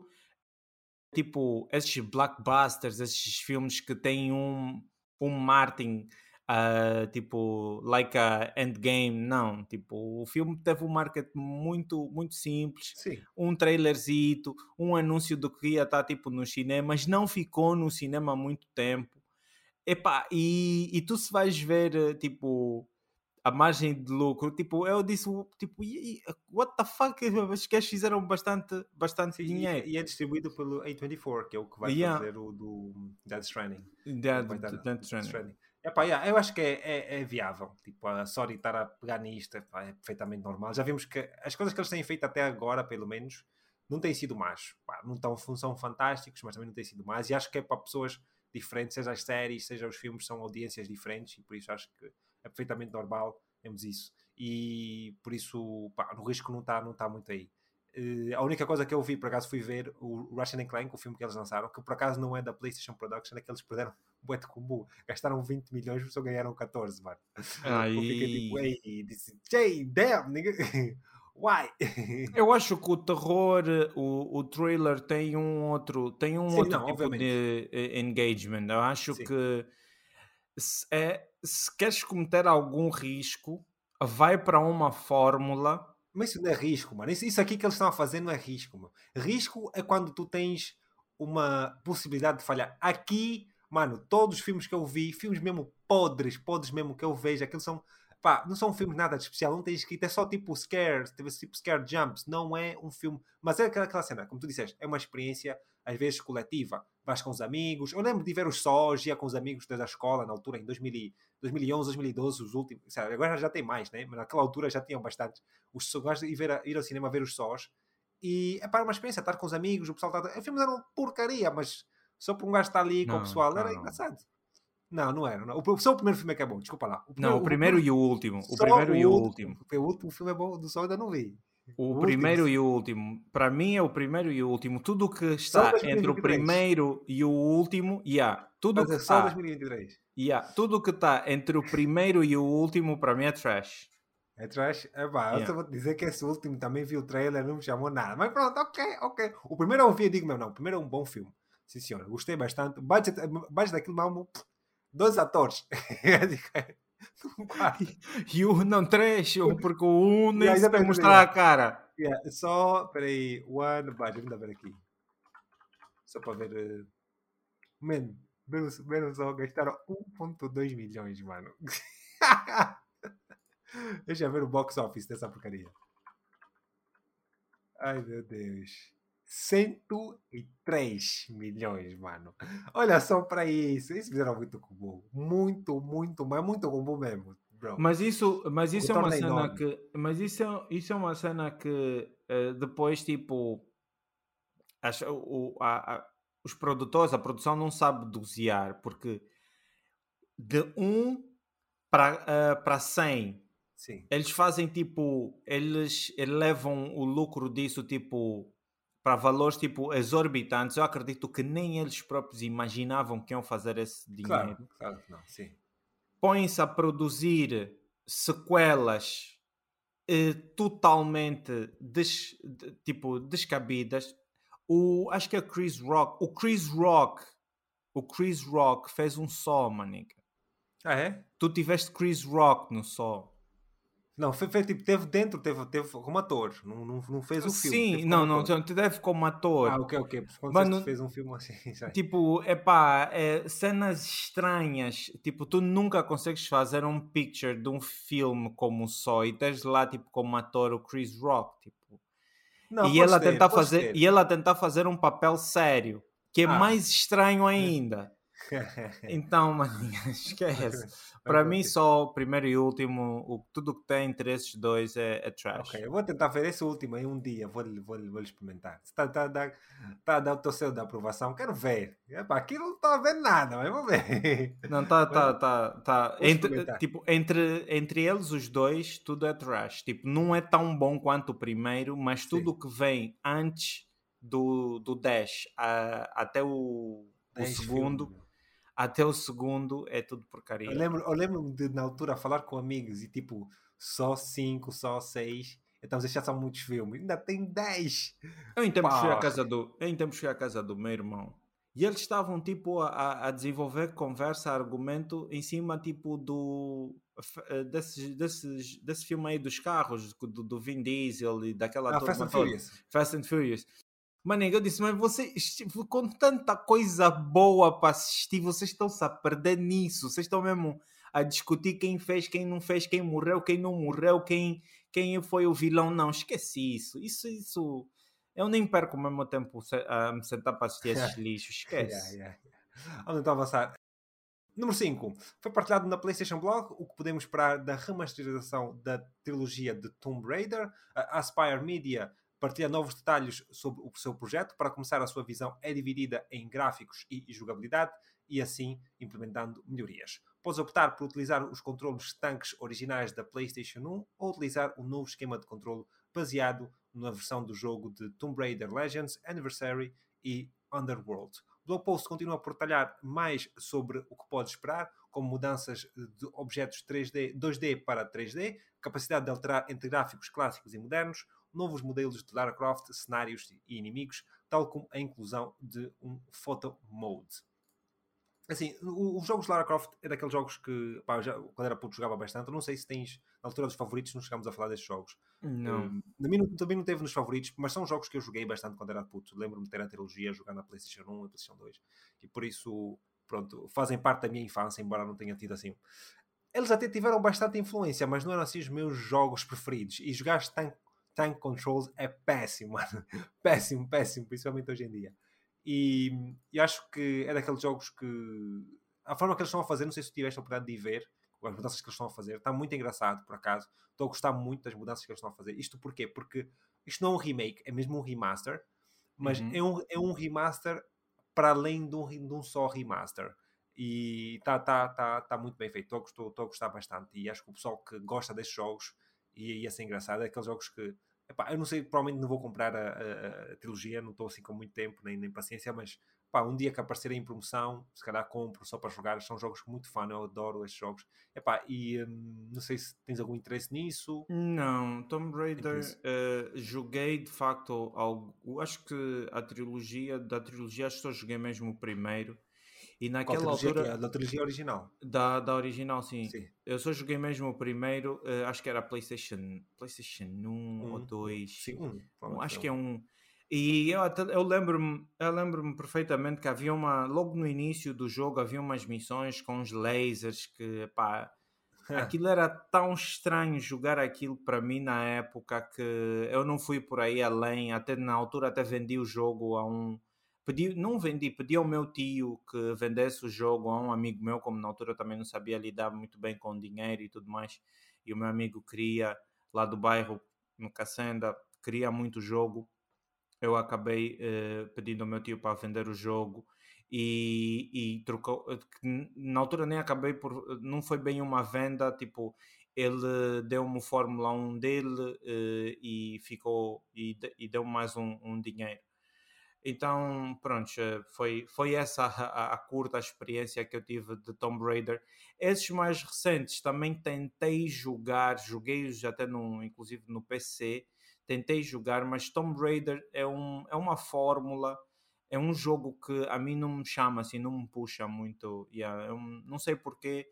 tipo esses blockbusters, esses filmes que têm um, um marketing uh, tipo like a Endgame, não, tipo o filme teve um marketing muito, muito simples, Sim. um trailerzito, um anúncio do que ia estar tipo nos cinemas, não ficou no cinema há muito tempo. Epá, e, e tu se vais ver eh, tipo a margem de lucro, tipo, eu disse, tipo, "E- e- what the fuck, os gajos fizeram bastante, bastante Sim, e, dinheiro." e é distribuído pelo A vinte e quatro, que é o que vai Yeah, fazer o do Death Stranding. É o que that, vai dar that o Death training. Stranding. Epá, yeah, eu acho que é, é, é viável. Tipo, a Sony estar a pegar nisto epá, é perfeitamente normal. Já vimos que as coisas que eles têm feito até agora, pelo menos, não têm sido más. Pá, não tão, são fantásticos, mas também não têm sido más. E acho que é para pessoas diferentes, seja as séries, seja os filmes, são audiências diferentes. E por isso acho que é perfeitamente normal termos isso. E por isso, pá, o risco não está não tá muito aí. Uh, a única coisa que eu vi, por acaso, fui ver o Ratchet and Clank, o filme que eles lançaram, que por acaso não é da PlayStation Production, é que eles perderam um bué de combo. Gastaram vinte milhões, só ganharam catorze, mano. Eu fiquei tipo, Aí, ei, disse, Jay, damn, nigga. Why? eu acho que o terror, o, o trailer tem um outro, tem um Sim, outro não, tipo obviamente. de eh, engagement. Eu acho Sim. que se, é, se queres cometer algum risco, vai para uma fórmula. Mas isso não é risco, mano. Isso, isso aqui que eles estão a fazer não é risco, mano. Risco é quando tu tens uma possibilidade de falhar. Aqui, mano, todos os filmes que eu vi, filmes mesmo podres, podres mesmo que eu vejo, aqueles são, pá, não são filmes nada de especial, não tem escrito, é só tipo scare, teve esse tipo scare jumps, não é um filme, mas é aquela, aquela cena, como tu disseste, é uma experiência às vezes coletiva. Vais com os amigos, eu lembro de ver os sós, ia com os amigos da escola na altura, em dois mil e dois mil e onze, dois mil e doze, os últimos, sabe? Agora já tem mais, né? Mas naquela altura já tinham bastante. Os sós, ir, ver, ir ao cinema ver os sós e é para uma experiência, estar com os amigos, o pessoal está. Os filmes eram porcaria, mas só por um gajo estar ali com o Não, pessoal era calma. engraçado. Não, não era. Não. O, só o primeiro filme é que é bom, desculpa lá. O Não, primeiro, o o primeiro primeiro e o último. O só primeiro o e o último. último. O último filme é bom, do sol ainda não vi. O O último, primeiro e o último. Para mim é o primeiro e o último. Tudo o que só está entre o dois mil e vinte e três. primeiro e o último, yeah. Tudo o Mas que é só está, dois mil e vinte e três. yeah. Tudo o que está entre o primeiro e o último, para mim é trash. É trash. É pá, eu Yeah. só vou te dizer que esse último também vi o trailer, não me chamou nada. Mas pronto, ok, ok. O primeiro eu vi e digo mesmo, não. O primeiro é um bom filme. Sim, senhora. Gostei bastante. Budget, budget daquilo mesmo, dois atores. Um quarto. E o não trash, porque o um nem Yeah, sequer exatamente, mostrar a yeah. cara. Yeah. Só, peraí, one budget, vamos ver aqui. Só para ver. Uh, man, menos, menos só gastaram um vírgula dois milhões, mano. Deixa eu ver o box office dessa porcaria. Ai meu Deus. cento e três milhões, mano. Olha só para isso. Isso fizeram muito comum. Muito, muito, mas muito comum mesmo, bro. Mas isso, mas O isso é uma retorno é cena enorme. que, mas isso é, isso é uma cena que eh, depois tipo as- o- a- a- os produtores, a produção não sabe dosear, porque de um para eh, para cem Sim. eles fazem tipo, eles elevam o lucro disso tipo para valores tipo exorbitantes. Eu acredito que nem eles próprios imaginavam que iam fazer esse Claro, dinheiro. claro que não. Sim. Põem-se a produzir sequelas eh, totalmente des, de- tipo, descabidas. O, acho que é o Chris Rock. O Chris Rock, o Chris Rock fez um só, manica. Ah, é? Tu tiveste Chris Rock no só. Não, foi, foi tipo, teve dentro, teve, teve como ator, não, não, não fez o filme, Sim, teve como não, não, ator. não te deve como Ah, ator. ok, ok, porque quando disseste que Mano, fez um filme assim, já. tipo, epá, é, cenas estranhas. Tipo, tu nunca consegues fazer um picture de um filme como só e tens lá, tipo, como ator o Chris Rock, tipo. Não, E ele podes a ter, tentar podes fazer, ter. e ele a tentar fazer um papel sério, que é Ah. mais estranho ainda. Então, maninha, esquece. Para mim, Ok. só o primeiro e último, o, tudo que tem entre esses dois é, é Ok, trash. eu vou tentar ver esse último aí um dia, vou-lhe vou vou experimentar. Se está tá, a dar tá a dar o teu selo de aprovação, quero ver. Epá, aqui não estou a ver nada, mas vou ver. Não, tá, Mas tá, tá, tá. vou Entre, experimentar. tipo, entre, entre eles, os dois, tudo é trash. Tipo, não é tão bom quanto o primeiro, mas tudo Sim, o que vem antes do, do dez a- até o, o dez filmes, segundo, meu. até o segundo é tudo Eu porcaria. lembro, eu lembro de, na altura, falar com amigos e tipo, só cinco, só seis. Então, já são muitos filmes. Ainda tem dez. Eu em tempos fui à Pá! casa do, eu em tempos fui à casa do meu irmão e eles estavam tipo a, a- a desenvolver conversa, argumento em cima tipo do f- eh, desses, desses, desse filme aí dos carros do, do Vin Diesel e daquela Ah, Fast turma and toda, Furious. Fast and Furious. Mano, eu disse, mas vocês com tanta coisa boa para assistir, vocês estão-se a perder nisso. Vocês estão mesmo a discutir quem fez, quem não fez, quem morreu, quem não morreu, quem, quem foi o vilão. Não, esquece isso. Isso, isso. Eu nem perco o mesmo tempo se- a me sentar para assistir esses lixos. Yeah, Esquece. yeah. Vamos então avançar. Número cinco. Foi partilhado na PlayStation Blog o que podemos esperar da remasterização da trilogia de Tomb Raider. A Aspire Media partilha novos detalhes sobre o seu projeto. Para começar, a sua visão é dividida em gráficos e jogabilidade e assim implementando melhorias. Podes optar por utilizar os controles tanques originais da PlayStation um ou utilizar o novo esquema de controle baseado na versão do jogo de Tomb Raider Legends, Anniversary e Underworld. O blog post continua a portalhar mais sobre o que pode esperar, como mudanças de objetos três D, dois D para três D, capacidade de alterar entre gráficos clássicos e modernos, novos modelos de Lara Croft, cenários e inimigos, tal como a inclusão de um Photo Mode. Assim, os jogos de Lara Croft é daqueles jogos que, pá, já, quando era puto, jogava bastante. Eu não sei se tens, na altura dos favoritos, não chegámos a falar destes jogos. Não. Um, também, não, também não teve nos favoritos, mas são jogos que eu joguei bastante quando era puto. Lembro-me de ter a trilogia, jogar na PlayStation um e PlayStation dois. E por isso, pronto, fazem parte da minha infância, embora não tenha tido assim. Eles até tiveram bastante influência, mas não eram assim os meus jogos preferidos. E jogar tank, tank Controls é péssimo, mano. Péssimo, péssimo, principalmente hoje em dia. E, e acho que é daqueles jogos que a forma que eles estão a fazer, não sei se tu tiveste a oportunidade de ver as mudanças que eles estão a fazer, está muito engraçado, por acaso. Estou a gostar muito das mudanças que eles estão a fazer. Isto porquê? Porque isto não é um remake, é mesmo um remaster, mas Uhum. é um, é um remaster para além de um, de um só remaster. E está tá, tá, tá muito bem feito. Estou a gostar bastante. E acho que o pessoal que gosta destes jogos e ia ser engraçado, é aqueles jogos que epá, eu não sei, provavelmente não vou comprar a, a, a trilogia, não estou assim com muito tempo nem, nem paciência, mas pá, um dia que aparecerem em promoção, se calhar compro só para jogar. São jogos muito fun, eu adoro estes jogos. Epá, e hum, não sei se tens algum interesse nisso. Não, Tomb Nem por isso. Raider, eh, joguei de facto algo. Acho que a trilogia, da trilogia, acho que só joguei mesmo o primeiro. E Qual naquela trilogia que altura, é? A da trilogia original. Da, da original, sim. Sim. Eu só joguei mesmo o primeiro, eh, acho que era PlayStation, PlayStation um ou Um, um. dois, Sim, um. um, Provavelmente foi acho que é um. um. E eu, até- eu lembro-me, eu lembro-me perfeitamente que havia uma, logo no início do jogo, havia umas missões com os lasers que, pá, aquilo era tão estranho jogar aquilo para mim na época que eu não fui por aí além, até na altura até vendi o jogo a um pedi, não vendi, pedi ao meu tio que vendesse o jogo a um amigo meu, como na altura eu também não sabia lidar muito bem com dinheiro e tudo mais, e o meu amigo queria lá do bairro, no Cacenda, queria muito o jogo. Eu acabei eh, pedindo ao meu tio para vender o jogo e, e trocou. eh, que Na altura nem acabei por. Não foi bem uma venda, tipo, ele deu-me o Fórmula um dele eh, e ficou. E, de- e deu-me mais um, um dinheiro. Então, pronto, foi, foi essa a, a curta experiência que eu tive de Tomb Raider. Esses mais recentes também tentei jogar, joguei-os até no, inclusive no P C, tentei jogar, mas Tomb Raider é, um, é uma fórmula, é um jogo que a mim não me chama, assim, não me puxa muito. Yeah, eu não sei porquê,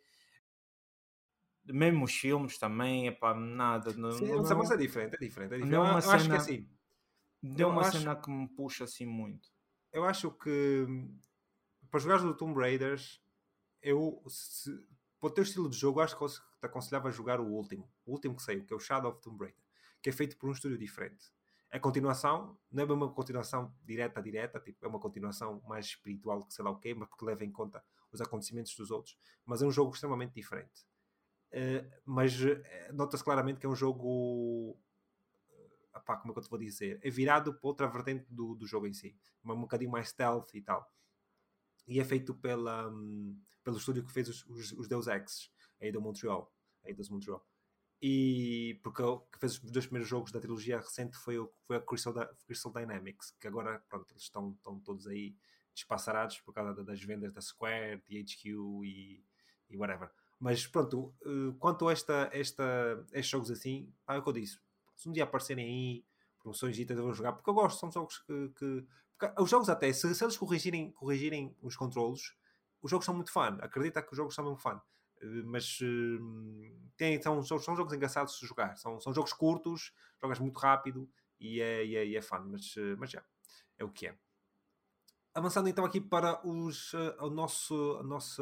mesmo os filmes também, epá, nada, não, Sim, não, mas é mas não, é diferente, é diferente. É não é diferente. uma Eu, eu acho que é cena, assim. não é Eu uma acho, cena que me puxa assim muito. eu acho que hum, para jogares o Tomb Raiders, eu, se, para o teu estilo de jogo, acho que eu te aconselhava a jogar o último. O último que saiu, que é o Shadow of Tomb Raider, que é feito por um estúdio diferente. A continuação não é bem uma continuação direta a direta, tipo, é uma continuação mais espiritual que sei lá o quê, mas porque leva em conta os acontecimentos dos outros. Mas é um jogo extremamente diferente. Uh, mas uh, nota-se claramente que é um jogo. Epá, como é que eu te vou dizer? É virado para outra vertente do, do jogo em si. Um bocadinho mais stealth e tal. E é feito pela, um, pelo estúdio que fez os, os, os Deus Ex, aí do Montreal. Aí dos Montreal. E porque o que fez os dois primeiros jogos da trilogia recente foi, o, foi a Crystal, Crystal Dynamics, que agora, pronto, eles estão, estão todos aí despassarados por causa das vendas da Square, T H Q e, e whatever. Mas pronto, quanto a esta, esta, estes jogos assim, é o que eu disse. Se um dia aparecerem aí promoções eu vou jogar, porque eu gosto, são jogos que, que os jogos até, se, se eles corrigirem, corrigirem os controlos, os jogos são muito fun. Acredita que os jogos são muito fun. Mas uh, tem, são, são, são jogos engraçados de jogar. São, são jogos curtos, jogas muito rápido e é, e é, e é fun. Mas, uh, mas já, é o que é. Avançando então aqui para os, uh, o nosso, a nossa,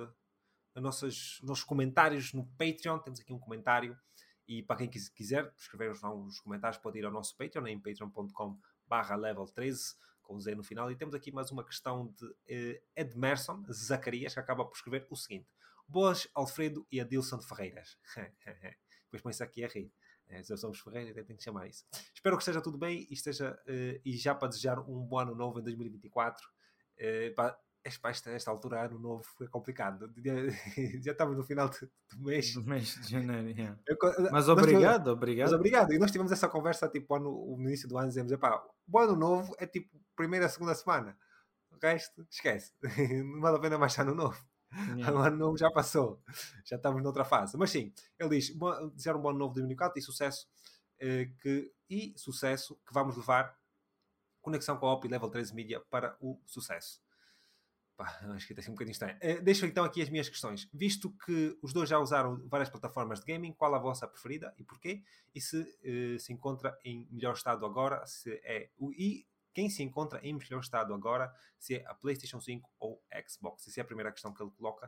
a nossas, nossos comentários no Patreon. Temos aqui um comentário. E para quem quiser escrever os comentários, pode ir ao nosso Patreon, em patreon ponto com barra level treze, com Z no final. E temos aqui mais uma questão de uh, Edmerson Zacarias, que acaba por escrever o seguinte: Boas, Alfredo e Adilson de Ferreiras. Depois põe-se aqui a rir. É, se somos Ferreiras, tem que chamar isso. Espero que esteja tudo bem e, esteja, uh, e já para desejar um bom ano novo em dois mil e vinte e quatro. Uh, para esta, esta altura, ano novo, foi complicado. Já estamos no final de, do mês. Do mês de janeiro, yeah. Eu, mas obrigado, tivemos, obrigado. Mas obrigado. E nós tivemos essa conversa tipo no, no início do ano, dizemos, epá, o ano novo é tipo primeira, segunda semana. O resto, esquece. Não vale a pena mais ano novo. Yeah. O ano novo já passou. Já estamos noutra fase. Mas sim, ele diz, desejar um bom ano novo de dois mil e quatro e sucesso, eh, que, e sucesso que vamos levar conexão com a O P e Level treze Media para o sucesso. Pá, acho que está assim um bocadinho estranho. Uh, deixo então aqui as minhas questões. Visto que os dois já usaram várias plataformas de gaming, qual a vossa preferida e porquê? E se uh, se encontra em melhor estado agora, se é o e quem se encontra em melhor estado agora, se é a PlayStation cinco ou Xbox? Essa é a primeira questão que ele coloca.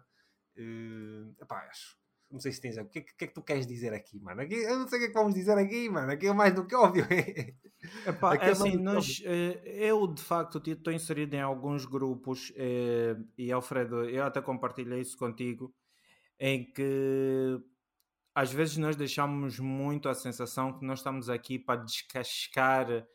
Uh, epá, acho. Não sei se tens. O que, que, que é que tu queres dizer aqui, mano? Aqui, eu não sei o que é que vamos dizer aqui, mano. Aqui é mais do que óbvio. Epá, é assim, nós, eu de facto estou inserido em alguns grupos e Alfredo, eu até compartilhei isso contigo, em que às vezes nós deixamos muito a sensação que nós estamos aqui para descascar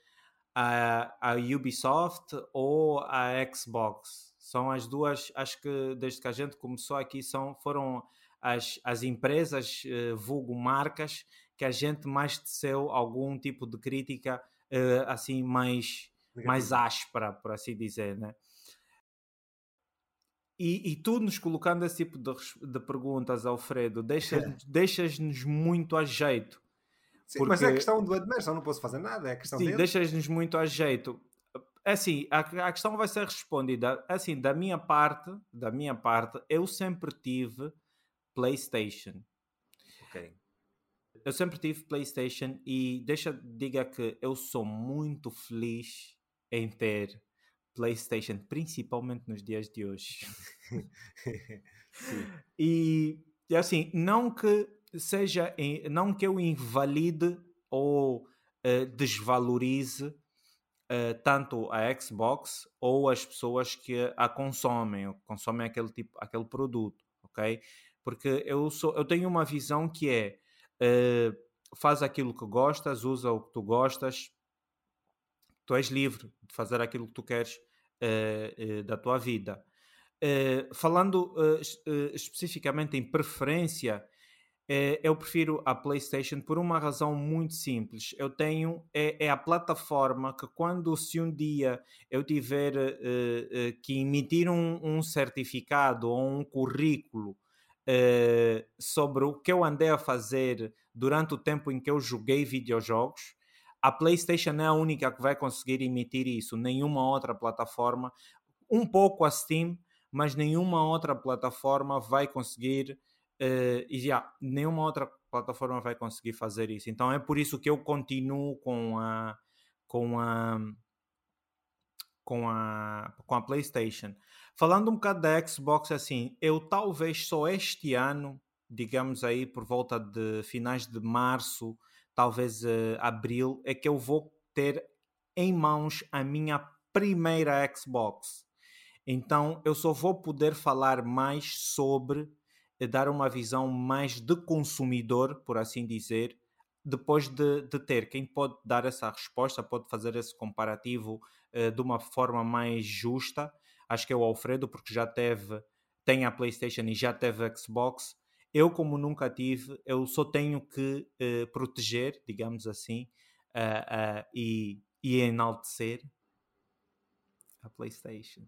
a, a Ubisoft ou a Xbox. São as duas, acho que desde que a gente começou aqui são, foram as, as empresas, eh, vulgo marcas, que a gente mais teceu algum tipo de crítica Uh, assim mais, mais áspera, por assim dizer, né? E, e tu nos colocando esse tipo de, de perguntas, Alfredo, deixas-nos deixas-nos muito a jeito. Sim, porque... Mas é a questão do Edmerson, não posso fazer nada, é a questão Sim, dele. deixas-nos muito a jeito. É assim, a, a questão vai ser respondida. Assim, da minha parte, da minha parte, eu sempre tive PlayStation. Ok. Eu sempre tive PlayStation e deixa diga que eu sou muito feliz em ter PlayStation, principalmente nos dias de hoje. Sim. E assim, não que seja, não que eu invalide ou uh, desvalorize uh, tanto a Xbox ou as pessoas que a consomem, ou consomem aquele tipo, aquele produto, ok? Porque eu sou, eu tenho uma visão que é Uh, faz aquilo que gostas, usa o que tu gostas, tu és livre de fazer aquilo que tu queres uh, uh, da tua vida. Uh, falando uh, especificamente em preferência, É, eu prefiro a PlayStation por uma razão muito simples. Eu tenho, é, é a plataforma que quando, se um dia eu tiver eh, eh, que emitir um, um certificado ou um currículo eh, sobre o que eu andei a fazer durante o tempo em que eu joguei videojogos, a PlayStation é a única que vai conseguir emitir isso. Nenhuma outra plataforma, um pouco a Steam, mas nenhuma outra plataforma vai conseguir. Uh, e já, nenhuma outra plataforma vai conseguir fazer isso. Então é por isso que eu continuo com a com a com a com a PlayStation. Falando um bocado da Xbox, assim, eu talvez só este ano, digamos aí por volta de finais de março, talvez uh, abril, é que eu vou ter em mãos a minha primeira Xbox. Então eu só vou poder falar mais sobre, eh, dar uma visão mais de consumidor, por assim dizer, depois de, de ter. Quem pode dar essa resposta, pode fazer esse comparativo eh, de uma forma mais justa. Acho que é o Alfredo, porque já teve, tem a PlayStation e já teve a Xbox. Eu, como nunca tive, eu só tenho que eh, proteger, digamos assim, eh, eh, e, e enaltecer a PlayStation.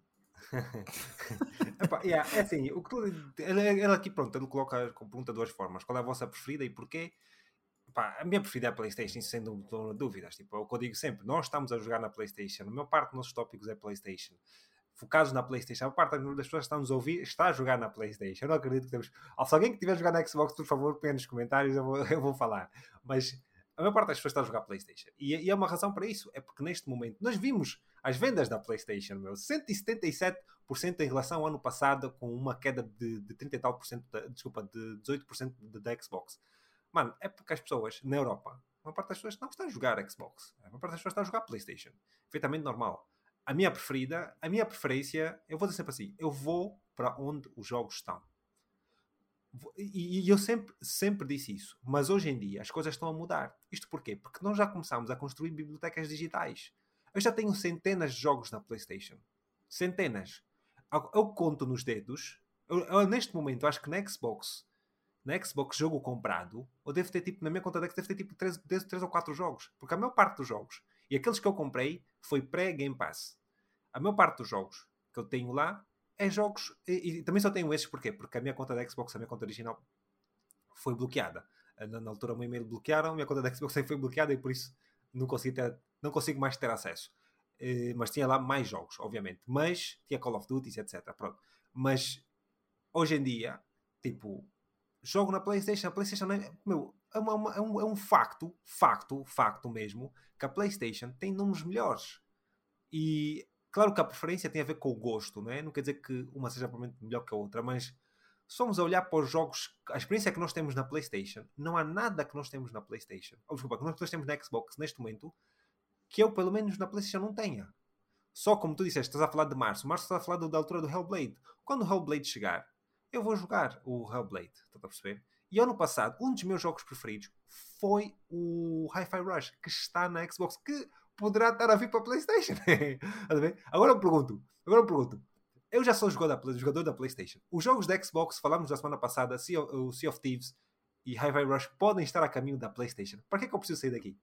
Epá, yeah, é assim, o que tu, ele, ele aqui, pronto, ele coloca a pergunta de duas formas: qual é a vossa preferida e porquê? Epá, a minha preferida é a PlayStation, sem dúvidas. Tipo, é o que eu digo sempre: nós estamos a jogar na PlayStation, a maior parte dos nossos tópicos é PlayStation. Focados na PlayStation, a maior parte das pessoas que estão nos a ouvir está a jogar na PlayStation. Eu não acredito que temos. Se alguém que estiver a jogar na Xbox, por favor, põe nos comentários, eu vou, eu vou falar. Mas a maior parte das pessoas está a jogar PlayStation. E, e é uma razão para isso: é porque neste momento nós vimos as vendas da PlayStation, meu, cento e setenta e sete por cento em relação ao ano passado, com uma queda de, de trinta e tal por cento, da, desculpa, de dezoito por cento da Xbox. Mano, é porque as pessoas na Europa, a maior parte das pessoas não está a jogar Xbox, a maior parte das pessoas está a jogar PlayStation. Perfeitamente normal. A minha preferida, a minha preferência, eu vou dizer sempre assim: eu vou para onde os jogos estão. E, e eu sempre, sempre disse isso, mas hoje em dia as coisas estão a mudar. Isto porquê? Porque nós já começámos a construir bibliotecas digitais. Eu já tenho centenas de jogos na PlayStation. Centenas. Eu, eu conto nos dedos. Eu, eu, neste momento, acho que na Xbox, na Xbox jogo comprado, eu devo ter tipo, na minha conta da Xbox, devo ter tipo três ou quatro jogos. Porque a maior parte dos jogos, e aqueles que eu comprei, foi pré-Game Pass. A maior parte dos jogos que eu tenho lá é jogos, e, e também só tenho esses, porquê? Porque a minha conta da Xbox, a minha conta original, foi bloqueada. Na, na altura o meu e-mail bloquearam, a minha conta da Xbox foi bloqueada e por isso não consigo, ter, não consigo mais ter acesso. Uh, mas tinha lá mais jogos, obviamente. Mas tinha Call of Duty, etcétera. Pronto. Mas hoje em dia, tipo, jogo na PlayStation. A PlayStation é, meu, é, uma, uma, é, um, é um facto, facto, facto mesmo, que a PlayStation tem números melhores. E claro que a preferência tem a ver com o gosto, não é? Não quer dizer que uma seja provavelmente melhor que a outra, mas se formos a olhar para os jogos, a experiência que nós temos na PlayStation, não há nada que nós temos na PlayStation, ou desculpa, que nós temos na Xbox neste momento, que eu pelo menos na PlayStation não tenha. Só como tu disseste, estás a falar de março, março estás a falar da altura do Hellblade. Quando o Hellblade chegar, eu vou jogar o Hellblade, estás a perceber? E ano passado, um dos meus jogos preferidos foi o Hi-Fi Rush, que está na Xbox, que poderá estar a vir para a PlayStation. Agora eu pergunto, agora eu pergunto, eu já sou jogador da, jogador da PlayStation. Os jogos da Xbox, falámos da semana passada, sea of, o Sea of Thieves e Hi-Fi Rush podem estar a caminho da PlayStation. Para que é que eu preciso sair daqui?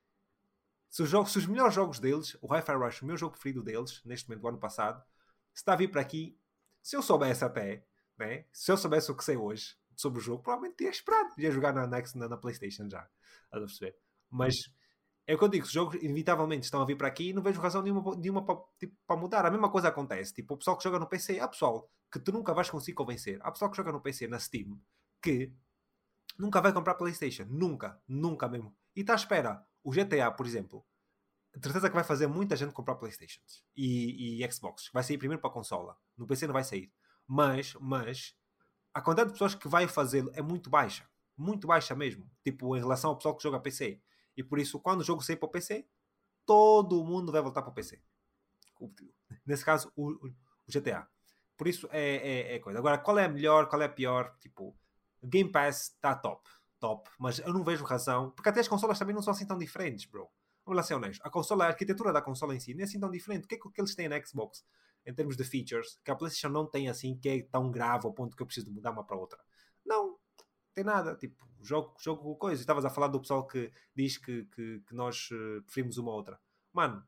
Se os, jogos, se os melhores jogos deles, o Hi-Fi Rush, o meu jogo preferido deles, neste momento do ano passado, se está a vir para aqui, se eu soubesse até, né? Se eu soubesse o que sei hoje sobre o jogo, provavelmente tinha esperado. Ia jogar na, na, na PlayStation já. A perceber? Mas é o que eu digo, os jogos inevitavelmente estão a vir para aqui e não vejo razão nenhuma, nenhuma para, tipo, para mudar. A mesma coisa acontece. Tipo, o pessoal que joga no P C, há pessoal que tu nunca vais conseguir convencer. Há pessoal que joga no P C, na Steam, que nunca vai comprar PlayStation. Nunca. Nunca mesmo. E está à espera. O G T A, por exemplo, de certeza que vai fazer muita gente comprar PlayStations e, e Xbox. Vai sair primeiro para a consola. No P C não vai sair. Mas, mas, a quantidade de pessoas que vai fazê-lo é muito baixa. Muito baixa mesmo. Tipo, em relação ao pessoal que joga P C. E por isso, quando o jogo sair para o P C, todo mundo vai voltar para o P C. Nesse caso, o, o G T A. Por isso, é, é, é coisa. Agora, qual é a melhor, qual é a pior? Tipo, Game Pass está top. Top. Mas eu não vejo razão. Porque até as consolas também não são assim tão diferentes, bro. Vamos lá ser honestos. A consola, a arquitetura da consola em si não é assim tão diferente. O que é que eles têm na Xbox? Em termos de features, que a PlayStation não tem assim, que é tão grave ao ponto que eu preciso de mudar uma para outra. Não. Tem nada. Tipo, jogo, jogo coisa. Estavas a falar do pessoal que diz que, que, que nós uh, preferimos uma outra. Mano,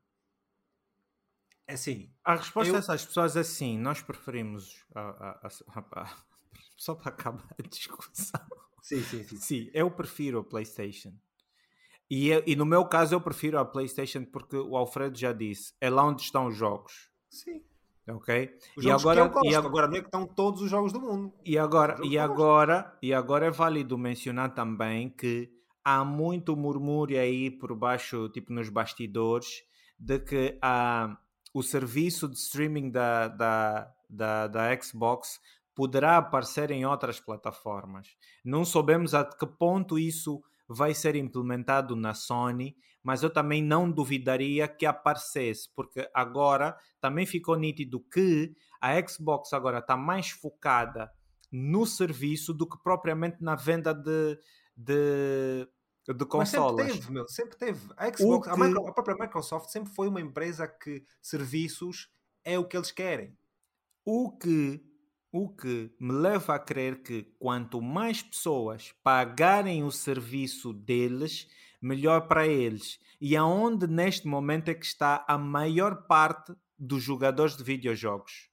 é assim. A resposta eu... a essas pessoas é sim, nós preferimos. A, a, a, a, só para acabar a discussão. Sim, sim, sim. Sim, eu prefiro a PlayStation. E, e no meu caso, eu prefiro a PlayStation porque o Alfredo já disse: é lá onde estão os jogos. Sim. Ok? Os E jogos que eu agora, e, gosto. a, Agora não é que estão todos os jogos do mundo. e, agora, e, agora, e agora é válido mencionar também que há muito murmúrio aí por baixo, tipo nos bastidores, de que a, o serviço de streaming da, da, da, da Xbox poderá aparecer em outras plataformas. Não sabemos a que ponto isso vai ser implementado na Sony, mas eu também não duvidaria que aparecesse, porque agora também ficou nítido que a Xbox agora está mais focada no serviço do que propriamente na venda de, de, de Mas sempre consolas. teve, meu, sempre teve. A O Xbox, a, que, Micro, a própria Microsoft sempre foi uma empresa que serviços é o que eles querem. o que, o que me leva a crer que quanto mais pessoas pagarem o serviço deles, melhor para eles. E aonde neste momento é que está a maior parte dos jogadores de videojogos?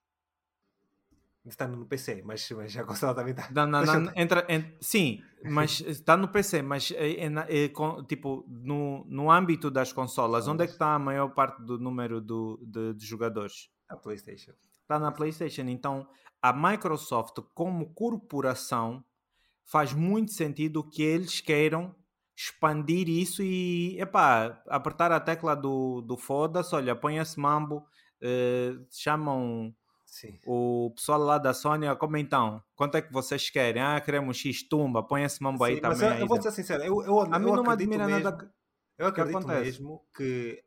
Está no P C, mas, mas a consola também está. Não, não, Deixa eu não, entra, en- sim, mas está no P C, mas é, é na- é com- tipo, no, no âmbito das consolas, onde é que consolas. está a maior parte do número do, de, de jogadores? A PlayStation. Está na PlayStation. Então, a Microsoft, como corporação, faz muito sentido que eles queiram expandir isso e, epá, apertar a tecla do, do foda-se, olha, põe esse mambo, eh, chamam Sim. o pessoal lá da Sony, como então? Quanto é que vocês querem? Ah, queremos X tumba, põe esse mambo aí Sim, mas também eu, eu aí vou dentro. ser sincero, eu, eu, A mim eu não me acredito admira nada mesmo, que, eu que acredito acontece. mesmo que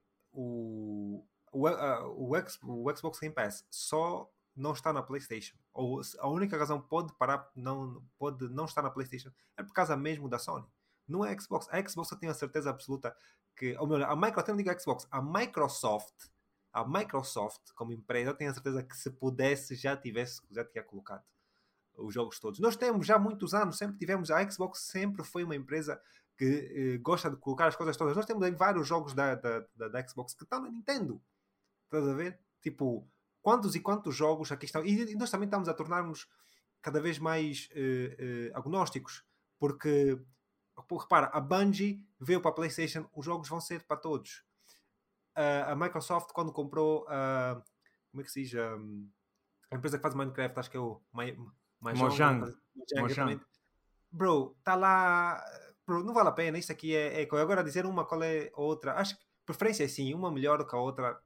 o, o, a- o, X- o Xbox Game Pass só não está na PlayStation. Ou se- a única razão pode parar, não, pode não estar na PlayStation é por causa mesmo da Sony. Não é a Xbox. A Xbox eu tenho a certeza absoluta que, ou melhor, a Microsoft, até não digo a Xbox, a Microsoft, a Microsoft como empresa, eu tenho a certeza que se pudesse já tivesse, já tinha colocado os jogos todos. Nós temos já muitos anos, sempre tivemos, a Xbox sempre foi uma empresa que eh, gosta de colocar as coisas todas. Nós temos aí vários jogos da, da, da, da Xbox que estão na Nintendo. Estás a ver? Tipo, quantos e quantos jogos aqui estão. E, e nós também estamos a tornar-nos cada vez mais eh, eh, agnósticos. Porque, pô, repara, a Bungie veio para a PlayStation, os jogos vão ser para todos. Uh, a Microsoft, quando comprou a. Como é que se diz? Um, a empresa que faz Minecraft, acho que é o My, Mahjong, Mojang, Mojang, Mojang. exatamente. Bro, está lá. Bro, não vale a pena. Isto aqui é, é. Agora dizer uma qual é a outra. Acho que preferência é sim, uma melhor que a outra.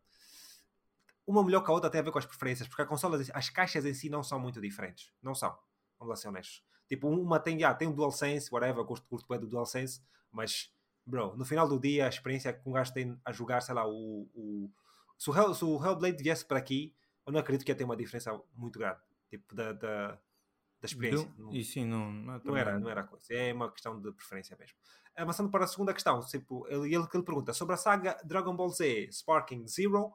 Uma melhor que a outra tem a ver com as preferências, porque a consola, as caixas em si não são muito diferentes. Não são. Vamos lá ser honestos. Tipo, uma tem, ah, tem um DualSense, whatever, gosto, gosto bem do DualSense, mas, bro, no final do dia, a experiência que um gajo tem a jogar, sei lá, o. o se, o Hell, se o Hellblade viesse para aqui, eu não acredito que ia ter uma diferença muito grande. Tipo, da, da, da experiência. Do, Não, e sim, não, não, não era, não também. era coisa. É uma questão de preferência mesmo. Avançando para a segunda questão, tipo, ele, ele, ele pergunta sobre a saga Dragon Ball Z Sparking Zero,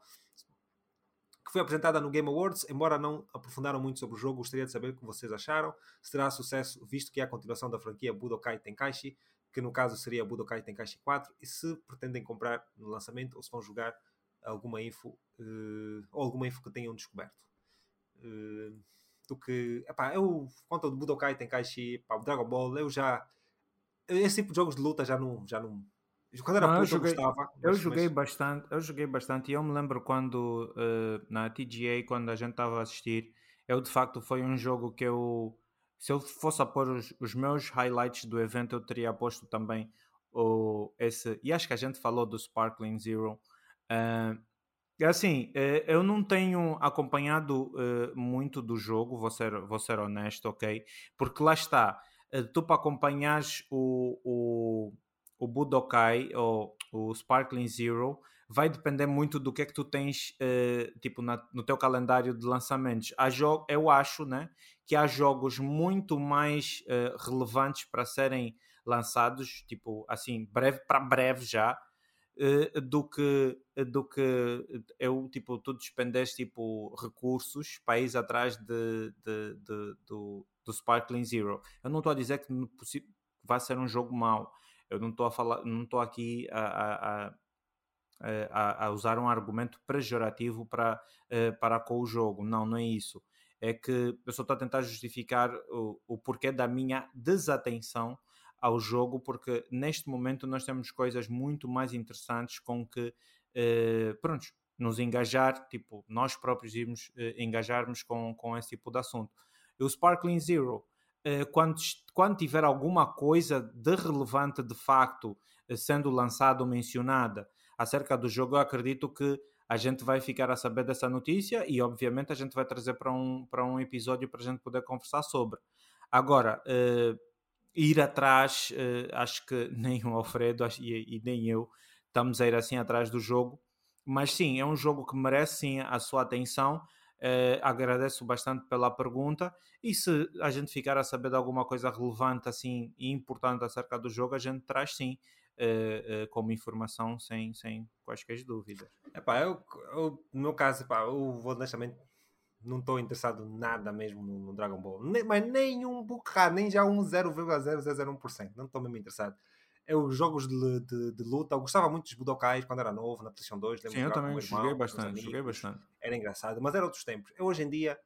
que foi apresentada no Game Awards, embora não aprofundaram muito sobre o jogo, gostaria de saber o que vocês acharam. Se terá sucesso, visto que é a continuação da franquia Budokai Tenkaichi, que no caso seria Budokai Tenkaichi quatro, e se pretendem comprar no lançamento ou se vão jogar alguma info, uh, ou alguma info que tenham descoberto. Uh, do que, epá, eu, quanto ao Budokai Tenkaichi, pá, o Dragon Ball, eu já, esse tipo de jogos de luta já não, já não, quando era Não, eu puto eu joguei, gostava, eu mas, joguei mas bastante, eu joguei bastante e eu me lembro quando eh, na T G A, quando a gente estava a assistir, eu de facto foi um jogo que eu, se eu fosse a pôr os, os meus highlights do evento, eu teria posto também o, esse, e acho que a gente falou do Sparkling Zero. Eh, é assim, eh, eu não tenho acompanhado eh, muito do jogo, vou ser, vou ser honesto, ok? Porque lá está, eh, tu para acompanhares o, o, o Budokai ou o Sparkling Zero, vai depender muito do que é que tu tens eh, tipo na- no teu calendário de lançamentos. Há jo- eu acho, né, que há jogos muito mais eh, relevantes para serem lançados, tipo assim, breve para breve já eh, do que do que eu tipo tu despendes tipo recursos para ir atrás de, de, de- do, do Sparkling Zero. Eu não estou a dizer que, vai ser um jogo mau. Eu não estou a falar, não estou aqui a, a, a, a, a usar um argumento pejorativo para, para com o jogo. Não, não é isso. É que eu só estou a tentar justificar o, o porquê da minha desatenção ao jogo, porque neste momento nós temos coisas muito mais interessantes com que, eh, pronto, nos engajar, tipo, nós próprios irmos eh, engajarmos com, com esse tipo de assunto. E o Sparkling Zero, eh, quando, quando tiver alguma coisa de relevante de facto eh, sendo lançada ou mencionada acerca do jogo, eu acredito que a gente vai ficar a saber dessa notícia e obviamente a gente vai trazer para um, para um episódio para a gente poder conversar sobre. Agora, eh, ir atrás, uh, acho que nem o Alfredo e, e nem eu estamos a ir assim atrás do jogo, mas sim, é um jogo que merece sim a sua atenção. Uh, agradeço bastante pela pergunta e se a gente ficar a saber de alguma coisa relevante assim e importante acerca do jogo, a gente traz sim uh, uh, como informação sem, sem quaisquer dúvidas. Epá, eu, eu, no meu caso, epá, eu vou honestamente não estou interessado nada mesmo no, no Dragon Ball, nem, mas nem um bocado, nem já um zero vírgula zero zero zero um por cento, não estou mesmo interessado. É os jogos de, de, de luta, eu gostava muito dos Budokais quando era novo, na PlayStation dois, lembro Sim, de eu jogar com o também meu irmão, joguei com os meus bastante, amigos, joguei bastante. era engraçado, mas era outros tempos. Eu hoje em dia,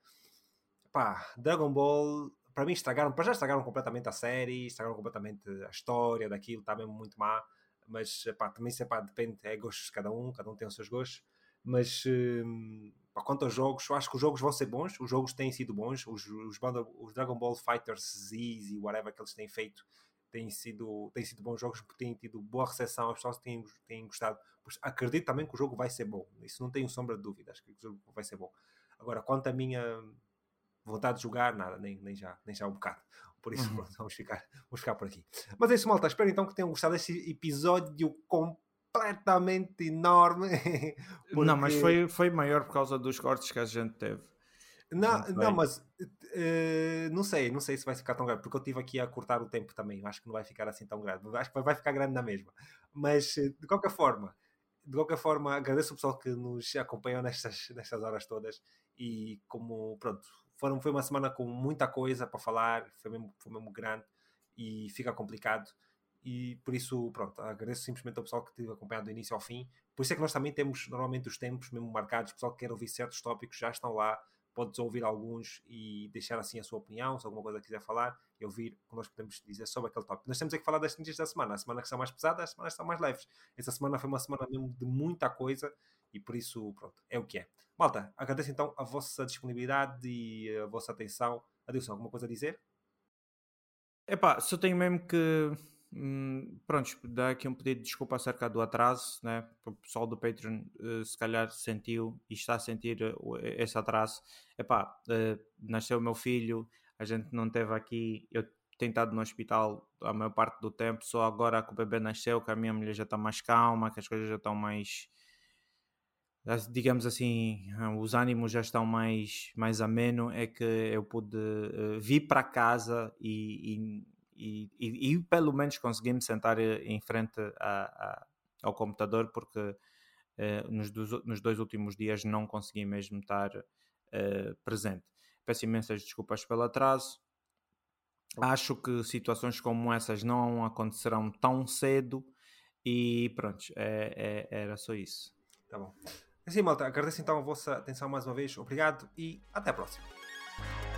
pá, Dragon Ball, para mim estragaram, para já estragaram completamente a série, estragaram completamente a história daquilo, está mesmo muito má, mas pá, também se, pá, depende, é gostos de cada um, cada um tem os seus gostos, mas hum, pá, quanto aos jogos, eu acho que os jogos vão ser bons, os jogos têm sido bons, os, os, os Dragon Ball Fighters Z e whatever que eles têm feito têm sido, têm sido bons jogos, porque têm tido boa recepção, as pessoas têm, têm gostado. Pois acredito também que o jogo vai ser bom, isso não tenho sombra de dúvida, acho que o jogo vai ser bom. Agora, quanto à minha vontade de jogar, nada, nem, nem, já, nem já um bocado. Por isso, Uhum. pronto, vamos ficar, vamos ficar por aqui. Mas é isso, malta. Espero então que tenham gostado deste episódio completamente enorme. Porque... Não, mas foi, Porque... foi maior por causa dos cortes que a gente teve. Não, vai... não, mas uh, não sei, não sei se vai ficar tão grande, porque eu estive aqui a cortar o tempo também. Acho que não vai ficar assim tão grande. Acho que vai ficar grande na mesma. Mas de qualquer forma, de qualquer forma, agradeço o pessoal que nos acompanhou nestas, nestas horas todas. E como, pronto, foram, foi uma semana com muita coisa para falar, foi mesmo, foi mesmo grande e fica complicado. E por isso, pronto, agradeço simplesmente ao pessoal que teve acompanhado do início ao fim. Por isso é que nós também temos normalmente os tempos mesmo marcados. O pessoal que quer ouvir certos tópicos já estão lá. Podes ouvir alguns e deixar assim a sua opinião, se alguma coisa quiser falar, e ouvir o que nós podemos dizer sobre aquele tópico. Nós temos é que falar das notícias da semana. A semana que são mais pesadas, as semanas que são mais leves. Essa semana foi uma semana mesmo de muita coisa e por isso, pronto, é o que é. Malta, agradeço então a vossa disponibilidade e a vossa atenção. Adeus, alguma coisa a dizer? Epá, só tenho mesmo que hum, pronto, dar aqui um pedido de desculpa acerca do atraso, né? O pessoal do Patreon uh, se calhar sentiu e está a sentir uh, esse atraso. Epá, uh, nasceu o meu filho, a gente não teve aqui, eu tenho estado no hospital a maior parte do tempo, só agora que o bebê nasceu, que a minha mulher já está mais calma, que as coisas já estão mais, digamos assim, os ânimos já estão mais, mais ameno, é que eu pude uh, vir para casa e, e, e, e pelo menos consegui me sentar em frente a, a, ao computador, porque uh, nos, dos, nos dois últimos dias não consegui mesmo estar uh, presente. Peço imensas desculpas pelo atraso. Acho que situações como essas não acontecerão tão cedo e pronto, é, é, era só isso. Tá bom. Assim, malta, agradeço então a vossa atenção mais uma vez. Obrigado e até a próxima.